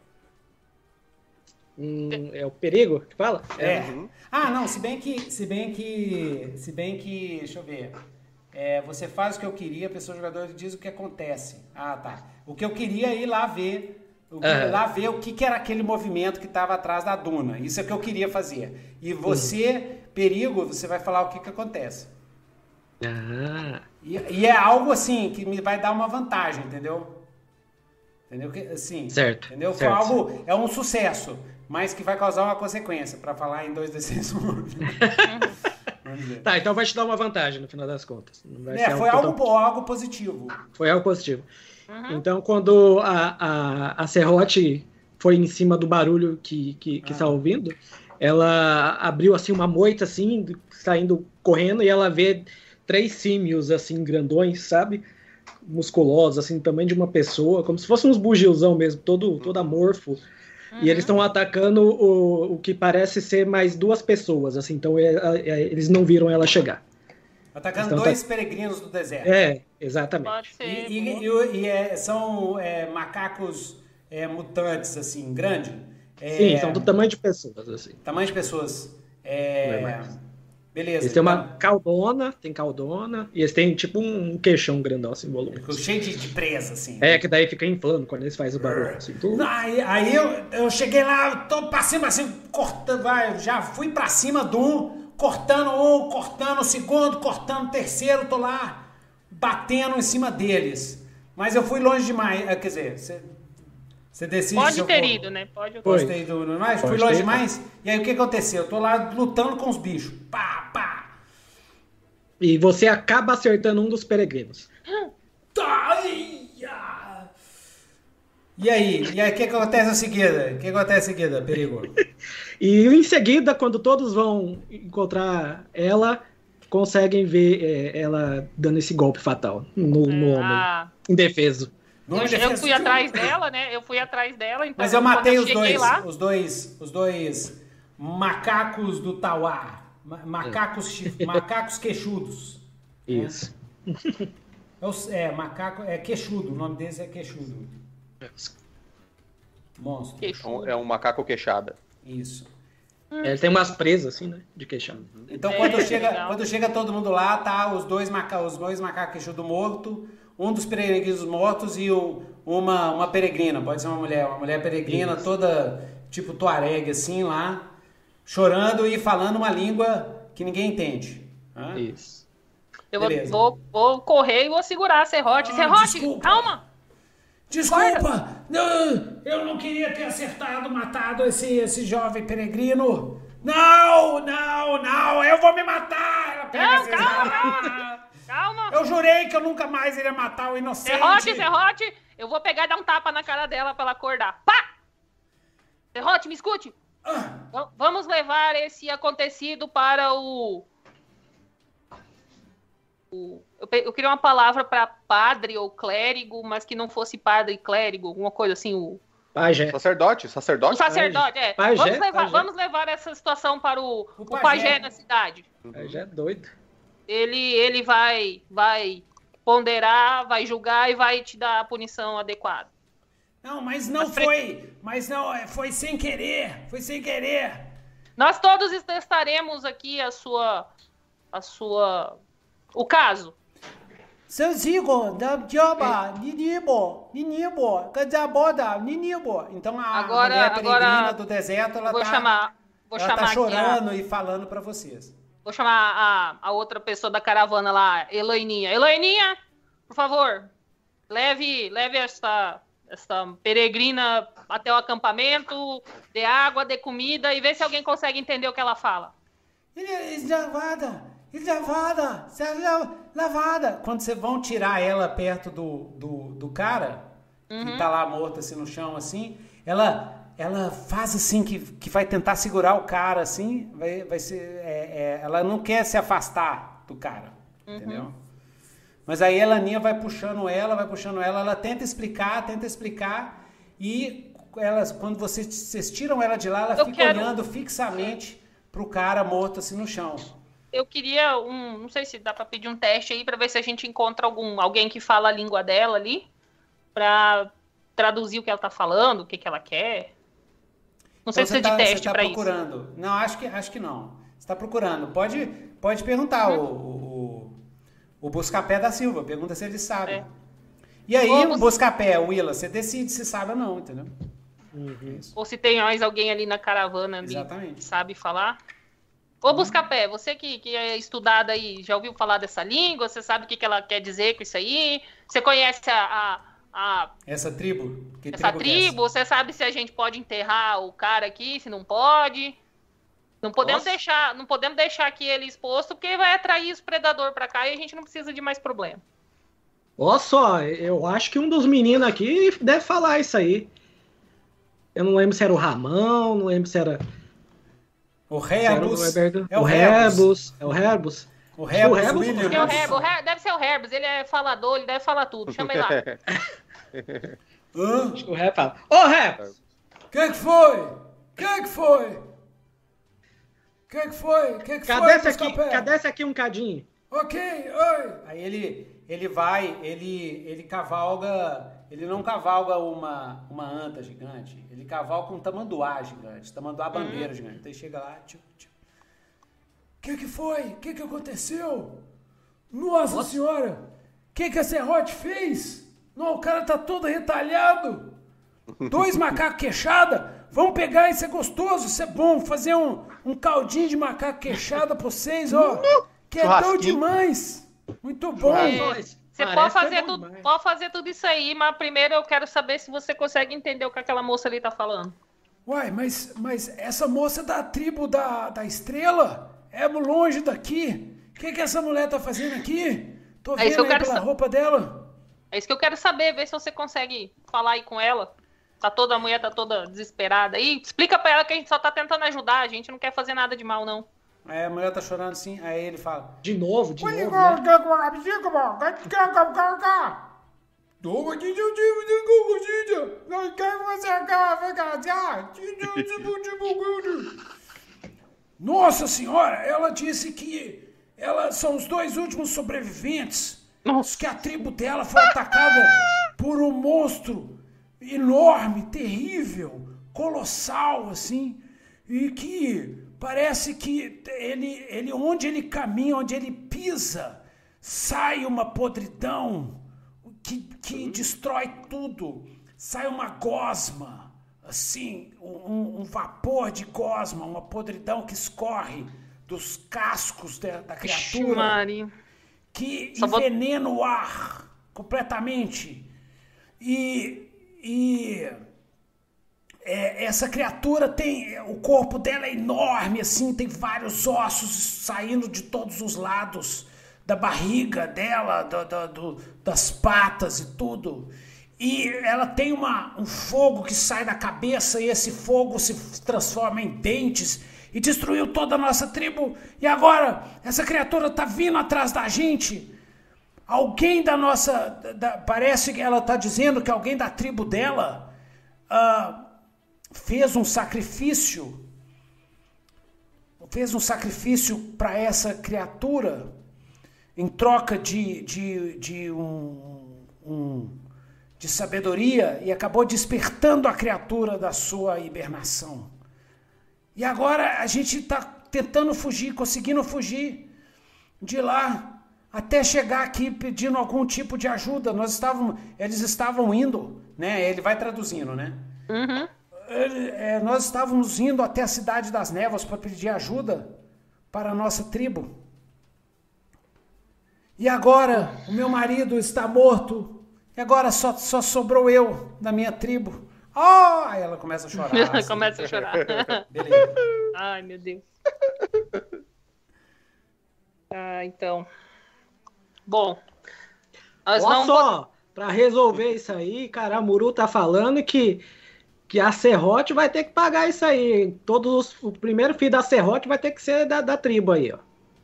Hum, é o perigo que fala?
É. Ah, não, se bem que, se bem que, se bem que, deixa eu ver. É, você faz o que eu queria, a pessoa jogadora diz o que acontece. Ah, tá. O que eu queria é ir lá ver, o que,
Aham.
lá ver o que, que era aquele movimento que estava atrás da duna. Isso é o que eu queria fazer. E você, perigo, você vai falar o que que acontece.
Ah,
E, e é algo assim que me vai dar uma vantagem, entendeu? Entendeu? Que, assim,
Certo,
Entendeu? Foi
certo.
algo, é um sucesso, mas que vai causar uma consequência, para falar em dois D seis. Vamos dizer.
tá, então vai te dar uma vantagem no final das contas. Não vai
É,
ser
foi algo,
total-
po- algo positivo.
Foi algo positivo. Então, quando a, a, a Serrote foi em cima do barulho que, que, que
Ah.
estava ouvindo, ela abriu assim uma moita, assim, saindo correndo, e ela vê três símios, assim, grandões, sabe? Musculosos, assim, tamanho de uma pessoa, como se fossem uns bugilzão mesmo, todo, todo amorfo. E eles estão atacando o, o que parece ser mais duas pessoas, assim, então é, é, eles não viram ela chegar.
Atacando
Então,
dois peregrinos do deserto.
É, exatamente.
Pode ser.
E, e- e- e é- são é, macacos é, mutantes, assim, grande. É,
Sim, são do tamanho de pessoas, assim.
tamanho de pessoas. É,
Normais.
beleza.
Eles têm uma
então,
caudona, tem caudona, e eles têm tipo um queixão grandão, assim, volume.
cheio de, de presa, assim.
É, que daí fica inflando quando eles fazem o barulho, assim, tudo.
Aí, aí eu, eu cheguei lá, eu tô pra cima, assim, cortando, vai, já fui pra cima de um, cortando um, cortando o segundo, cortando o terceiro, tô lá batendo em cima deles. Mas eu fui longe demais, é, quer dizer, você, você decide se
Pode
eu
ter
for-
ido, né? Pode
Foi.
Gostei do do- mas fui
Pode
longe
ter,
demais. E aí o que aconteceu? Eu tô lá lutando com os bichos. Pá, pá.
E você acaba acertando um dos peregrinos.
Tá, ia. E aí? E aí, o que, que acontece em seguida? O que acontece em seguida, Perigo?
E em seguida, quando todos vão encontrar ela, conseguem ver é, ela dando esse golpe fatal no, no homem
Ah,
indefeso.
No
eu,
homem
eu
defensivo.
fui atrás dela, né? Eu fui atrás dela, então.
Mas eu
quando
matei os
cheguei
dois,
lá,
os dois, os dois macacos do Tauá. Ma- Macacos, chif- macacos queixudos.
Isso.
É, o- é, macaco, é queixudo, o nome deles é queixudo. Monstro.
queixo.
É um- É um macaco queixada.
Isso.
Ele tem umas presas, assim, né? De queixão.
Então
É,
quando, chega,
legal.
quando chega todo mundo lá, tá os dois, maca, os dois macacos queixudos mortos, um dos peregrinos mortos e o- uma, uma peregrina, pode ser uma mulher, uma mulher peregrina,
Isso.
toda tipo tuareg assim lá, chorando e falando uma língua que ninguém entende. Hã?
Isso.
Eu vou,
Beleza.
vou, vou correr e vou segurar a serrote.
Ah,
Serrote,
desculpa.
calma!
Desculpa, não, eu não queria ter acertado, matado esse, esse jovem peregrino. Não, não, não, eu vou me matar. Ela pega
Não,
assim,
calma. Calma!
Eu jurei que eu nunca mais iria matar o inocente.
Serrote, serrote! Eu vou pegar e dar um tapa na cara dela pra ela acordar. Pá! Serrote, me escute!
Ah,
Va- Vamos levar esse acontecido para o. o- Eu, pe- eu queria uma palavra para padre ou clérigo, mas que não fosse padre e clérigo, alguma coisa assim. O,
Pajé.
Sacerdote,
o
sacerdote.
sacerdote, é.
Pajé,
vamos, levar,
pajé.
vamos levar essa situação para o,
O
o
pajé.
pajé na cidade.
Pajé é doido.
Ele, ele vai, vai ponderar, vai julgar e vai te dar a punição adequada.
não, mas não
Mas pre-
foi. Mas não, é, foi sem querer. Foi sem querer.
Nós todos testaremos aqui a sua, a sua, o caso.
Seu Zigo, da Dioba, Ninibo, Ninibo, Kazaboda, Ninibo. Então a
Agora-
mulher peregrina
agora
do deserto, ela
Vou
tá,
chamar, vou
ela
chamar
tá
aqui a-
chorando e falando pra vocês.
Vou chamar a, a outra pessoa da caravana lá, Elaininha. Elaininha, por favor, leve, leve esta, esta peregrina até o acampamento, dê água, dê comida e vê se alguém consegue entender o que ela fala.
Ele é lavada, ele é lavada, você é la- lavada. Quando vocês vão tirar ela perto do, do, do cara, que tá lá morto assim no chão, assim, ela, ela faz assim, que, que vai tentar segurar o cara, assim, vai, vai ser, é, é, ela não quer se afastar do cara, entendeu? Mas aí a Elaninha vai puxando ela, vai puxando ela, ela tenta explicar, tenta explicar, e elas, quando vocês, vocês tiram ela de lá, ela
Eu
fica
quero-
olhando fixamente pro cara morto assim no chão.
Eu queria um, não sei se dá pra pedir um teste aí pra ver se a gente encontra algum alguém que fala a língua dela ali pra traduzir o que ela tá falando, o que que ela quer. Não sei
Então
se é
você
de
tá-
teste
você tá
pra isso.
procurando. Não, acho que, acho que não. Você tá procurando. Pode, pode perguntar
Uhum.
o, o, o Buscapé da Silva. Pergunta se ele sabe.
É.
E aí,
Ô,
o
Bus-
Buscapé, Willa, você decide se sabe ou não, entendeu? Isso.
Ou se tem mais alguém ali na caravana ali
Exatamente.
que sabe falar. Ô, Buscapé, você que, que é estudado aí, já ouviu falar dessa língua? Você sabe o que, que ela quer dizer com isso aí? Você conhece a, a, a-
Essa tribo? Que
essa
que é
tribo? Você sabe se a gente pode enterrar o cara aqui, se não pode? Não podemos
Nossa.
deixar, não podemos deixar aqui ele exposto, porque vai atrair os predadores pra cá e a gente não precisa de mais problema.
Olha só, eu acho que um dos meninos aqui deve falar isso aí. Eu não lembro se era o Ramão, não lembro se era.
O
se era
Rebus.
Roberto-
É o
o
Rebus.
Rebus. É o Rebus.
O
O
Rebus
Rebus-
Williams.
Porque o Herb, o Herb- deve ser o Herbs, ele é falador, ele deve falar tudo. Chama ele lá.
Hã?
Acho que o Rebus fala. Ô, Rebus!
Que que foi? Que que foi? Que que foi? Que que
Cadê esse
foi,
aqui?
Buscapé?
Cadê esse aqui um cadinho?
Ok, oi. Aí ele, ele vai, ele, ele cavalga, ele não cavalga uma, uma anta gigante, ele cavalga um tamanduá gigante, tamanduá bandeira gigante. Então ele chega lá, tipo, tipo, que que foi? Que que aconteceu? Nossa, senhora, que que a serrote fez? Não, o cara tá todo retalhado. Dois macacos queixada. Vamos pegar, isso é gostoso, isso é bom. Fazer um, um caldinho de macaco queixada pra vocês, ó. Que é tão
Churrasquinho.
demais. Muito bom.
É,
Nós.
Você
Parece
pode
que é
fazer,
bom
tudo,
demais.
pode fazer tudo isso aí, mas primeiro eu quero saber se você consegue entender o que aquela moça ali tá falando.
Uai, mas, mas essa moça é da tribo da, da estrela é longe daqui. O que, que essa mulher tá fazendo aqui? Tô
É isso
vendo
que eu
aí
quero
pela
sa-
roupa dela.
É isso que eu quero saber, ver se você consegue falar aí com ela. Tá toda, a mulher tá toda desesperada aí. Explica pra ela que a gente só tá tentando ajudar, a gente não quer fazer nada de mal, não.
Aí a mulher tá chorando assim, aí ele fala...
De novo, de novo, né?
Nossa senhora, ela disse que elas são os dois últimos sobreviventes.
Nossa.
Que a tribo dela foi atacada por um monstro enorme, terrível, colossal, assim, e que parece que ele, ele, onde ele caminha, onde ele pisa, sai uma podridão que, que destrói tudo, sai uma gosma, assim, um, um vapor de gosma, uma podridão que escorre dos cascos da, da
Ixi,
criatura,
Maria.
que
Só vou-
envenena o ar completamente. E, e é, essa criatura tem, o corpo dela é enorme, assim, tem vários ossos saindo de todos os lados da barriga dela, do, do, do, das patas e tudo. E ela tem uma, um fogo que sai da cabeça e esse fogo se transforma em dentes e destruiu toda a nossa tribo. E agora essa criatura tá vindo atrás da gente. Alguém da nossa... Da, parece que ela está dizendo que alguém da tribo dela uh, fez um sacrifício. Fez um sacrifício para essa criatura em troca de, de, de, um, um, de sabedoria e acabou despertando a criatura da sua hibernação. E agora a gente está tentando fugir, conseguindo fugir de lá. Até chegar aqui pedindo algum tipo de ajuda. Nós estávamos, eles estavam indo, né? Ele vai traduzindo, né?
Uhum.
Ele, é, nós estávamos indo até a Cidade das Névoas para pedir ajuda para a nossa tribo. E agora o meu marido está morto. E agora só, só sobrou eu da minha tribo. Oh! Aí ela começa a chorar. Assim.
Começa a chorar.
Beleza.
Ai, meu Deus. Ah, então... Bom, nós
Olha
não...
só, pra resolver isso aí, cara, a Muru tá falando que, que a Serrote vai ter que pagar isso aí. Todos os, o primeiro filho da Serrote vai ter que ser da, da tribo aí, ó.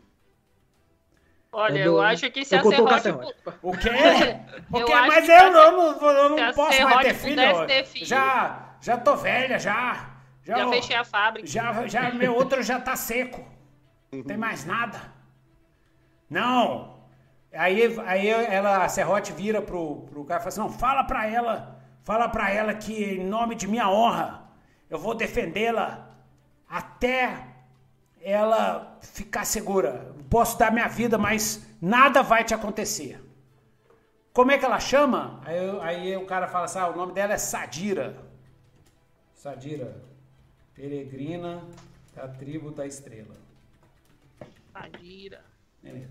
Olha,
É do-
eu acho que se
eu
a
contou com a
Serrote...
Serrote.
O quê? O
Eu
quê?
acho
Mas
que
eu,
se a-
eu não, eu
se
não
a
posso mais
Serrote
ter filho.
pudesse ter filho.
Já, já tô velha, já. Já,
Já fechei a fábrica.
Já, já, meu outro já tá seco. Não tem mais nada. Não. Aí, aí ela, a Serrote vira pro, pro cara e fala assim, não, fala pra ela, fala pra ela que em nome de minha honra, eu vou defendê-la até ela ficar segura. Posso dar minha vida, mas nada vai te acontecer. Como é que ela chama? Aí, eu- aí o cara fala assim, ah, o nome dela é Sadira. Sadira, peregrina da tribo da estrela.
Sadira.
Beleza.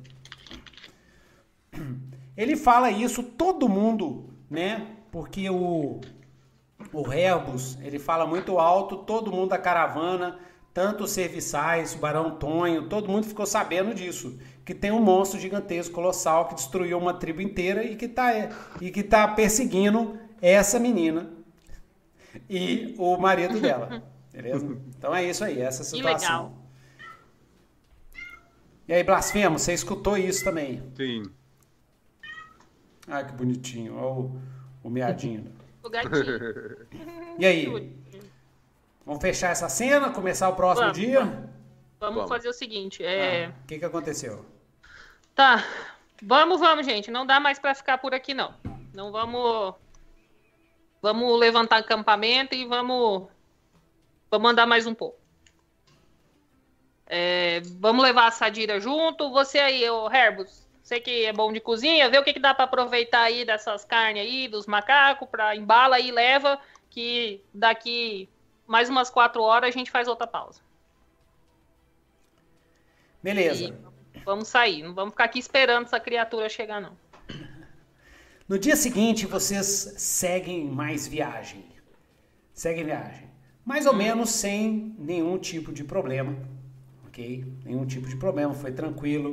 Ele fala isso, todo mundo, né? Porque o, o Rebus, ele fala muito alto, todo mundo da caravana, tanto os serviçais, o Barão Tonho, todo mundo ficou sabendo disso. Que tem um monstro gigantesco, colossal, que destruiu uma tribo inteira e que tá, e que tá perseguindo essa menina e o marido dela. Beleza? Então é isso aí, essa
Que
situação.
legal.
E aí, Blasfemo, você escutou isso também?
Sim.
Ah, que bonitinho. Olha o, o miadinho.
O gatinho.
E aí? Vamos fechar essa cena, começar o próximo
Vamos,
dia?
Vamos
Vamos.
fazer o seguinte, é...
Ah, o que, que aconteceu?
Tá, vamos, vamos, gente. Não dá mais pra ficar por aqui, não. Não vamos... Vamos levantar acampamento e vamos... Vamos andar mais um pouco. É, vamos levar a Sadira junto. Você aí, ô Herbus, você que é bom de cozinha, vê o que, que dá pra aproveitar aí dessas carnes aí, dos macacos, pra embala aí, leva, que daqui mais umas quatro horas a gente faz outra pausa.
Beleza.
E vamos sair, não vamos ficar aqui esperando essa criatura chegar, não.
No dia seguinte, vocês seguem mais viagem. Seguem viagem. Mais ou menos sem nenhum tipo de problema. Ok? Nenhum tipo de problema. Foi tranquilo.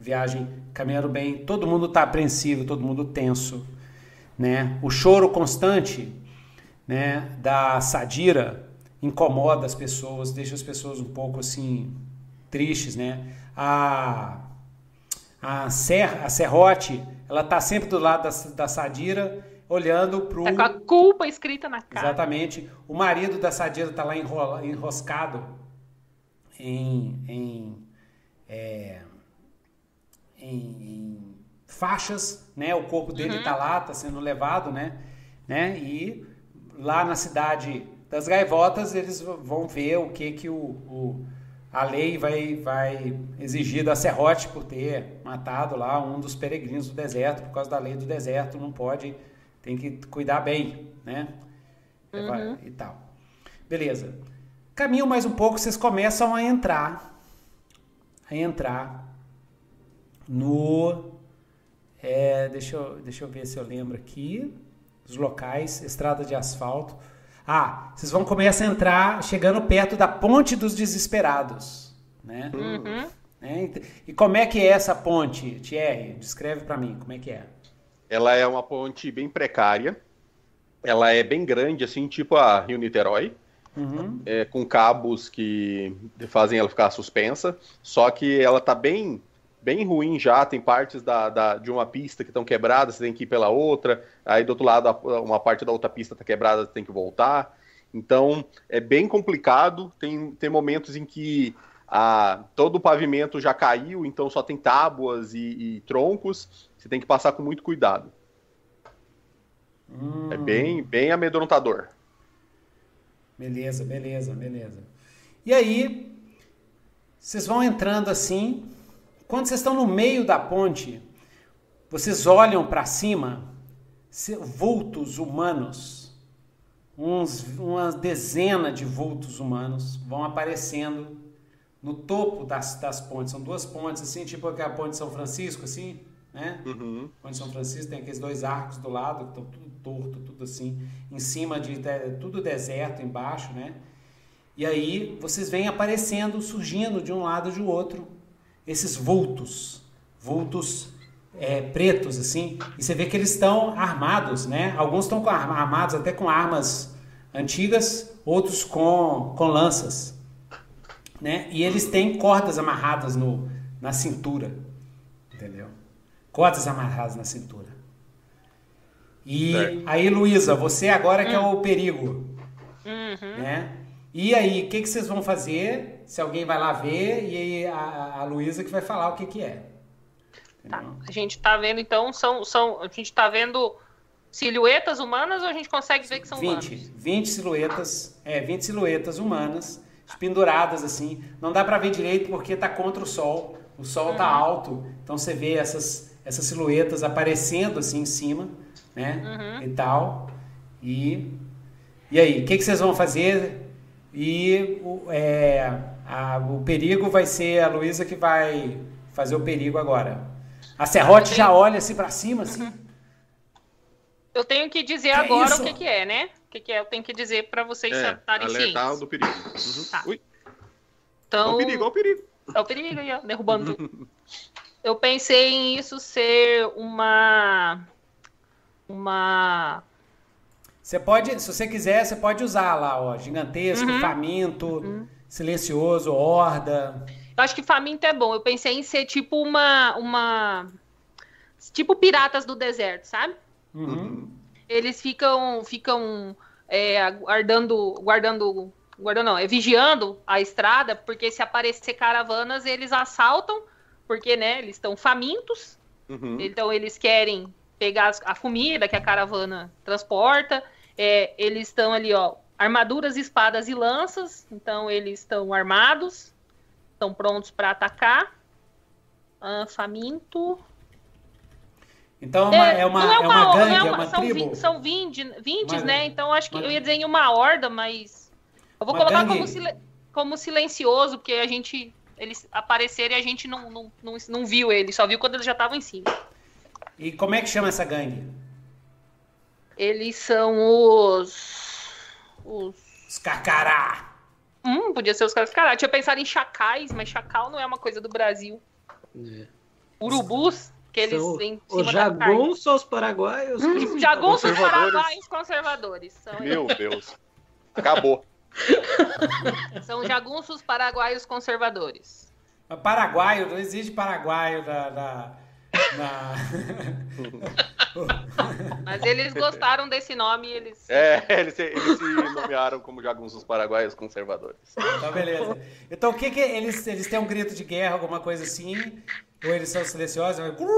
viagem caminhando bem, todo mundo está apreensivo, todo mundo tenso, né? O choro constante, né, da Sadira incomoda as pessoas, deixa as pessoas um pouco assim tristes, né? A a, Ser, a Serrote, ela tá sempre do lado da, da Sadira, olhando pro...
Tá com a culpa escrita na cara.
Exatamente. O marido da Sadira tá lá enrola, enroscado em, em, é, em, em faixas, né? O corpo dele uhum. tá lá, tá sendo levado, né? né? E lá na cidade das Gaivotas, eles vão ver o que que o... o a lei vai, vai exigir da Serrote por ter matado lá um dos peregrinos do deserto, por causa da lei do deserto, não pode, tem que cuidar bem, né? Uhum. E tal. Beleza. Caminham mais um pouco, vocês começam a entrar, a entrar no... É, deixa, eu, deixa eu ver se eu lembro aqui, os locais, estrada de asfalto... Ah, vocês vão começar a entrar chegando perto da Ponte dos Desesperados, né?
Uhum.
É, e como é que é essa ponte, Thierry? Descreve para mim, como é que é?
Ela é uma ponte bem precária, ela é bem grande, assim, tipo a Rio Niterói, uhum. é, com cabos que fazem ela ficar suspensa, só que ela tá bem... bem ruim já, tem partes da, da, de uma pista que estão quebradas, você tem que ir pela outra, aí do outro lado uma parte da outra pista está quebrada, você tem que voltar, então é bem complicado, tem, tem momentos em que a, todo o pavimento já caiu, então só tem tábuas e, e troncos, você tem que passar com muito cuidado. Hum. É bem, bem amedrontador.
Beleza, beleza, beleza. E aí, vocês vão entrando assim... Quando vocês estão no meio da ponte, vocês olham para cima, vultos humanos, uns, uma dezena de vultos humanos vão aparecendo no topo das, das pontes. São duas pontes, assim, tipo a ponte de São Francisco, assim, né? Uhum. A ponte de São Francisco tem aqueles dois arcos do lado, que estão tudo torto, tudo assim, em cima de, de tudo deserto embaixo, né? E aí vocês vêm aparecendo, surgindo de um lado e de outro, esses vultos, vultos é, pretos, assim, e você vê que eles estão armados, né? Alguns estão armados até com armas antigas, outros com, com lanças, né? E eles têm cordas amarradas no, na cintura, entendeu? Cordas amarradas na cintura. E é. aí, Luísa, você agora que é o perigo, uhum. né? E aí, o que, que vocês vão fazer? Se alguém vai lá ver, e aí a, a Luísa que vai falar o que, que é.
Tá. A gente tá vendo, então, são, são, a gente tá vendo silhuetas humanas ou a gente consegue ver que são
vinte,
humanos?
vinte silhuetas, é, vinte silhuetas humanas, penduradas assim. Não dá pra ver direito porque tá contra o sol. O sol uhum. tá alto, então você vê essas, essas silhuetas aparecendo assim em cima, né? Uhum. E tal. E, e aí, o que, que vocês vão fazer? E o, é, a, o perigo vai ser a Luísa que vai fazer o perigo agora. A Serrote tenho... já olha assim pra cima, assim. Uhum.
Eu tenho que dizer que agora é o que, que é, né? O que, que é? Eu tenho que dizer pra vocês
é,
estarem cientes.
Alertar do perigo. Uhum.
Tá.
Ui.
Então...
É o perigo, é o perigo.
É o perigo aí, ó, derrubando tudo. Eu pensei em isso ser uma... Uma...
Você pode, se você quiser, você pode usar lá, ó, gigantesco, uhum. faminto, uhum. silencioso, horda.
Eu acho que faminto é bom. Eu pensei em ser tipo uma, uma, tipo piratas do deserto, sabe?
Uhum.
Eles ficam, ficam é, guardando, guardando, guardando não, é vigiando a estrada, porque se aparecer caravanas eles assaltam, porque né, eles estão famintos. Uhum. Então eles querem pegar a comida que a caravana transporta, é, eles estão ali, ó, armaduras, espadas e lanças, então eles estão armados, estão prontos para atacar. Ah, faminto.
Então é, é, uma, é, uma, é uma gangue, é uma, é uma
são
tribo?
Vi, são vinte, vinte
uma,
né? Então acho que
uma,
eu ia dizer em uma horda, mas eu vou colocar como, sil, como silencioso, porque a gente, eles apareceram e a gente não, não, não, não viu eles, só viu quando eles já estavam em cima.
E como é que chama essa gangue?
Eles são os... Os,
os Carcará.
Hum, podia ser os Carcará. Tinha pensado em chacais, mas chacal não é uma coisa do Brasil. É. urubus, que eles
São
em
os
cima da carne.
jagunços paraguaios.
Os jagunços
Conservadores.
paraguaios conservadores. São
Meu Deus. Acabou.
eles. São jagunços paraguaios conservadores.
Mas Paraguaio, não existe paraguaio na... na, na...
Mas eles gostaram desse nome e eles...
É, eles se, eles se nomearam como jagunços paraguaios conservadores.
Então, beleza. Então, o que que eles... Eles têm um grito de guerra, alguma coisa assim? Ou eles são silenciosos?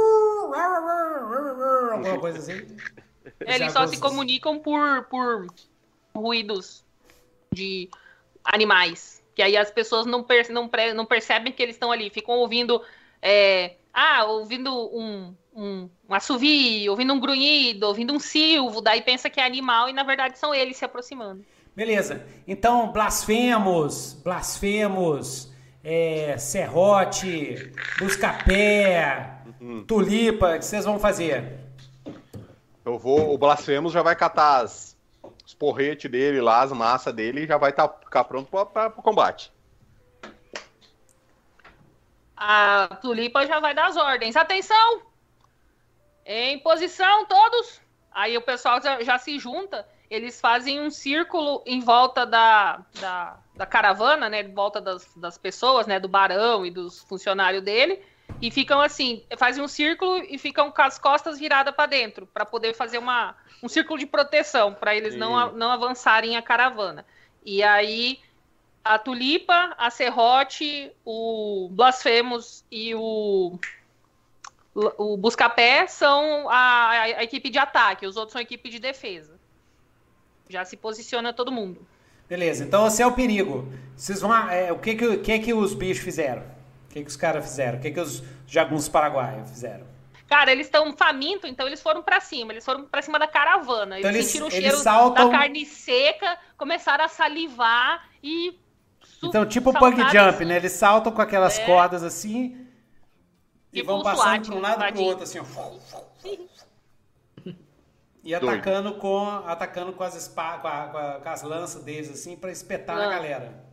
Alguma coisa assim?
Eles só se comunicam por, por ruídos de animais. Que aí as pessoas não, per, não, não percebem que eles estão ali. Ficam ouvindo... É, ah, ouvindo um, um, um assovio, ouvindo um grunhido, ouvindo um silvo. Daí pensa que é animal e na verdade são eles se aproximando.
Beleza. Então, blasfemos, blasfemos, é, serrote, buscapé,
Uhum.
tulipa, o que vocês vão fazer?
Eu vou, o Blasfemos já vai catar as, os porretes dele lá, as massas dele, e já vai tá, ficar pronto para o combate.
A tulipa já vai dar as ordens. Atenção! Em posição, todos! Aí o pessoal já, já se junta. Eles fazem um círculo em volta da, da, da caravana, né? Em volta das, das pessoas, né? Do barão e dos funcionários dele. E ficam assim, fazem um círculo e ficam com as costas viradas para dentro, para poder fazer uma, um círculo de proteção, para eles não, não avançarem a caravana. E aí... A Tulipa, a Serrote, o Blasfemos e o, o Buscapé são a, a equipe de ataque, os outros são a equipe de defesa. Já se posiciona todo mundo.
Beleza, então você é o perigo. Vocês vão, é, o que que, que que os bichos fizeram? O que que os caras fizeram? O que que os jagunços paraguaios fizeram?
Cara, eles estão famintos, então eles foram pra cima. Eles foram pra cima da caravana. Eles,
Então eles-
sentiram o
eles
cheiro
saltam-
da carne seca, começaram a salivar e... su-
Então, tipo
saltaram
bug jump,
assim.
né? Eles saltam com aquelas
É.
cordas assim e
Tipo
vão
o
passando
SWAT,
para um lado para o
invadindo.
outro, assim, ó. E atacando com, atacando com as espa, com, a- com a- com as lanças deles, assim, para espetar na
Lança.
galera.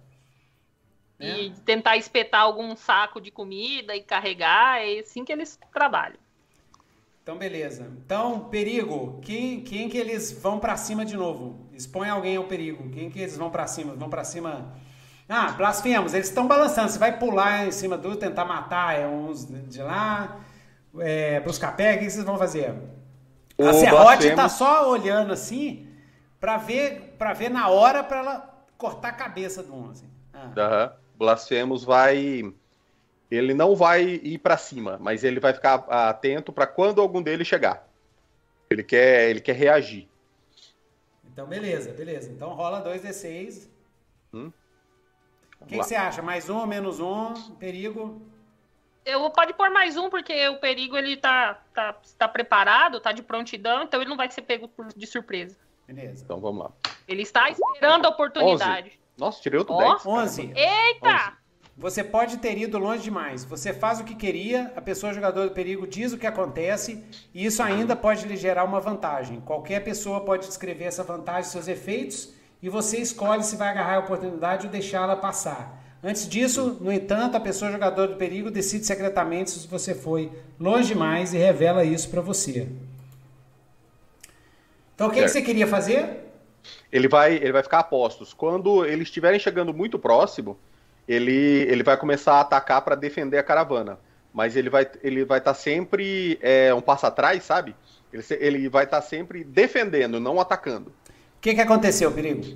E
Né?
tentar espetar algum saco de comida e carregar, é assim que eles trabalham.
Então, beleza. Então, perigo. Quem, quem que eles vão pra cima de novo? Expõe alguém ao perigo. Quem que eles vão pra cima? Vão pra cima... Ah, blasfemos. Eles estão balançando. Você vai pular em cima do... Tentar matar é, uns de lá. É, buscapé. O que vocês vão fazer?
O
A Serrote
Blasfemos-
tá só olhando assim pra ver, pra ver na hora pra ela cortar a cabeça do um. Assim. Ah.
Aham. Blasfemos vai... Ele não vai ir pra cima, mas ele vai ficar atento pra quando algum deles chegar. Ele quer, ele quer reagir.
Então, beleza, beleza. Então rola dois D seis.
Hum?
O que, que você acha? Mais um, menos um? Perigo?
Eu pode pôr mais um, porque o perigo ele tá, tá, tá preparado, tá de prontidão, então ele não vai ser pego por- de surpresa.
Beleza.
Então vamos lá.
Ele está esperando a oportunidade.
Nossa, tirei outro
Ó.
dez.
onze.
Eita!
Você pode ter ido longe demais. Você faz o que queria, a pessoa jogador do perigo diz o que acontece, e isso ainda pode lhe gerar uma vantagem. Qualquer pessoa pode descrever essa vantagem, seus efeitos, e você escolhe se vai agarrar a oportunidade ou deixá-la passar. Antes disso, no entanto, a pessoa jogador do perigo decide secretamente se você foi longe demais e revela isso pra você. Então, o que, que
Certo.
você queria fazer?
Ele vai, ele vai ficar a postos. Quando eles estiverem chegando muito próximo, ele, ele vai começar a atacar para defender a caravana. Mas ele vai ele vai estar sempre é, um passo atrás, sabe? Ele, se- ele vai estar sempre defendendo, não atacando.
O que, que aconteceu, perigo?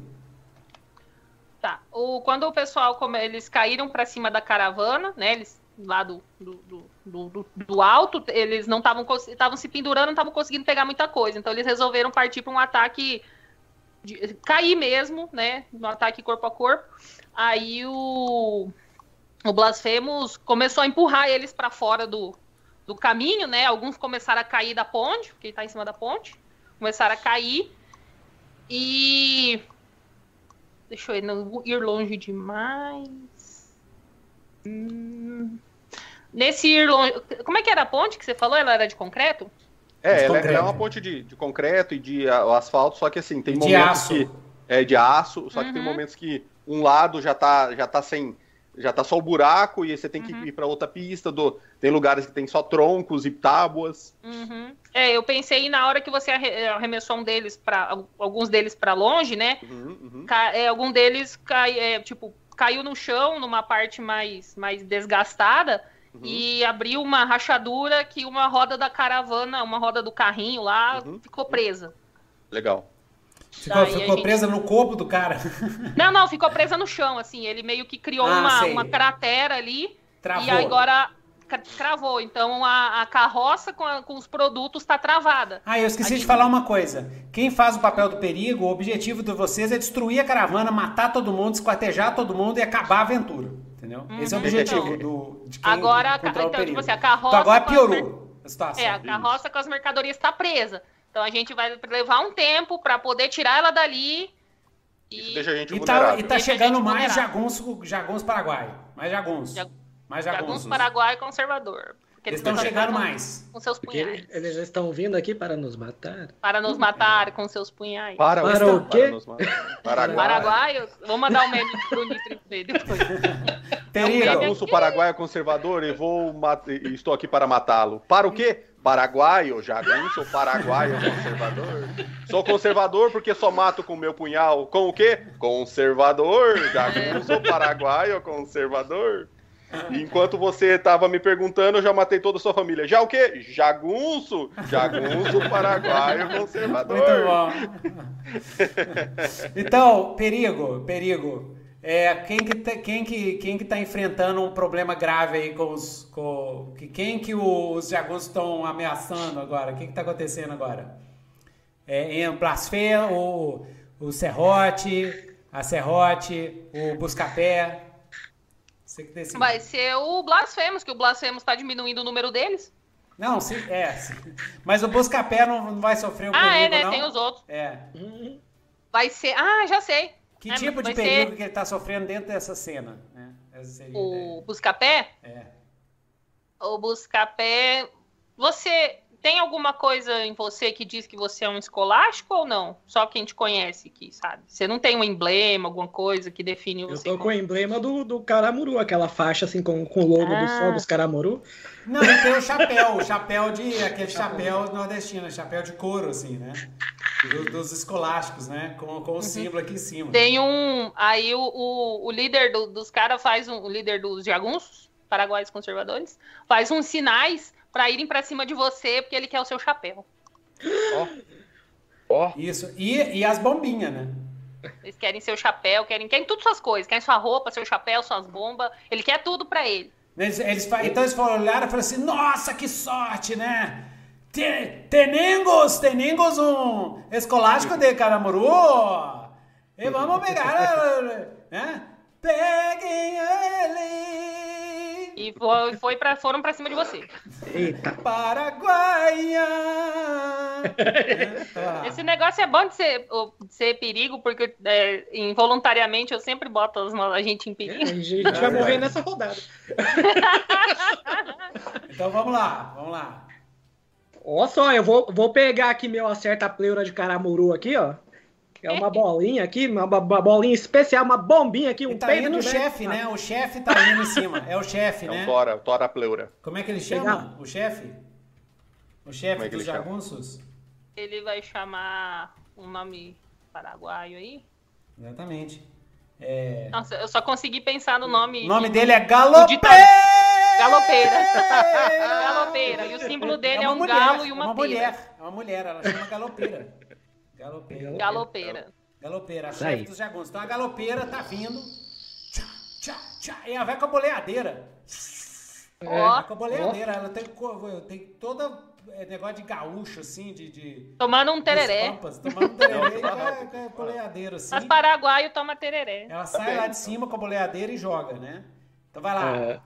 Tá. O, quando o pessoal, come- eles caíram pra cima da caravana, né? Eles lá do, do, do, do- do- do alto, eles não estavam estavam se pendurando, não estavam conseguindo pegar muita coisa. Então eles resolveram partir para um ataque de- cair mesmo, né? No ataque corpo a corpo. Aí o o Blasfemos começou a empurrar eles para fora do, do caminho, né? Alguns começaram a cair da ponte, porque ele tá em cima da ponte. Começaram a cair e deixa eu ir, não ir longe demais. Hum, Nesse ir longe. Como é que era a ponte que você falou? Ela era de concreto?
É,
De
ela,
concreto.
ela é uma ponte de, de concreto e de a- asfalto, só que assim, tem
De
momentos
aço.
que é de aço, só que tem
Uhum.
momentos que um lado já tá, já tá sem, já tá só o buraco e você tem que
Uhum.
ir pra outra pista. Do... Tem lugares que tem só troncos e tábuas.
Uhum. É, eu pensei na hora que você arre- arremessou um deles para alguns deles pra longe, né?
Uhum, uhum.
Ca- é, algum deles cai, é, tipo, caiu no chão, numa parte mais, mais desgastada,
Uhum.
e abriu uma rachadura que uma roda da caravana, uma roda do carrinho lá,
Uhum.
ficou presa.
Legal.
Ficou,
Daí a
ficou
gente-
presa no corpo do cara.
Não, não, ficou presa no chão, assim. Ele meio que criou
Ah,
uma,
sei.
uma cratera ali.
Travou.
E agora cra- cravou. Então a, a carroça com, a- com os produtos tá travada.
Ah, eu esqueci
A
de
gente-
falar uma coisa. Quem faz o papel do perigo, o objetivo de vocês é destruir a caravana, matar todo mundo, esquartejar todo mundo e acabar a aventura. Entendeu? Esse é o
Uhum,
objetivo
então.
do, de quem
Agora,
controla
então,
o perigo.
tipo assim, a carroça
Então agora
com as
piorou a situação.
É, a carroça com as mercadorias está presa. Então a gente vai levar um tempo para poder tirar ela dali.
Isso
E
deixa a gente
E tá,
vulnerável.
e tá
Deixa a
chegando
gente
mais
vulnerável.
jagunço, jagunço paraguaio. Mais jagunço.
Jag-
mais
Jagunço
jagunços.
Paraguai conservador. Porque
Eles estão
estão
chegando
com-
mais.
Com seus
Porque
punhais.
eles estão vindo aqui para nos matar.
Para nos matar com seus punhais.
Para,
Para
estão-
o quê?
para nos matar. Paraguai.
Paraguaios? Vou mandar um meme pro Nitro ver depois.
Perigo.
Jagunço paraguaio conservador e vou mat... e estou aqui para matá-lo. Para o quê? Paraguaio, jagunço paraguaio conservador. Sou conservador porque só mato com meu punhal. Com o quê? Conservador, jagunço paraguaio conservador. E enquanto você estava me perguntando, eu já matei toda a sua família. Já o quê? Jagunço, jagunço paraguaio conservador.
Muito bom. Então, perigo, perigo. É, quem que tá, quem que quem que tá enfrentando um problema grave aí com os com que quem que os jagunços estão ameaçando agora? O que que tá acontecendo agora? É, em Blasfé, o o Serrote, a Serrote, o Buscapé. Você que decide.
Vai ser o Blasfemos, que o Blasfemos está diminuindo o número deles.
Não, sim, é. Sim. Mas o Buscapé não, não vai sofrer o
Ah,
perigo,
é, né?
não?
Tem os outros.
É.
Vai ser. Ah, já sei.
Que
É,
tipo de
vai
perigo
ser
que ele tá sofrendo dentro dessa cena? Né? Essa seria a
o Buscapé?
ideia. É.
O Buscapé. Você tem alguma coisa em você que diz que você é um escolástico ou não? Só quem te conhece aqui, sabe? Você não tem um emblema, alguma coisa que define
Eu
você?
tô com o emblema do, do Caramuru, aquela faixa assim com, com o logo do
Ah.
sol dos Caramuru.
Não, e tem o chapéu, o chapéu de. aquele chapéu nordestino, chapéu de couro, assim, né? Do- dos escolásticos, né? Com, com o símbolo aqui em cima.
Tem um. Aí o, o, o líder do- dos caras faz um. O líder dos jagunços, paraguaios conservadores, faz uns sinais pra irem pra cima de você, porque ele quer o seu chapéu.
Ó. Ó.
Isso. E, e as bombinhas, né?
Eles querem seu chapéu, querem, querem tudo suas coisas, querem sua roupa, seu chapéu, suas bombas. Ele quer tudo pra ele.
Eles, eles, fa- então eles foram olhar e falaram assim: nossa, que sorte, né? Te- Tenemos, tenemos um escolástico de Caramuru. E vamos pegar, né? Peguem ele.
E foi, foi pra, foram pra cima de você.
Eita.
Paraguaia. É, tá.
Esse negócio é bom de ser, de ser perigo, porque é, involuntariamente eu sempre boto as- a gente em
A
perigo.
gente vai morrer nessa rodada.
Então vamos lá, vamos lá.
Ó só, eu vou, vou pegar aqui meu acerta pleura de Caramuru aqui, ó. Que é uma bolinha aqui, uma, uma bolinha especial, uma bombinha aqui, um
E tá
peido
indo o
de
chefe,
vento.
né? O chefe tá indo em cima. É o chefe,
É
né?
um tora, tora pleura.
Como é que ele chama? O chefe? O chefe
Como é que
dos
ele chama?
jagunços?
Ele vai chamar um nome paraguaio aí.
Exatamente. É...
Nossa, eu só consegui pensar no nome.
O nome
de-
dele é
O
Galopeira!
ditado- Galopeira. Galopeira. E o símbolo dele é,
uma
um
mulher,
galo e uma,
é uma
pera.
mulher. É uma mulher, ela chama Galopeira. Galopeira.
Galopeira.
Galopeira, a
Isso aí.
chefe dos jagunços. Então a galopeira tá vindo. Tchá, tchá, tchá, e ela vai com a boleadeira.
Ó,
Vai com a boleadeira. Ela tem, co- tem toda é, negócio de gaúcho, assim, de. de
tomando um
das
tereré.
pampas, tomando um tereré e com a- com a boleadeira, assim.
As paraguaio toma tereré.
Ela sai lá de cima com a boleadeira e joga, né? Então vai lá.
É,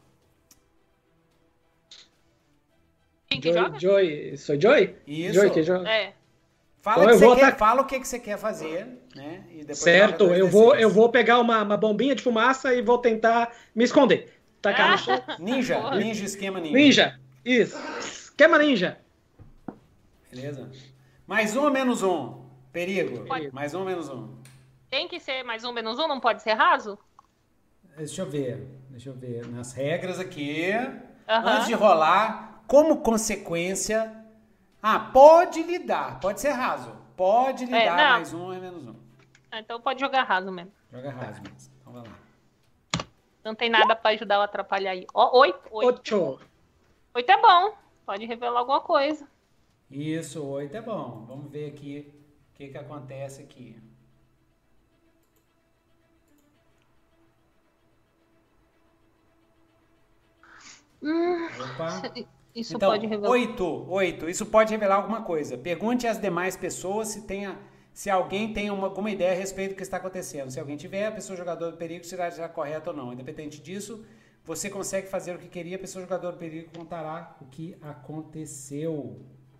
Quem que
Joy,
joga?
Joy, sou Joy?
Isso.
Joy que joga.
É.
Fala,
Então
que
eu
você
vou
quer,
atac-
fala o que, que você quer fazer, né? E depois
Certo,
joga dois
eu
D
vou,
seis.
eu vou pegar uma, uma bombinha de fumaça e vou tentar me esconder. Tacar no chão.
Ninja,
Porra.
ninja, esquema ninja.
Ninja, isso. Esquema ninja.
Beleza? Mais um ou menos um? Perigo.
Pode.
Mais um ou menos um?
Tem que ser mais um menos um, não pode ser raso?
Deixa eu ver. Deixa eu ver. Nas regras aqui.
Aham.
Antes de rolar, como consequência. Ah, pode lhe dar. Pode ser raso. Pode lhe
É,
dar
não.
mais um e menos um.
Ah, então pode jogar raso mesmo.
Joga raso mesmo. Então vai lá.
Não tem nada pra ajudar ou atrapalhar aí. Ó, oito. Oito.
Ocho.
Oito é bom. Pode revelar alguma coisa.
Isso, oito é bom. Vamos ver aqui o que, que acontece aqui.
Hum,
Opa.
isso
Então,
pode revelar.
oito, oito. Isso pode revelar alguma coisa. Pergunte às demais pessoas se, tenha, se alguém tem uma, alguma ideia a respeito do que está acontecendo. Se alguém tiver, a pessoa jogador do perigo será já correta ou não. Independente disso, você consegue fazer o que queria, a pessoa jogador do perigo contará o que aconteceu.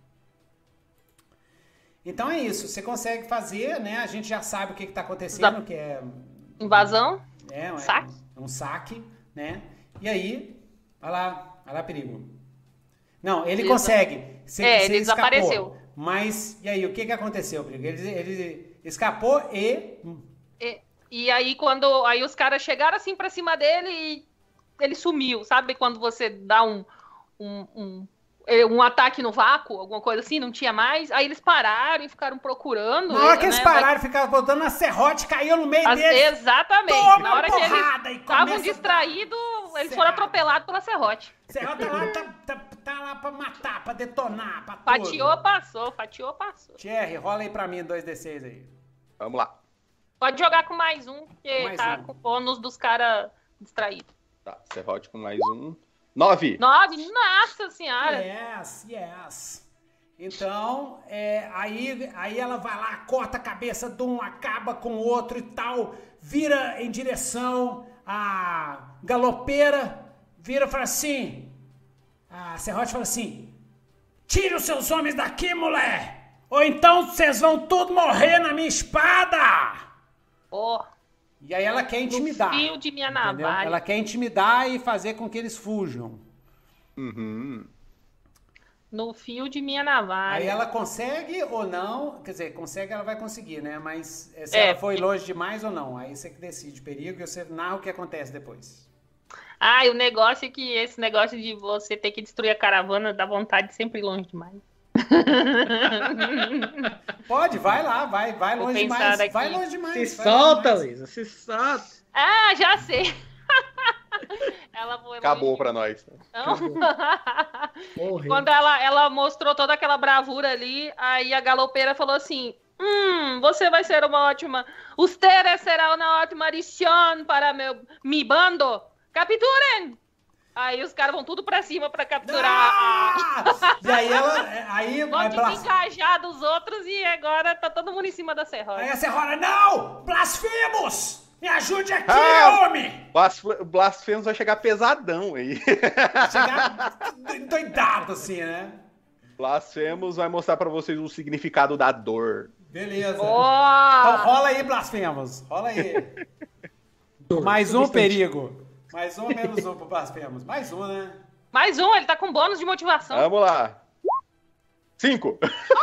Então é isso. Você consegue fazer, né? A gente já sabe o que está acontecendo, que é...
Invasão.
É, é
Saque.
um, um saque, né? E aí, vai lá, vai lá, perigo. Não, ele
Ele
consegue. Você,
É,
você
ele
escapou.
desapareceu.
Mas, e aí, o que que aconteceu, perigo? Ele, ele escapou e...
E, e aí, quando. Aí os caras chegaram assim pra cima dele e ele sumiu. Sabe quando você dá um. um, um um ataque no vácuo, alguma coisa assim, não tinha mais. Aí eles pararam e ficaram procurando.
Na hora
ele,
que eles
né?
pararam, ficaram botando a serrote, caiu no meio
As-
deles.
Exatamente.
Toma
Na hora que
porrada
eles
e
estavam
começa a
distraídos, eles
Cerrado.
foram atropelados pela serrote.
Serrote tá lá, tá, tá, tá lá pra matar, pra detonar, pra tudo.
Fatiou, passou. Fatiou, passou.
Thierry, rola aí pra mim dois D seis aí.
Vamos lá.
Pode jogar com mais um, porque
Mais
tá
um.
com o bônus dos caras distraídos.
Tá, serrote com mais um. Nove.
Nove? Nossa senhora.
Yes, yes. Então, é, aí, aí ela vai lá, corta a cabeça de um, acaba com o outro e tal, vira em direção à galopeira, vira e fala assim, a Serrote fala assim, tire os seus homens daqui, mulher, ou então vocês vão todos morrer na minha espada.
Ó,
E aí ela quer intimidar.
no fio de minha
entendeu?
navalha.
Ela quer intimidar e fazer com que eles fujam.
Uhum.
No fio de minha navalha.
Aí ela consegue ou não, quer dizer, consegue ela vai conseguir, né? Mas eh, se
É,
ela foi
porque-
longe demais ou não, aí você que decide perigo e você narra o que acontece depois.
Ah, e o negócio é que esse negócio de você ter que destruir a caravana dá vontade de sempre ir longe demais.
Pode, vai lá, vai, vai
Vou
longe
pensar
demais,
aqui.
vai longe demais.
Se
vai longe
solta,
demais.
Luísa, se solta.
Ah, já sei. Ela foi
Acabou
longe.
pra nós.
Não.
Morreu.
Quando ela, ela mostrou toda aquela bravura ali, aí a galopeira falou assim: Hum, você vai ser uma ótima. Usted será uma ótima adição para meu mi bando. Capturem! Aí os caras vão tudo pra cima pra capturar. a-
Ah! E aí ela, aí,
Vão
aí, blas-
desencajar dos outros e agora tá todo mundo em cima da serrote.
aí a Serrora, não! Blasfemos! Me ajude aqui,
Ah!
homem!
Blasf- Blasfemos vai chegar pesadão aí.
Chegar doidado assim, né?
Blasfemos vai mostrar pra vocês o significado da dor.
Beleza.
Ó!
Então rola aí, Blasfemos. Rola aí. Mais um perigo. Mais um ou menos um pro Blasfemos? Mais um, né?
Mais um, ele tá com bônus de motivação.
Vamos lá. Cinco.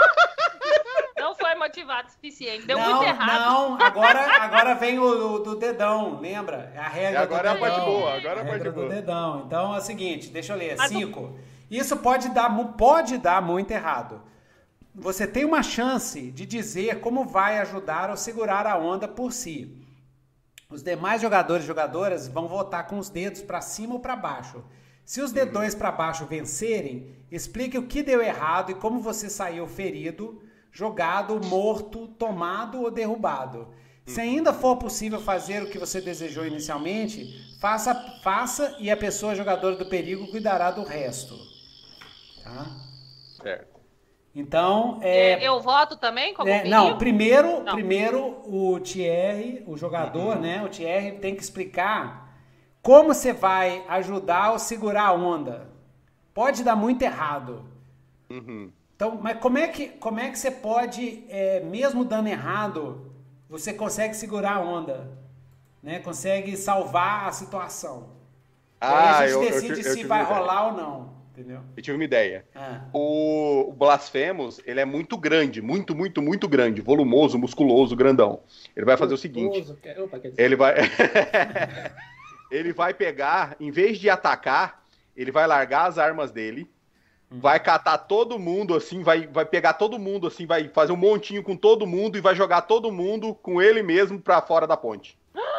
Não foi motivado o suficiente. Deu
não,
muito errado.
não. Agora, agora vem o, o do dedão, lembra? É a regra
E agora é
do
a
dedão.
parte boa, agora é a
a
parte
regra do
boa.
dedão. Então é o seguinte, deixa eu ler.
Mas o-
Cinco. Isso pode dar, mu- pode dar muito errado. Você tem uma chance de dizer como vai ajudar ou segurar a onda por si. Os demais jogadores e jogadoras vão votar com os dedos para cima ou para baixo. Se os dedões para baixo vencerem, explique o que deu errado e como você saiu ferido, jogado, morto, tomado ou derrubado. Se ainda for possível fazer o que você desejou inicialmente, faça, faça e a pessoa jogadora do perigo cuidará do resto. Tá?
Certo.
Então, é,
Eu voto também como
é,
perigo?
não, primeiro,
Não.
primeiro o Thierry, o jogador, né? O Thierry tem que explicar como você vai ajudar ou segurar a onda. Pode dar muito errado.
Uhum.
Então, mas como é que, como é que você pode, é, mesmo dando errado, você consegue segurar a onda? Né? Consegue salvar a situação. E aí
Ah,
a gente
eu, eu,
decide
ti- eu
se
tive
vai
uma ideia.
rolar ou não. Entendeu?
Eu tive uma ideia.
Ah.
O, o Blasfemos, ele é muito grande, muito, muito, muito grande, volumoso, musculoso, grandão. Ele vai fazer o seguinte,
Opa, quer dizer,
ele vai ele vai pegar, em vez de atacar, ele vai largar as armas dele, vai catar todo mundo, assim, vai, vai pegar todo mundo, assim, vai fazer um montinho com todo mundo e vai jogar todo mundo com ele mesmo pra fora da ponte.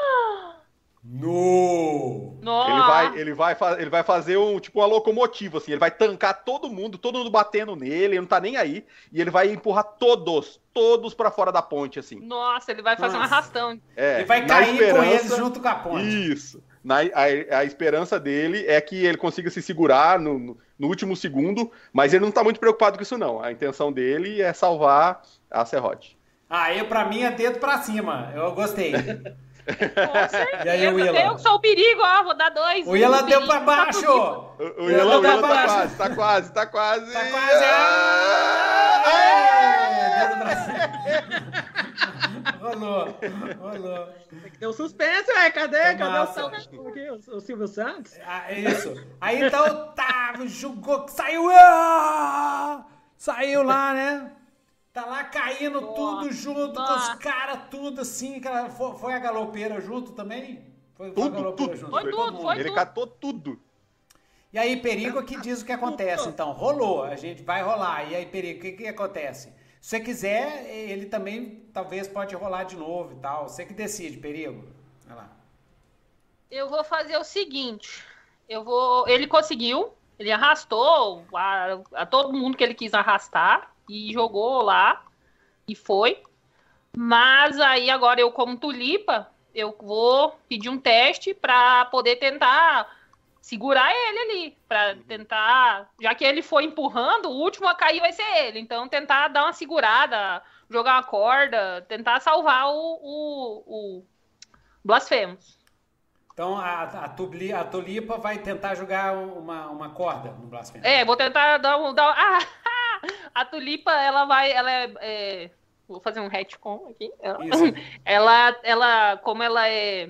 No!
Ele vai, ele, vai, ele vai fazer um, tipo uma locomotiva, assim, ele vai tancar todo mundo, todo mundo batendo nele, ele não tá nem aí, e ele vai empurrar todos, todos pra fora da ponte, assim.
Nossa, ele vai fazer
Nossa.
um arrastão.
É,
Ele vai
na
cair
esperança-
com eles junto com a ponte.
Isso. Na, a, a esperança dele é que ele consiga se segurar no, no, no último segundo, mas ele não tá muito preocupado com isso, não. A intenção dele é salvar a Serrote.
Aí, pra mim, é dedo pra cima. Eu gostei.
Com certeza.
E aí, o Willa?
Eu que sou o perigo, ó, vou dar dois.
O Willa
Um
deu
perigo,
pra
tá
baixo!
tudo.
O, o
Eu
Willa,
vou
o
dar
Willa tá
baixo.
quase, tá quase, tá quase.
Tá quase!
Ah!
Ah! Dedo pra cima. Rolou, rolou.
Tem que ter um suspense, ué. Cadê?
Tá
Cadê o,
massa.
Sal- aqui, o, o Silvio Santos?
Ah, é isso. Aí então, tá, jogou, saiu, ah! Saiu lá, né? Tá lá caindo
Nossa,
tudo junto com
nossa.
os caras, tudo assim. Aquela- Foi, foi a galopeira junto também? Foi, foi a
Tudo,
galopeira
tudo.
junto.
Foi
todo
tudo,
mundo.
foi
Ele
tudo.
catou tudo.
E aí, Perigo aqui diz o que acontece. Então, rolou, a gente vai rolar. E aí, Perigo, o que, que acontece? Se você quiser, ele também talvez pode rolar de novo e tal. Você que decide, Perigo. Vai lá.
Eu vou fazer o seguinte. Eu vou. Ele conseguiu. Ele arrastou a, a todo mundo que ele quis arrastar e jogou lá e foi. Mas aí agora eu, como tulipa, eu vou pedir um teste para poder tentar segurar ele ali, para tentar, já que ele foi empurrando, o último a cair vai ser ele. Então tentar dar uma segurada, jogar uma corda, tentar salvar o, o, o Blasphemous.
Então, a, a, tubli, a Tulipa vai tentar jogar uma, uma corda no Blasphemous.
É, vou tentar dar um. Dar, ah, a tulipa, ela vai. Ela é. é vou fazer um retcon aqui. Ela,
Isso.
ela, ela, como ela é.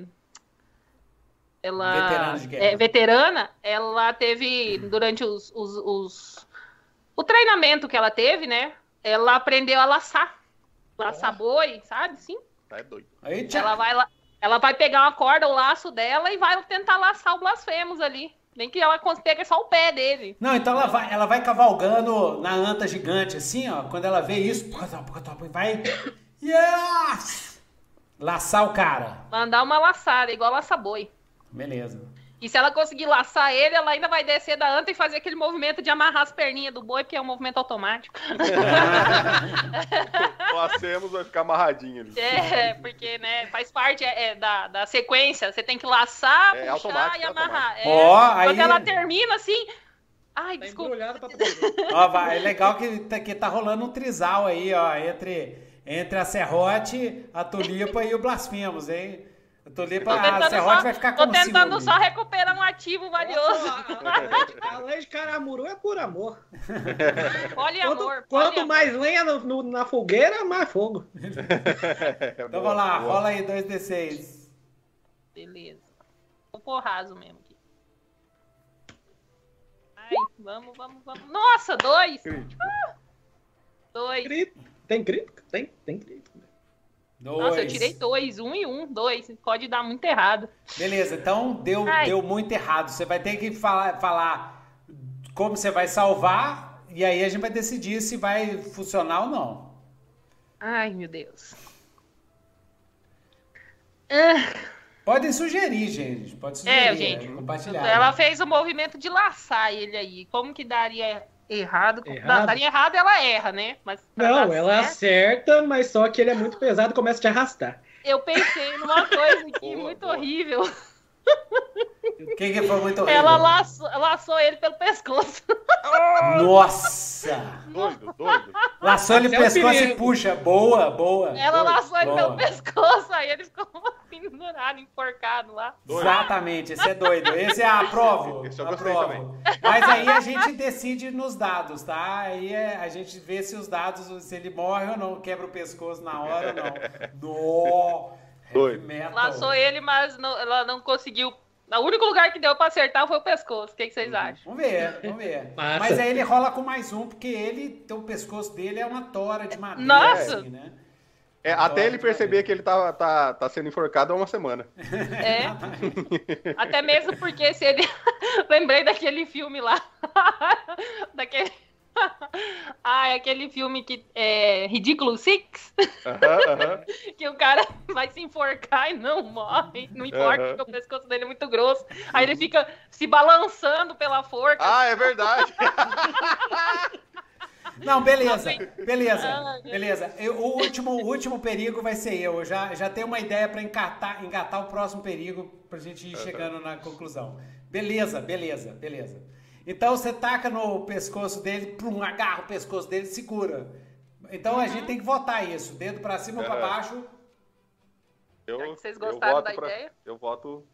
Ela
Veterana de guerra.
é veterana, ela teve, durante os, os, os- o treinamento que ela teve, né? Ela aprendeu a laçar. Laçar boi, sabe? Sim.
Tá é doido.
Aí, tchau.
Ela vai, la- ela vai pegar uma corda, o laço dela, e vai tentar laçar o Blasphemous ali. Nem que ela consiga só o pé dele.
Não, então ela vai, ela vai cavalgando na anta gigante, assim, ó. Quando ela vê isso, vai. Yes! Laçar o cara.
Mandar uma laçada, igual laçar boi.
Beleza.
E se ela conseguir laçar ele, ela ainda vai descer da anta e fazer aquele movimento de amarrar as perninhas do boi, porque é um movimento automático.
Passemos, vai ficar amarradinho ali.
É, porque, né, faz parte é, é, da, da sequência. Você tem que laçar,
É
puxar
automático,
e
é
amarrar. É,
Ó,
quando
aí-
ela termina, assim... Ai,
Tá
desculpa.
embrulhado pra tudo.
Ó, vai, é legal que tá, que tá rolando um trisal aí, ó, entre, entre a Serrote, a Tulipa e o Blasphemous, hein? A Tulipa,
Tô
a
tentando,
Serrote
só,
vai ficar
tô
com
tentando
ciúme.
só recuperar um ativo valioso.
A lei de Caramuru é por amor.
Poliamor.
Quanto, quanto
poliamor.
mais lenha no- no- na fogueira, mais fogo.
Então vamos lá, rola aí dois D seis.
Beleza. Vou pôr raso mesmo aqui. Ai, vamos, vamos, vamos. Nossa, dois! Ah, dois.
Crítico. Tem crítico? Tem, tem crítico.
Dois.
Nossa, eu tirei dois. Um e um, dois. Pode dar muito errado.
Beleza, então deu,
Ai.
deu muito errado. Você vai ter que falar, falar como você vai salvar e aí a gente vai decidir se vai funcionar ou não.
Ai, meu Deus. Ah,
Podem sugerir, gente. Pode sugerir.
É, gente.
Compartilhar.
ela fez o movimento de laçar ele aí. Como que daria errado?
Errado?
Não, daria errado, ela erra, né? Mas pra
Não,
dar
ela
certo,
acerta, mas só que ele é muito pesado e começa a te arrastar.
eu pensei numa coisa aqui
Boa,
muito
boa.
horrível.
Quem que foi muito horrível?
Ela laçou, laçou ele pelo pescoço.
Nossa!
Doido, doido.
Laçou ele
Esse
no
é o
pescoço e
perigo.
puxa. Boa, boa.
Ela
Doido.
laçou ele
Boa.
pelo pescoço, aí ele ficou pendurado, enforcado lá.
Doido.
Exatamente, esse é doido. Esse é aprovo.
Esse eu gostei
aprovo.
também.
Mas aí a gente decide nos dados, tá? Aí é- a gente vê se os dados, se ele morre ou não, quebra o pescoço na hora ou não. No,
Doido.
heavy metal.
Laçou ele, mas não- ela não conseguiu. O único lugar que deu pra acertar foi o pescoço. O que, que vocês acham?
Vamos ver, vamos ver.
Massa.
Mas aí ele rola com mais um, porque ele, o pescoço dele é uma tora de madeira.
Nossa!
assim, né?
É, até ele perceber que ele tá, tá, tá sendo enforcado há uma semana.
É. Até mesmo porque se ele... Lembrei daquele filme lá. Daquele... Ah, é aquele filme que é Ridículo Six.
Aham, aham.
Que o cara vai se enforcar e não morre. Não importa,
Aham.
porque o pescoço dele é muito grosso. Aí ele fica se balançando pela forca.
Ah, é verdade.
Não, beleza, beleza,
Ah,
beleza. Eu- o, último, o último perigo vai ser eu. Eu já, já tenho uma ideia para engatar, engatar o próximo perigo pra gente ir chegando na conclusão. Beleza, beleza, beleza. Então você taca no pescoço dele, plum, agarra o pescoço dele e segura. Então a gente tem que votar isso, dedo pra cima ou pra
É.
baixo.
Eu,
Já que vocês
eu
gostaram
voto
da
pra-
ideia.
Eu voto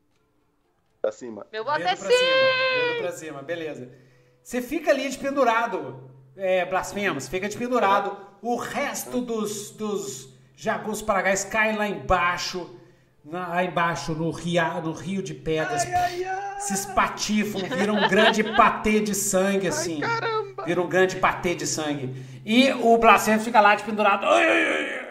pra cima.
Meu voto
Dedo
é
pra
sim!
cima, dedo pra cima, beleza. Você fica ali de pendurado, é, blasfemos, fica de pendurado. O resto dos, dos jagunços paragás caem lá embaixo, na- lá embaixo no, ria, no rio de pedras. Se espatifam, viram um grande patê de sangue, assim. Vira um grande patê de sangue. E o blasfemo fica lá de pendurado. Ai, ai, ai.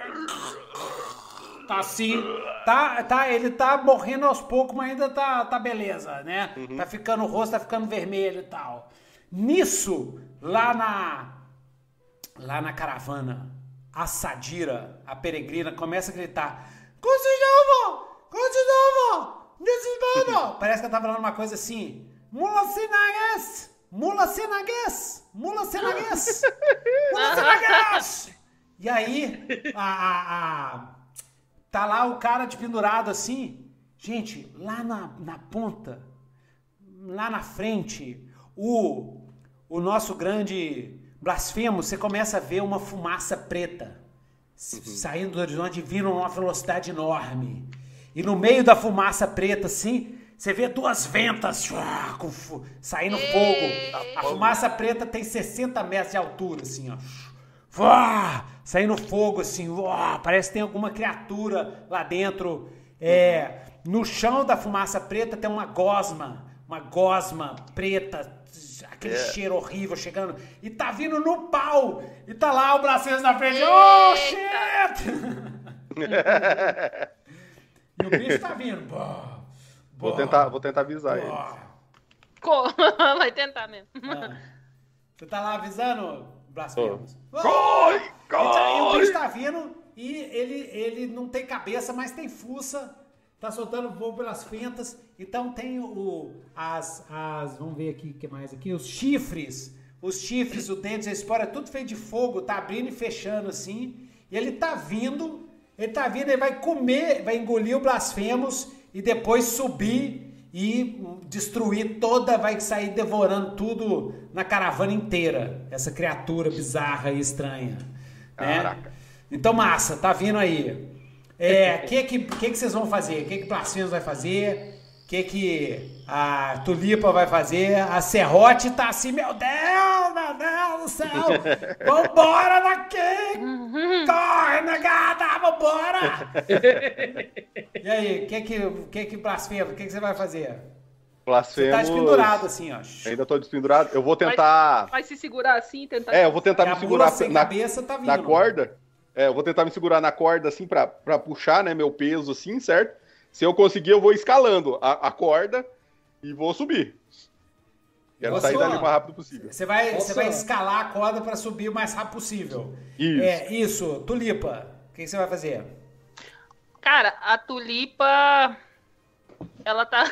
Tá assim, tá, tá, ele tá morrendo aos poucos, mas ainda tá, tá beleza, né? Tá ficando, o rosto tá ficando vermelho e tal. Nisso, lá na, lá na caravana, a Sadira, a peregrina, começa a gritar: Continua! Continua! Desvando! Parece que ela tá falando uma coisa assim: Mula Sinagues! Mula Sinagues! Mula Sinagues! Mula Sinagues! E aí, a, a, a- tá lá o cara de pendurado assim. Gente, lá na, na ponta, lá na frente, o, o nosso grande blasfemo, você começa a ver uma fumaça preta s- saindo do horizonte e vindo numa velocidade enorme. E no meio da fumaça preta, assim, você vê duas ventas shua, com fu- saindo fogo. A fumaça preta tem sessenta metros de altura, assim, ó. Uá, saindo fogo assim, uá, parece que tem alguma criatura lá dentro. É, no chão da fumaça preta tem uma gosma, uma gosma preta, aquele
É.
cheiro horrível chegando. E tá vindo no pau. E tá lá o Bracês na frente. Oh, shit! E o bicho tá vindo. Bah,
Vou
bah,
tentar, vou tentar avisar ele.
bah.
Co- Vai tentar mesmo.
Ah. Você tá lá avisando, Blasfemos?
Corre,
E o
corre!
bicho tá vindo e ele, ele não tem cabeça, mas tem fuça. Tá soltando voo pelas fentas. Então tem o, as, as... Vamos ver aqui o que mais aqui. Os chifres. Os chifres, o dente, a espora, é tudo feito de fogo. Tá abrindo e fechando assim. E ele tá vindo. Ele tá vindo, ele vai comer, vai engolir o Blasfemos e depois subir e destruir toda, vai sair devorando tudo na caravana inteira. Essa criatura bizarra e estranha. Né?
Caraca.
Então, massa, tá vindo aí. É, o que, que, que, que vocês vão fazer? O que, que Blasfemos vai fazer? O que, que a Tulipa vai fazer? A Serrote tá assim, meu Deus, meu Deus do céu! Vambora daqui! Corre, negada, vambora! E aí, o que, que, que, que Blasfemos? O que, que você vai fazer? Você
Blasfemos.
tá despendurado assim, ó.
Ainda tô despendurado. Eu vou tentar.
Vai se segurar assim e tentar.
É, eu vou tentar
E a
me
mula
segurar
sem
na,
cabeça tá vindo.
na corda. É, eu vou tentar me segurar na corda assim pra, pra puxar, né, meu peso assim, certo? Se eu conseguir, eu vou escalando a, a corda e vou subir. Quero
Nossa,
sair dali
ó.
o mais rápido possível.
Você vai,
Nossa.
você vai escalar a corda pra subir o mais rápido possível.
Isso.
É, isso. Tulipa, o que, que você vai fazer?
Cara, a Tulipa. Ela tá.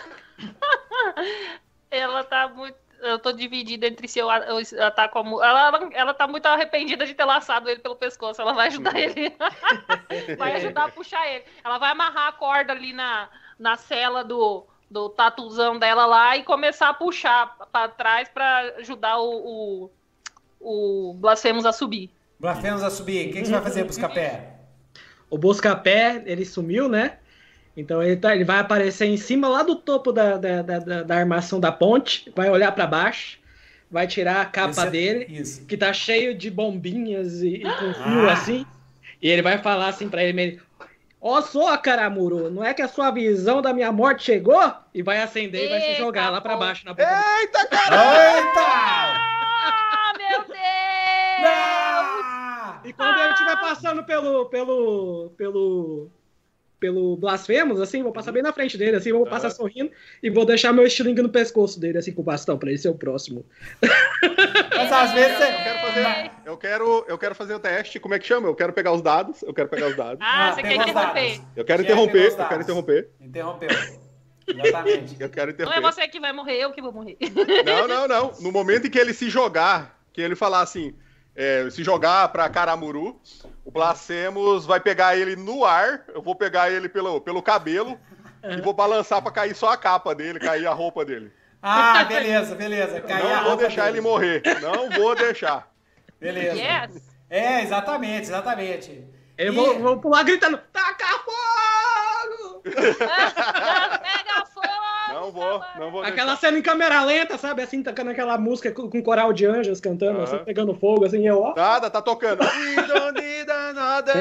Ela tá muito. Eu tô dividida entre se eu, eu, eu tá como. Ela, ela, ela tá muito arrependida de ter laçado ele pelo pescoço. Ela vai ajudar ele. Vai ajudar a puxar ele. Ela vai amarrar a corda ali na, na cela do, do tatuzão dela lá e começar a puxar pra trás pra ajudar o, o, o Blasfemos a subir.
Blasfemos a subir. O que, que você vai fazer, Buscapé?
O Buscapé, ele sumiu, né? Então ele, tá, ele vai aparecer em cima lá do topo da, da, da, da- da armação da ponte, vai olhar pra baixo, vai tirar a capa
Esse é-
dele,
Isso.
que tá cheio de bombinhas e, e com fio
Ah.
assim, e ele vai falar assim pra ele mesmo: ó só, Caramuru, não é que a sua visão da minha morte chegou? E vai acender e vai se
Eita,
jogar lá pra
pô.
baixo na boca do-
Eita, cara!
Eita!
Ah, meu Deus!
Ah!
E quando ele estiver passando pelo, pelo, pelo, pelo Blasfemos, assim, vou passar bem na frente dele, assim, vou passar
Uhum.
sorrindo e vou deixar meu estilingue no pescoço dele, assim, com o bastão, pra ele ser o próximo.
Mas às vezes
Eu
você...
quero fazer, eu quero, eu quero fazer o teste. Como é que chama? Eu quero pegar os dados. Eu quero pegar os dados.
Ah,
Ah,
você quer
pegou os
interromper.
dados.
Eu quero
Quer pegar
interromper.
os
Eu quero
dados.
interromper.
Interrompeu. Exatamente.
Eu quero
Não
interromper.
é você que vai morrer, eu que vou morrer.
Não, não, não. No momento em que ele se jogar, que ele falar assim, é, se jogar pra Caramuru, o Blasfemos vai pegar ele no ar, eu vou pegar ele pelo, pelo cabelo e vou balançar pra cair só a capa dele, cair a roupa dele.
Ah, beleza, beleza. Caiu a
Não vou
roupa
deixar
dele.
ele morrer. Não vou deixar.
Beleza.
Yes.
É, exatamente, exatamente.
Eu
E-
vou, vou pular gritando, taca fogo!
Pega fogo!
Não vou, não vou
Aquela
deixar.
cena em câmera lenta, sabe? Assim, tocando aquela música com, com coral de anjos cantando,
Aham.
assim, pegando fogo, assim, eu, ó.
Nada, tá tocando. We don't need another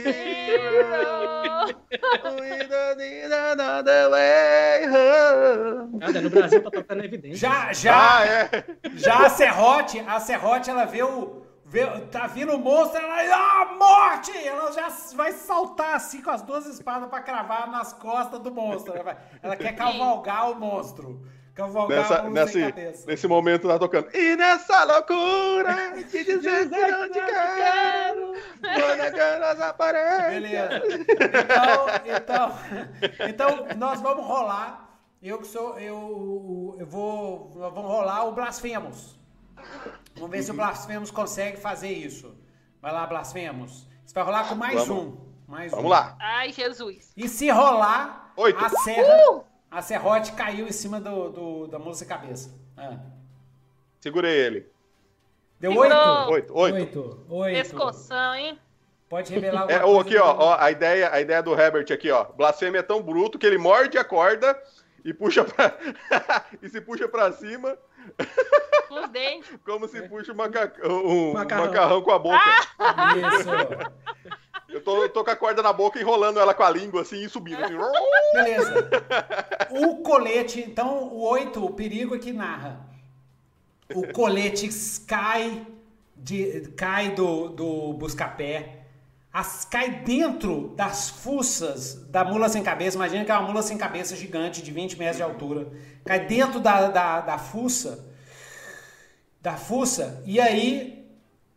hero. We don't need another way home.
Nada, no Brasil tá tocando evidência.
Já, já,
Ah, é.
já a Serrote, a Serrote, ela vê o... Vê, tá vindo o monstro, ela... Ah, morte! Ela já vai saltar assim com as duas espadas pra cravar nas costas do monstro. Ela, vai- ela quer cavalgar o monstro. Cavalgar
Nessa,
o
nesse,
sem cabeça.
nesse momento tá tocando. E nessa loucura de dizer que não te quero, vou negando as aparências.
Beleza. Então, então, então, nós vamos rolar. Eu que sou, eu, eu vou, nós vamos rolar o Blasfemos. Vamos ver se o Blasfemos consegue fazer isso. Vai lá, Blasfemos. Você vai rolar com mais
Vamos.
um. Mais
Vamos
um.
lá.
Ai, Jesus.
E se rolar,
Oito.
a serra, a serrote caiu em cima do, do- da música cabeça. Ah.
Segurei ele.
Deu
Segurou.
oito?
Oito, oito.
Oito. Oito.
Pescoção, hein?
Pode revelar alguma
É, ou
coisa
aqui, ó,
do-
ó, a ideia, a ideia do Herbert aqui, ó. Blasfêmia é tão bruto que ele morde a corda e puxa pra... e se puxa pra cima
Com os dentes.
como se puxa um, maca... um
Macarrão.
macarrão. com a boca.
Isso.
Eu tô, eu tô com a corda na boca, enrolando ela com a língua assim e subindo. Assim.
Beleza. O colete, então, o oito, o perigo é que narra. O colete cai, de, cai do, do busca-pé, as, cai dentro das fuças da mula sem cabeça. Imagina que é uma mula sem cabeça gigante, de vinte metros de altura. Cai dentro da, da, da fuça, da fuça, e aí,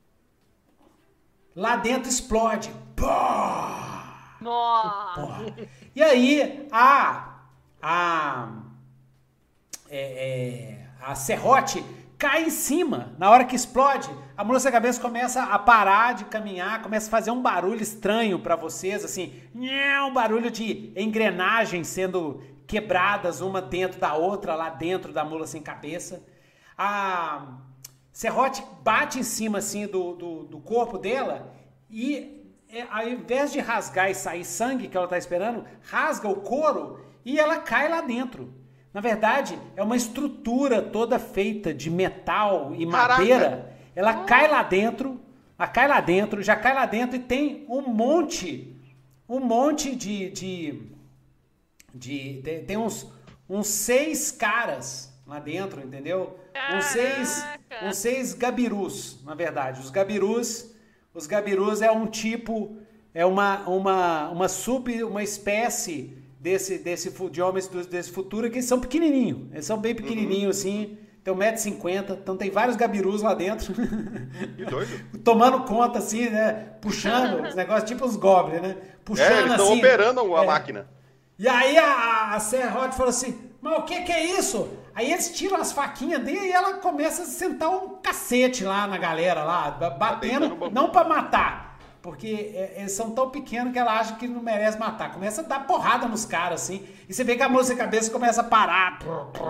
lá dentro explode. Pô!
Nossa.
Porra. E aí, a, a, é, é, a serrote cai em cima. Na hora que explode, a mula sem cabeça começa a parar de caminhar, começa a fazer um barulho estranho pra vocês, assim, um barulho de engrenagens sendo quebradas uma dentro da outra, lá dentro da mula sem cabeça. A serrote bate em cima, assim, do, do, do corpo dela e... É, ao invés de rasgar e sair sangue que ela tá esperando, rasga o couro e ela cai lá dentro. Na verdade, é uma estrutura toda feita de metal e
Caraca.
madeira. Ela cai lá dentro, ela cai lá dentro, já cai lá dentro e tem um monte, um monte de, de, de tem, tem uns, uns seis caras lá dentro, entendeu? Uns seis,
Caraca.
uns seis gabirus, na verdade. Os gabirus Os gabirus é um tipo, é uma, uma, uma sub, uma espécie desse, desse, fu- de homens do- desse futuro que são pequenininhos. Eles são bem pequenininhos, assim, tem um metro e cinquenta, então tem vários gabirus lá dentro,
Que doido.
tomando conta, assim, né, puxando, os negócios tipo os goblins, né, puxando
É, eles estão
assim.
operando a
é.
máquina.
E aí a, a Serrote falou assim, mas o que que é isso? Aí eles tiram as faquinhas dele e ela começa a sentar um cacete lá na galera, lá, ba- batendo,
deitando bambu.
não pra matar, porque é, eles são tão pequenos que ela acha que não merece matar. Começa a dar porrada nos caras, assim, e você vê que a música cabeça começa a parar.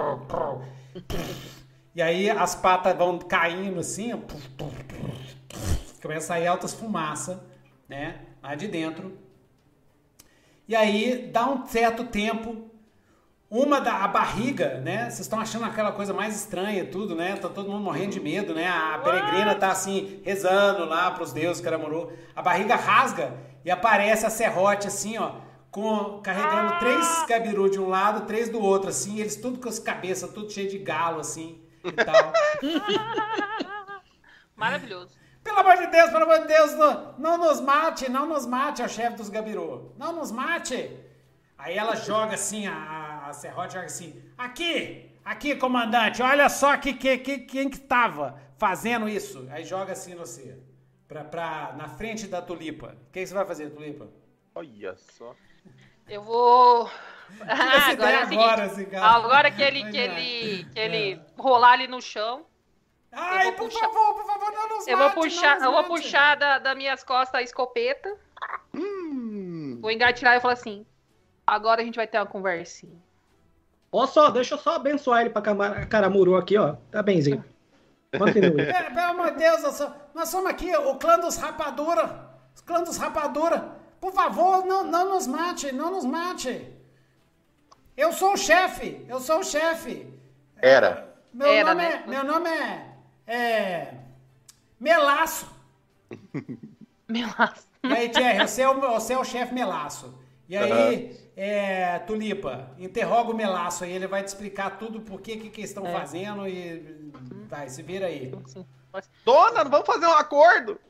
E aí as patas vão caindo assim, ó, começa a sair altas fumaças, né, lá de dentro. E aí, dá um certo tempo, uma da a barriga, né? Vocês estão achando aquela coisa mais estranha, tudo, né? Tá todo mundo morrendo de medo, né? A peregrina tá assim, rezando lá pros deuses Caramuru. A barriga rasga e aparece a serrote assim, ó, com, carregando três gabiru de um lado, três do outro, assim, e eles tudo com as cabeças, tudo cheio de galo, assim, e tal.
Maravilhoso.
Pelo amor de Deus, pelo amor de Deus, não, não nos mate, não nos mate, é o chefe dos Gabiru. Não nos mate. Aí ela joga assim, a, a Serrote joga assim, aqui, aqui, comandante, olha só que, que, que, quem que tava fazendo isso. Aí joga assim no você, pra, pra, na frente da Tulipa. O que, que você vai fazer, Tulipa?
Olha só.
Eu vou... Ah, agora, é o seguinte,
agora, assim, cara.
agora que ele, que ele, que ele
É.
rolar ali no chão,
Ai,
Eu vou
por
puxar-
favor, por favor, não nos
eu vou
mate,
puxar,
não
eu vou
nos mate.
puxar da, das minhas costas a escopeta,
Hum.
vou engatilhar e falar assim, agora a gente vai ter uma conversinha.
Ó só, deixa eu só abençoar ele pra Cama- Caramuru aqui, ó. Tá benzinho. Continue.
É, pelo amor de Deus, eu sou- nós somos aqui, o clã dos Rapadura. Os clã dos Rapadura. Por favor, não, não nos mate, não nos mate. Eu sou o chefe, eu sou o chefe.
Era.
Meu,
Era,
nome,
né?
é, meu nome é, é... Melaço.
Melaço.
E aí, Thierry, você é o, você é o chefe Melaço. E aí, é, Tulipa, interroga o Melaço aí, ele vai te explicar tudo por que que, que estão
É.
fazendo e vai, se vira aí.
Dona, não vamos fazer um acordo?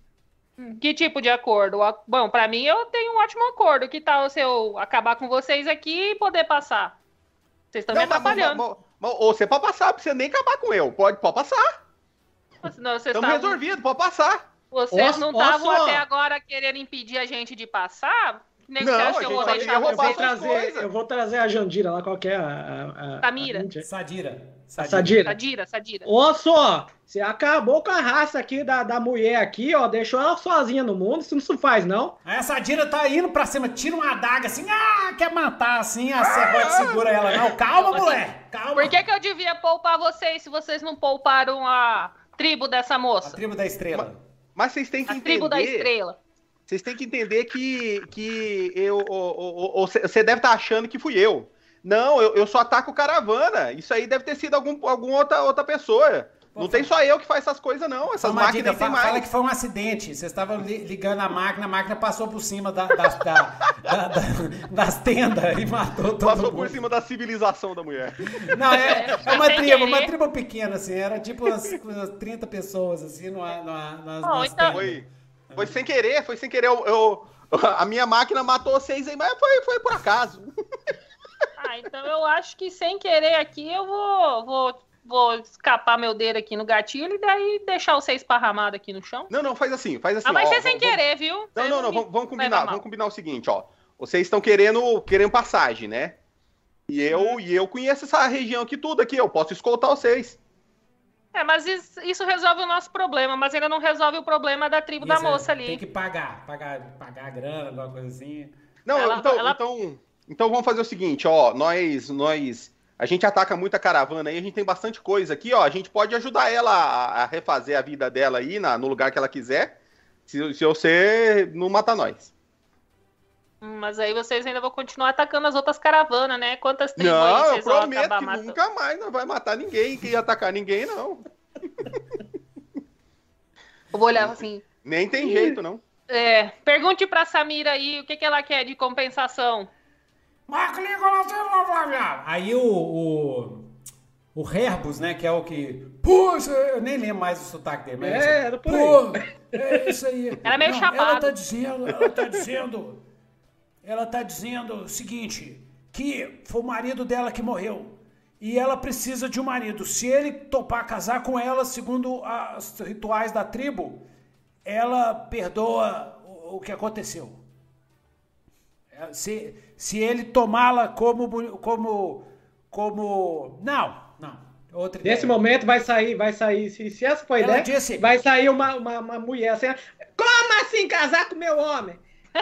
Que tipo de acordo? O a- Bom, pra mim eu tenho um ótimo acordo. Que tal se eu acabar com vocês aqui e poder passar? Vocês estão me
Não, mas-
atrapalhando.
mas- mas- Ou você pode passar, não precisa nem acabar com eu. Pode, pode passar.
Senão vocês
Estamos
tavam-
resolvidos, pode passar.
Vocês
Ó,
não
ó
estavam
só.
até agora querendo impedir a gente de passar? Nem
Não,
você
a
acha que eu
gente
vou
só
deixar
queria
Eu
roubar
vou
vocês?
suas
trazer,
coisas.
eu vou trazer a Jandira lá, qual que é a... a, a
Samira.
a-
Sadira.
a Sadira.
Sadira, Sadira.
Ó só, você acabou com a raça aqui da, da mulher aqui, ó, deixou ela sozinha no mundo, isso não se faz, não.
Aí a Sadira tá indo pra cima, tira uma adaga assim, ah, quer matar assim, a Serrote segura ela. Não, calma, mulher, calma.
Por que, que eu devia poupar vocês se vocês não pouparam a tribo dessa
A
moça?
tribo da estrela.
Mas vocês têm que
A tribo da
entender.
estrela.
Vocês têm que entender que, que eu, você deve estar achando que fui eu. Não, eu, eu só ataco caravana. Isso aí deve ter sido algum, alguma outra, outra pessoa. Não tem só eu que faz essas coisas, não.
Só
Essas
uma
máquinas
dica,
aí tem
fa- fala
mais.
que foi um acidente. Vocês estavam li- ligando a máquina, a máquina passou por cima da- das- da- da- da- das tendas e matou todo
Passou
mundo.
por cima da civilização da mulher.
Não, é,
É,
é uma
sem
tribo, uma
querer.
tribo pequena, assim, era tipo umas, umas trinta pessoas, assim, numa, numa, nas,
Bom,
nas
então-
tendas.
Foi, foi sem querer, foi sem querer. Eu, eu- a minha máquina matou vocês aí, mas foi, foi por acaso.
Ah, então eu acho que sem querer aqui eu vou, vou, vou escapar meu dedo aqui no gatilho e daí deixar você esparramado aqui no chão.
Não, não, faz assim, faz assim.
Ah, vai
ó,
ser sem
vamos-
querer, viu?
Não,
Vocês
não, não,
me
vamos, vamos combinar,
levam mal.
vamos combinar o seguinte, ó. Vocês estão querendo, querendo passagem, né? E eu, e eu conheço essa região aqui tudo aqui, eu posso escoltar vocês.
É, mas isso, isso resolve o nosso problema, mas ainda não resolve o problema da tribo da
Isso, é,
moça ali.
Tem que pagar, pagar, pagar a grana, alguma coisa assim.
Não,
Ela-
então,
ela-
então, então vamos fazer o seguinte, ó, nós, nós, a gente ataca muita caravana aí, a gente tem bastante coisa aqui, ó, a gente pode ajudar ela a, a refazer a vida dela aí na, no lugar que ela quiser, se, se você não matar nós.
Hum, Mas aí vocês ainda vão continuar atacando as outras caravanas, né? Quantas tribos aí
Não, eu
vocês vão
prometo
acabar
que
matando?
nunca mais não vai matar ninguém, que ia atacar ninguém, não.
Eu vou olhar assim.
Nem tem jeito, não.
É, pergunte pra Samira aí o que, que ela quer de compensação.
Aí o, o, o Herbus, né, que é o que... Puxa, eu nem lembro mais o sotaque dele. Mas
É,
assim,
era por aí.
Pô, é isso aí.
Era meio
Não,
chapado.
Ela tá dizendo, ela tá dizendo... Ela tá dizendo o seguinte, que foi o marido dela que morreu. E ela precisa de um marido. Se ele topar casar com ela, segundo os rituais da tribo, ela perdoa o, o que aconteceu. É, Se, se ele tomá-la como, como, como... Não, não. Outra ideia.
Nesse momento vai sair, vai sair, se, se essa for a
Ela
ideia,
disse-
vai sair uma, uma, uma mulher assim, como assim casar com meu homem?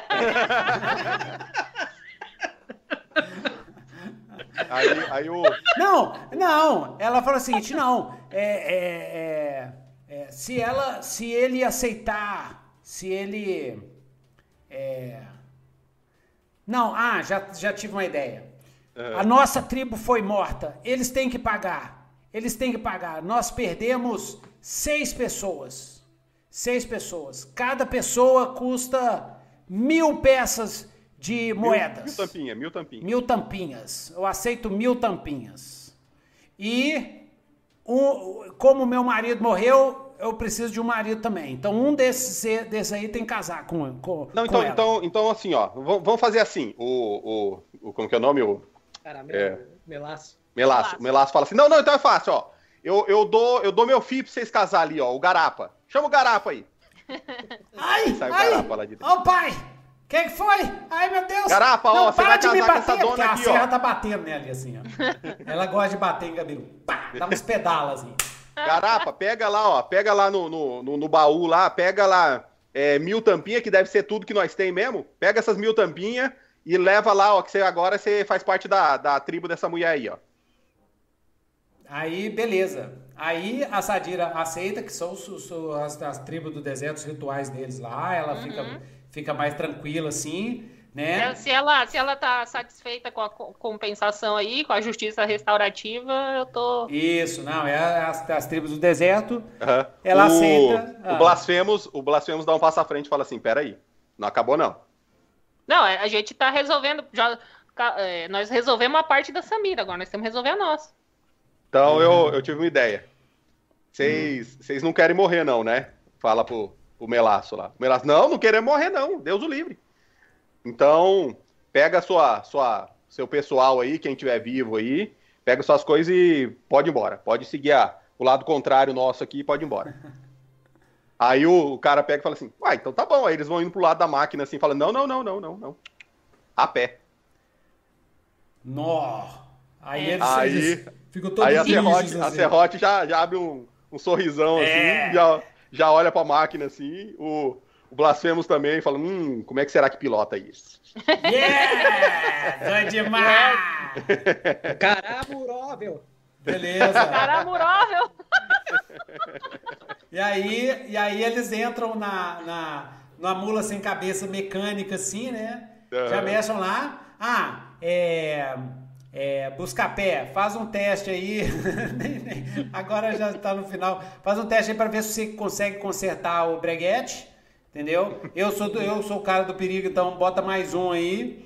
Aí, aí o...
Não, não. Ela falou o seguinte, não. É, é, é, é, se ela, se ele aceitar, se ele, é, não. Ah, já, já tive uma ideia. A nossa tribo foi morta. Eles têm que pagar. Eles têm que pagar. Nós perdemos seis pessoas. Seis pessoas. Cada pessoa custa mil peças de moedas.
Mil, mil tampinha, mil tampinha.
Mil tampinhas. Eu aceito mil tampinhas. E, um, como meu marido morreu, eu preciso de um marido também. Então um desses, desses aí tem que casar com, com
Não,
com
então,
ela.
então, então assim, ó, v- vamos fazer assim, o, o, o como que é o nome? O
Cara,
É.
melaço.
Melaço.
Melaço.
O Melaço fala assim, não, não, então é fácil, ó, eu, eu, dou, eu dou meu filho pra vocês casar ali, ó, o Garapa. Chama o Garapa aí.
Ai,
Sai o
ai,
Garapa lá de dentro.
ô pai, quem que foi? Ai, meu Deus.
Garapa, ó,
Não,
você
para
vai
de me
casar com
bater,
essa dona
porque a
aqui,
serra
ó.
tá batendo nela assim, ó. Ela gosta de bater em Gabiru. Pá, dá uns pedalas assim.
Garapa, pega lá, ó, pega lá no, no, no, no baú lá, pega lá é, mil tampinhas, que deve ser tudo que nós tem mesmo. Pega essas mil tampinhas e leva lá, ó, que você agora você faz parte da, da tribo dessa mulher aí, ó.
Aí, beleza. Aí a Sadira aceita, que são os- os- as, as tribos do deserto, os rituais deles lá. Ela
Uhum.
fica, fica mais tranquila assim, né?
Se ela, se ela tá satisfeita com a co- compensação aí, com a justiça restaurativa, eu tô.
Isso, não, é as, as tribos do deserto.
Aham.
Ela
o,
aceita.
O
Ah.
Blasfemos, o Blasfemos dá um passo à frente e fala assim, peraí, não acabou não.
Não, a gente tá resolvendo. Já, ca- é, nós resolvemos a parte da Samira, agora nós temos que resolver a nossa.
Então eu, eu tive uma ideia. Vocês vocês não querem morrer não, né? Fala pro, pro Melaço lá. O Melaço, não, não queremos morrer não, Deus o livre. Então, pega sua, sua, seu pessoal aí, quem tiver vivo aí, pega suas coisas e pode ir embora. Pode seguir a, o lado contrário nosso aqui e pode ir embora. Aí o, o cara pega e fala assim, uai, então tá bom. Aí eles vão indo pro lado da máquina assim, falando, não, não, não, não, não, não. A pé.
Nó. Aí
É.
eles,
Aí-
eles ficam todos
Aí a
rijos,
Serrote, a
assim.
Serrote já, já abre um, um sorrisão assim,
É.
já, já olha pra máquina assim, o, o Blasfemos também fala, hum, como é que será que pilota isso?
Yeah! Tô demais!
Caramuróvel.
Beleza.
Cara amorável!
E aí, e aí eles entram na, na, na mula sem cabeça mecânica, assim, né? Já
Aham.
mexam lá. Ah, é. É, Buscapé, faz um teste aí. Agora já tá no final. Faz um teste aí pra ver se você consegue consertar o breguete. Entendeu? Eu sou, do- eu sou o cara do perigo, então bota mais um aí.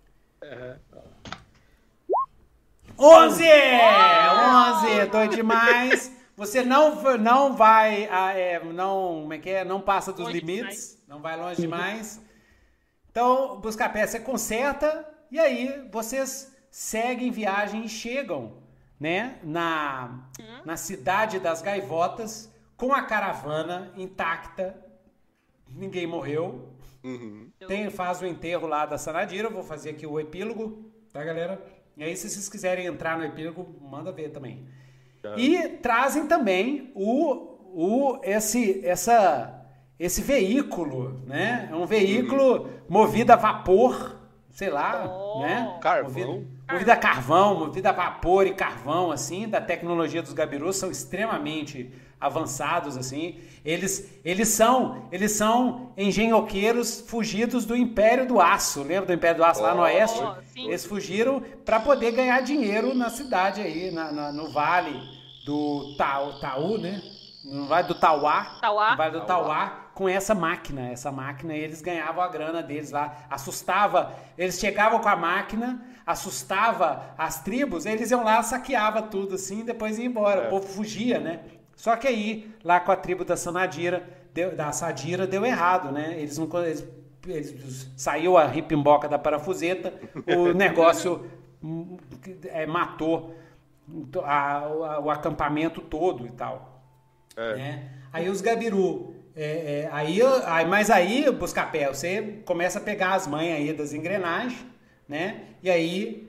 onze! onze! Doido demais. Você não, v- não vai. ah, é, não, como é que é? Não passa dos
Longe
limites. Não vai longe demais. Então, Buscapé, você conserta e aí vocês seguem viagem e chegam, né, na, na cidade das Gaivotas com a caravana intacta. Ninguém morreu.
Uhum.
Tem, faz o enterro lá da Sanadira. Eu vou fazer aqui o epílogo, tá, galera? E aí, se vocês quiserem entrar no epílogo, manda ver também.
Tá.
E trazem também o, o, esse, essa, esse veículo, né? É um veículo movido a vapor, sei lá,
Oh.
né?
Carvão.
Movido, movido a carvão, movido a vapor e carvão, assim, da tecnologia dos gabirus, são extremamente avançados, assim. Eles, eles são eles são engenhoqueiros fugidos do Império do Aço. Lembra do Império do Aço lá no
Oh,
Oeste?
sim.
Eles fugiram para poder ganhar dinheiro na cidade aí, na, na- no vale do Tau, Taú, né? No vale do Tauá.
Tauá.
No vale do Tauá, com essa máquina. Essa máquina, eles ganhavam a grana deles lá. Assustava. Eles chegavam com a máquina, assustava as tribos, eles iam lá, saqueava tudo assim, e depois ia embora.
É.
O povo fugia, né? Só que aí, lá com a tribo da Sanadira, deu- da Sadira, deu errado, né? Eles não. Eles, eles- saiu a ripimboca da parafuseta, o negócio hum, é, matou a- a- o acampamento todo e tal.
É.
Né? Aí os Gabiru. é, é, aí, aí, mas aí, Buscapé, você começa a pegar as manhas aí das engrenagens, né? E aí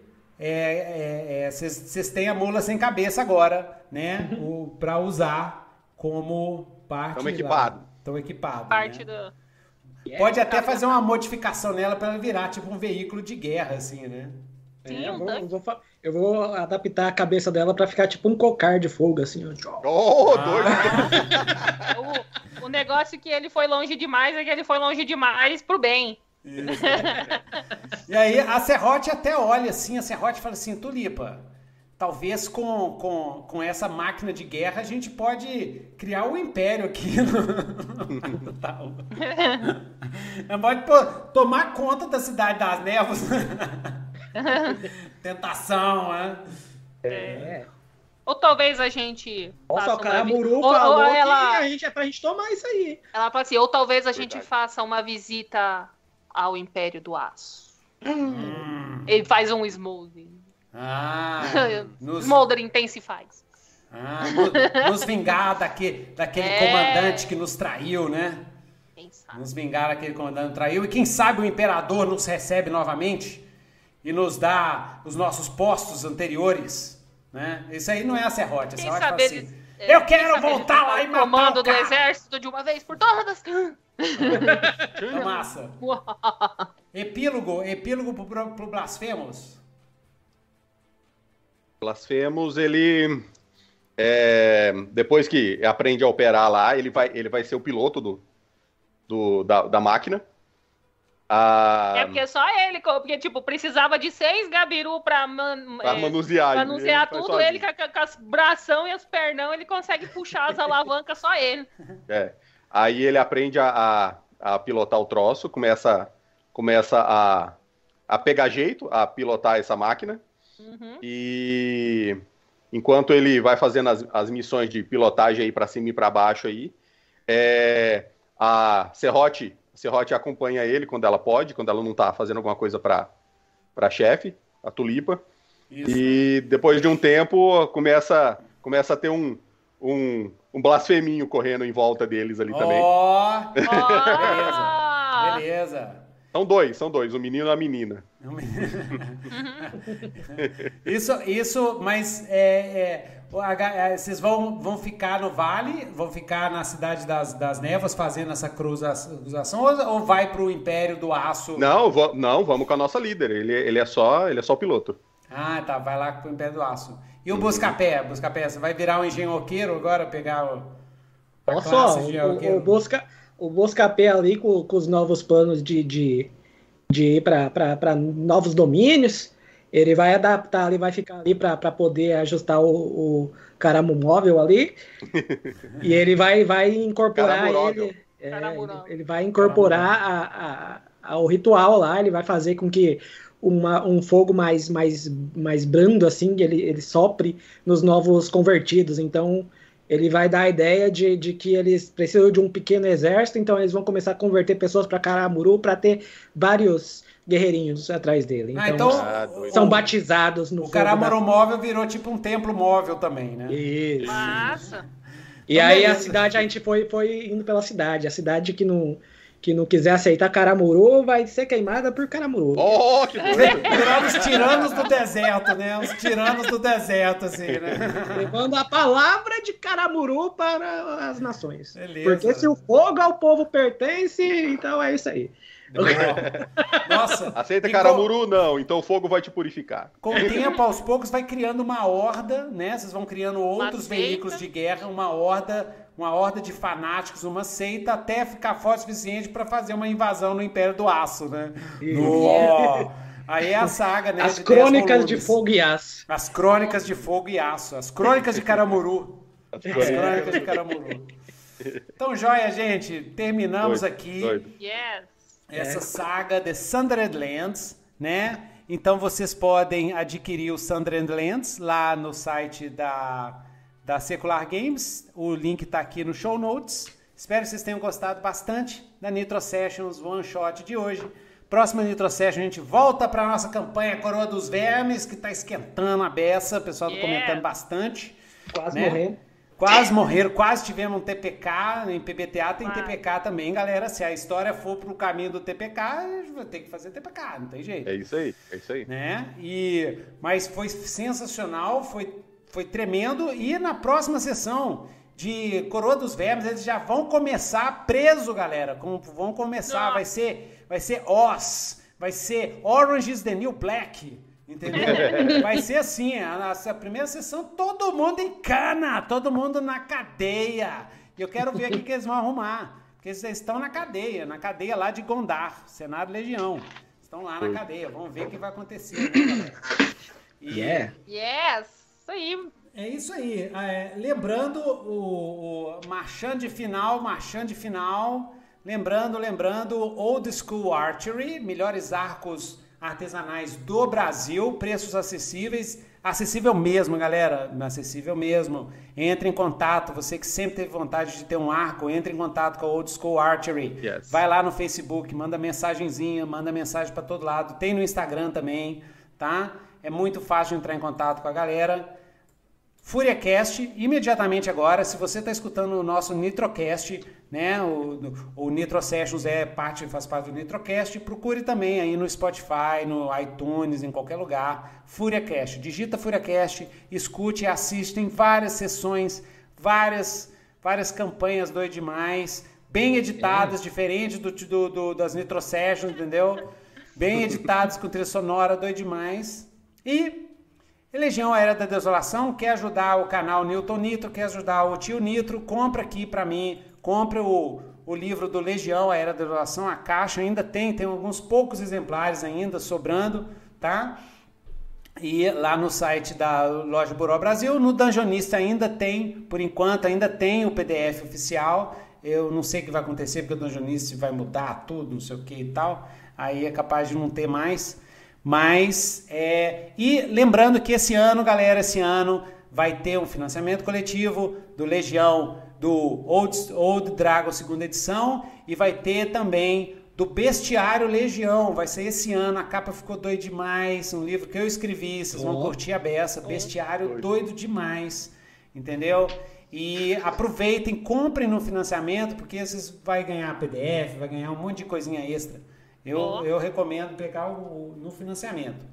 vocês têm a mula sem cabeça agora, né? O, pra usar como parte.
Tamo equipado.
Estão equipados.
Parte
né?
do.
Pode até fazer uma modificação nela para ela virar tipo um veículo de guerra, assim, né?
Sim,
É, eu,
um
vou,
tanque.
eu, vou, fa- eu vou adaptar a cabeça dela pra ficar tipo um cocar de fogo, assim, ó.
Ô,
Ah.
doido!
O, o negócio que ele foi longe demais é que ele foi longe demais pro bem.
E aí a Serrote até olha assim, a Serrote fala assim, Tulipa, talvez com, com, com essa máquina de guerra a gente pode criar um império aqui no Tal. Pode pô, tomar conta da cidade das névoas. Tentação, né?
É.
Ou talvez a gente.
Nossa,
faça
o Caramuru
uma...
falou
ou, ou ela...
que a gente, é pra gente tomar isso aí.
Ela fala assim, ou talvez a gente
Verdade.
faça uma visita ao Império do Aço.
Hum.
Ele faz um smoldering.
Ah, nos,
Smoldering intensifies.
ah, no- nos vingar daquele, daquele
É.
comandante que nos traiu, né?
Quem sabe?
Nos vingar daquele comandante que traiu. E quem sabe o imperador nos recebe novamente e nos dá os nossos postos anteriores, né? Isso aí não é a serrote. A
Quem
serrote
sabe
fala assim,
eles, é,
eu
quem
quero
sabe eles
voltar lá
tomam
e
o
matar
comando
o
do
cara.
exército de uma vez por todas.
Tá massa. Epílogo, epílogo pro, pro, pro Blasphemous.
Blasphemous, ele. é, depois que aprende a operar lá, ele vai, ele vai ser o piloto do, do- da, da máquina. Ah,
É porque só ele, porque tipo, precisava de seis gabiru pra, man,
pra
é,
manusear.
pra
ele
anunciar
faz
tudo.
sozinho.
Ele com, a- com as bração e os pernão, ele consegue puxar as alavancas, só ele.
É. Aí ele aprende a, a, a pilotar o troço, começa, começa a, a pegar jeito, a pilotar essa máquina.
Uhum.
E enquanto ele vai fazendo as, as missões de pilotagem aí para cima e para baixo aí, é, a Serrote, a Serrote acompanha ele quando ela pode, quando ela não tá fazendo alguma coisa para para chefe, a Tulipa.
Isso.
E depois de um tempo começa começa a ter um um, um blasfeminho correndo em volta deles ali também.
Ó,
Ó!
beleza.
São dois, são dois, o menino e a menina.
Isso, isso, mas é, é, o H- é, vocês vão, vão ficar no vale, vão ficar na cidade das, das névoas fazendo essa cruza- cruzação ou, ou vai pro Império do Aço?
Não, vo- não, vamos com a nossa líder. Ele, ele é só, ele é só o piloto.
Ah, tá, vai lá pro Império do Aço. E o Buscapé? Buscapé, você vai virar um engenhoqueiro agora, pegar o... a
Olha só,
classe de
o,
engenhoqueiro?
o, Bosca, o Boscapé ali com, com os novos planos de, de, de ir para novos domínios, ele vai adaptar ali, vai ficar ali para poder ajustar o, o Caramu móvel ali, e ele vai, vai incorporar
Caramuróvel.
ele, é,
Caramuróvel.
ele, ele vai incorporar a, a, a, o ritual lá, ele vai fazer com que uma, um fogo mais, mais, mais brando, assim, ele, ele sopre nos novos convertidos, então ele vai dar a ideia de, de que eles precisam de um pequeno exército, então eles vão começar a converter pessoas para Caramuru para ter vários guerreirinhos atrás dele.
Ah,
Então,
então
Ah, doido.
são batizados no
o
fogo
Caramuru
da-
móvel virou tipo um templo móvel também, né?
Isso.
Massa.
E
Então,
aí a
beleza.
cidade, a gente foi, foi indo pela cidade. A cidade que não, que não quiser aceitar Caramuru vai ser queimada por Caramuru.
Oh, que doido!
Viraram os tiranos do deserto, né? Os tiranos do deserto, assim, né?
Levando a palavra de Caramuru para as nações.
Beleza.
Porque se o fogo ao povo pertence, então é isso aí.
Nossa.
Aceita
e
Caramuru? Não, então o fogo vai te purificar.
Com, com o tempo, aos poucos, vai criando uma horda, né? Vocês vão criando outros
seita.
veículos de guerra, uma horda, uma horda de fanáticos, uma seita, até ficar forte o suficiente para fazer uma invasão no Império do Aço, né? No- Aí é a saga, né?
As
de dez
crônicas de
volumes.
fogo e aço.
As crônicas de fogo e aço. As crônicas de Caramuru. As crônicas de Caramuru. Então, joia, gente. Terminamos
Doido,
aqui
doido.
Yes.
essa saga de Sundered Lands, né? Então vocês podem adquirir o Sundered Lands lá no site da, da Secular Games. O link tá aqui no show notes. Espero que vocês tenham gostado bastante da Nitro Sessions One Shot de hoje. Próxima Nitro Session a gente volta para nossa campanha Coroa dos Vermes, que tá esquentando a beça. O pessoal tá
Yeah.
comentando bastante.
Quase
né?
morrendo.
Quase morreram, quase tivemos um T P K, em P B T A tem
Quase.
T P K também, galera. Se a história for pro caminho do T P K, vai ter que fazer T P K, não tem jeito.
É isso aí, é isso aí.
Né? E, mas foi sensacional, foi, foi tremendo. E na próxima sessão de Coroa dos Vermes, eles já vão começar preso, galera. Como vão começar,
Não.
vai ser, vai ser Oz, vai ser Orange is the New Black. Entendeu? Vai ser assim, a nossa primeira sessão, todo mundo em cana, todo mundo na cadeia. E eu quero ver o que que eles vão arrumar. Porque eles estão na cadeia, na cadeia lá de Gondar, Senado Legião. Estão lá na cadeia, vamos ver o que vai acontecer, né, galera? E
Yeah.
Yes. Isso aí.
é isso aí. É, lembrando o, o marchand de final, marchand de final. Lembrando, lembrando, Old School Archery, melhores arcos artesanais do Brasil, preços acessíveis. Acessível mesmo, galera, acessível mesmo. Entre em contato, você que sempre teve vontade de ter um arco, entre em contato com a Old School Archery.
Yes.
Vai lá no Facebook, manda mensagenzinha, manda mensagem para todo lado. Tem no Instagram também, tá? É muito fácil de entrar em contato com a galera. FúriaCast, imediatamente agora, se você está escutando o nosso Nitrocast, né, o, o Nitro Sessions é parte, faz parte do Nitrocast, procure também aí no Spotify, no iTunes, em qualquer lugar, FúriaCast. Digita FúriaCast, escute e assiste, tem várias sessões, várias, várias campanhas doido demais, bem editadas, é. diferente do, do, do, das Nitro Sessions, entendeu? Bem editadas, com trilha sonora, doido demais. E... Legião A Era da Desolação, quer ajudar o canal Newton Nitro, quer ajudar o tio Nitro, compra aqui pra mim, compra o, o livro do Legião A Era da Desolação, a caixa ainda tem, tem alguns poucos exemplares ainda sobrando, tá? E lá no site da Loja Buró Brasil, no Dungeonista ainda tem, por enquanto, ainda tem o P D F oficial, eu não sei o que vai acontecer, porque o Dungeonista vai mudar tudo, não sei o que e tal, aí é capaz de não ter mais. Mas, é, e lembrando que esse ano, galera, esse ano vai ter um financiamento coletivo do Legião, do Old, Old Dragon segunda edição, e vai ter também do Bestiário Legião, vai ser esse ano, a capa ficou doida demais, um livro que eu escrevi, vocês vão curtir a beça, Bestiário doido demais, entendeu? E aproveitem, comprem no financiamento, porque vocês vão ganhar P D F, vai ganhar um monte de coisinha extra. Eu, oh. eu recomendo pegar o, o, no financiamento.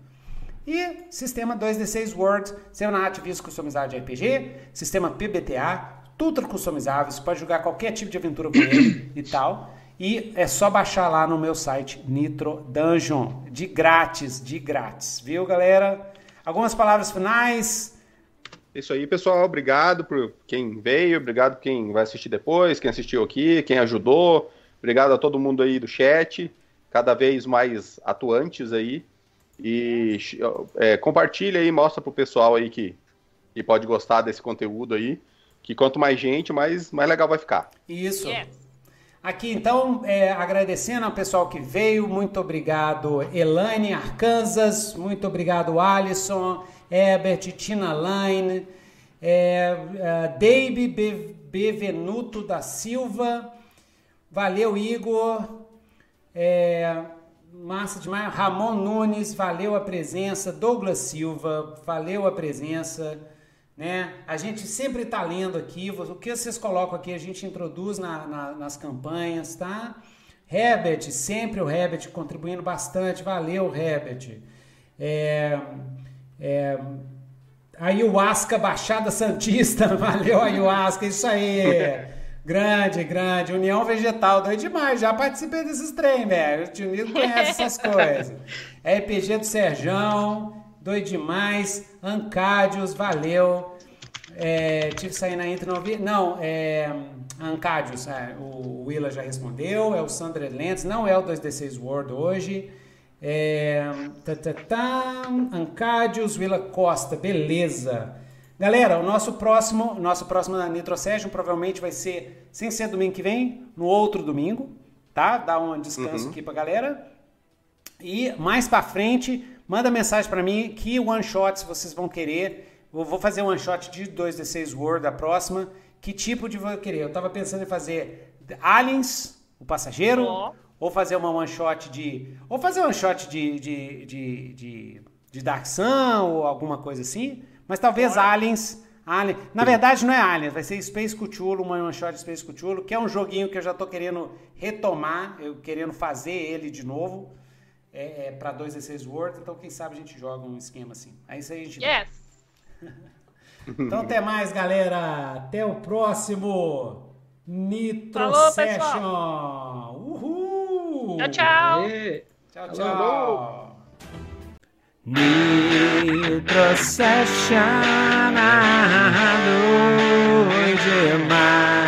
E sistema dois D seis Word, seu nativismo customizado de R P G, sistema P B T A, tudo customizável, você pode jogar qualquer tipo de aventura com ele e tal. E é só baixar lá no meu site Nitro Dungeon, de grátis, de grátis, viu, galera? Algumas palavras finais.
Isso aí, pessoal, obrigado por quem veio, obrigado por quem vai assistir depois, quem assistiu aqui, quem ajudou, obrigado a todo mundo aí do chat, cada vez mais atuantes aí, e é, compartilha aí, mostra pro pessoal aí que, que pode gostar desse conteúdo aí, que quanto mais gente, mais, mais legal vai ficar.
Isso. Yes. Aqui, então, é, agradecendo ao pessoal que veio, muito obrigado Elaine Arkansas, muito obrigado Alisson, Herbert, Tina Line, é, é, Dave Be- Bevenuto da Silva, valeu Igor, É, massa demais. Ramon Nunes, valeu a presença. Douglas Silva, valeu a presença, né? A gente sempre tá lendo aqui, o que vocês colocam aqui a gente introduz na, na, nas campanhas, tá? Herbert, sempre o Herbert contribuindo bastante, valeu Herbert. É, é, Ayahuasca Baixada Santista, valeu Ayahuasca, isso aí. Grande, grande. União Vegetal, doido demais. Já participei desses trem, velho. O tio Nito conhece essas coisas. R P G do Serjão, doido demais. Ancádios, valeu. É, tive que sair na intro, não vi. Não, é. Ancádios, é, o Willa já respondeu. É o Sandra Lentes, não é o dois D seis World hoje. É, tá, tá, tá. Ancádios, Willa Costa, beleza. Galera, o nosso próximo, nosso próximo Nitro Session provavelmente vai ser, sem ser domingo que vem, no outro domingo, tá? Dá um descanso uhum. aqui pra galera. E mais pra frente, manda mensagem pra mim que one shots vocês vão querer. Eu vou fazer um one shot de dois D seis World a próxima. Que tipo de vou querer? Eu tava pensando em fazer Aliens, o passageiro, oh. ou fazer uma one shot de... Ou fazer um one shot de, de, de, de, de Dark Sun, ou alguma coisa assim. Mas talvez Aliens, Alien, na verdade não é Aliens, vai ser Space Cthulhu, uma one shot de Space Cthulhu, que é um joguinho que eu já tô querendo retomar, eu querendo fazer ele de novo, é, é para dois D seis World, então quem sabe a gente joga um esquema assim. Aí isso aí a gente
Yes!
Então até mais, galera, até o próximo Nitro
Falou,
Session!
pessoal.
Uhul!
Tchau, tchau!
E... Tchau, tchau! Alô. Nitro Session, doido demais.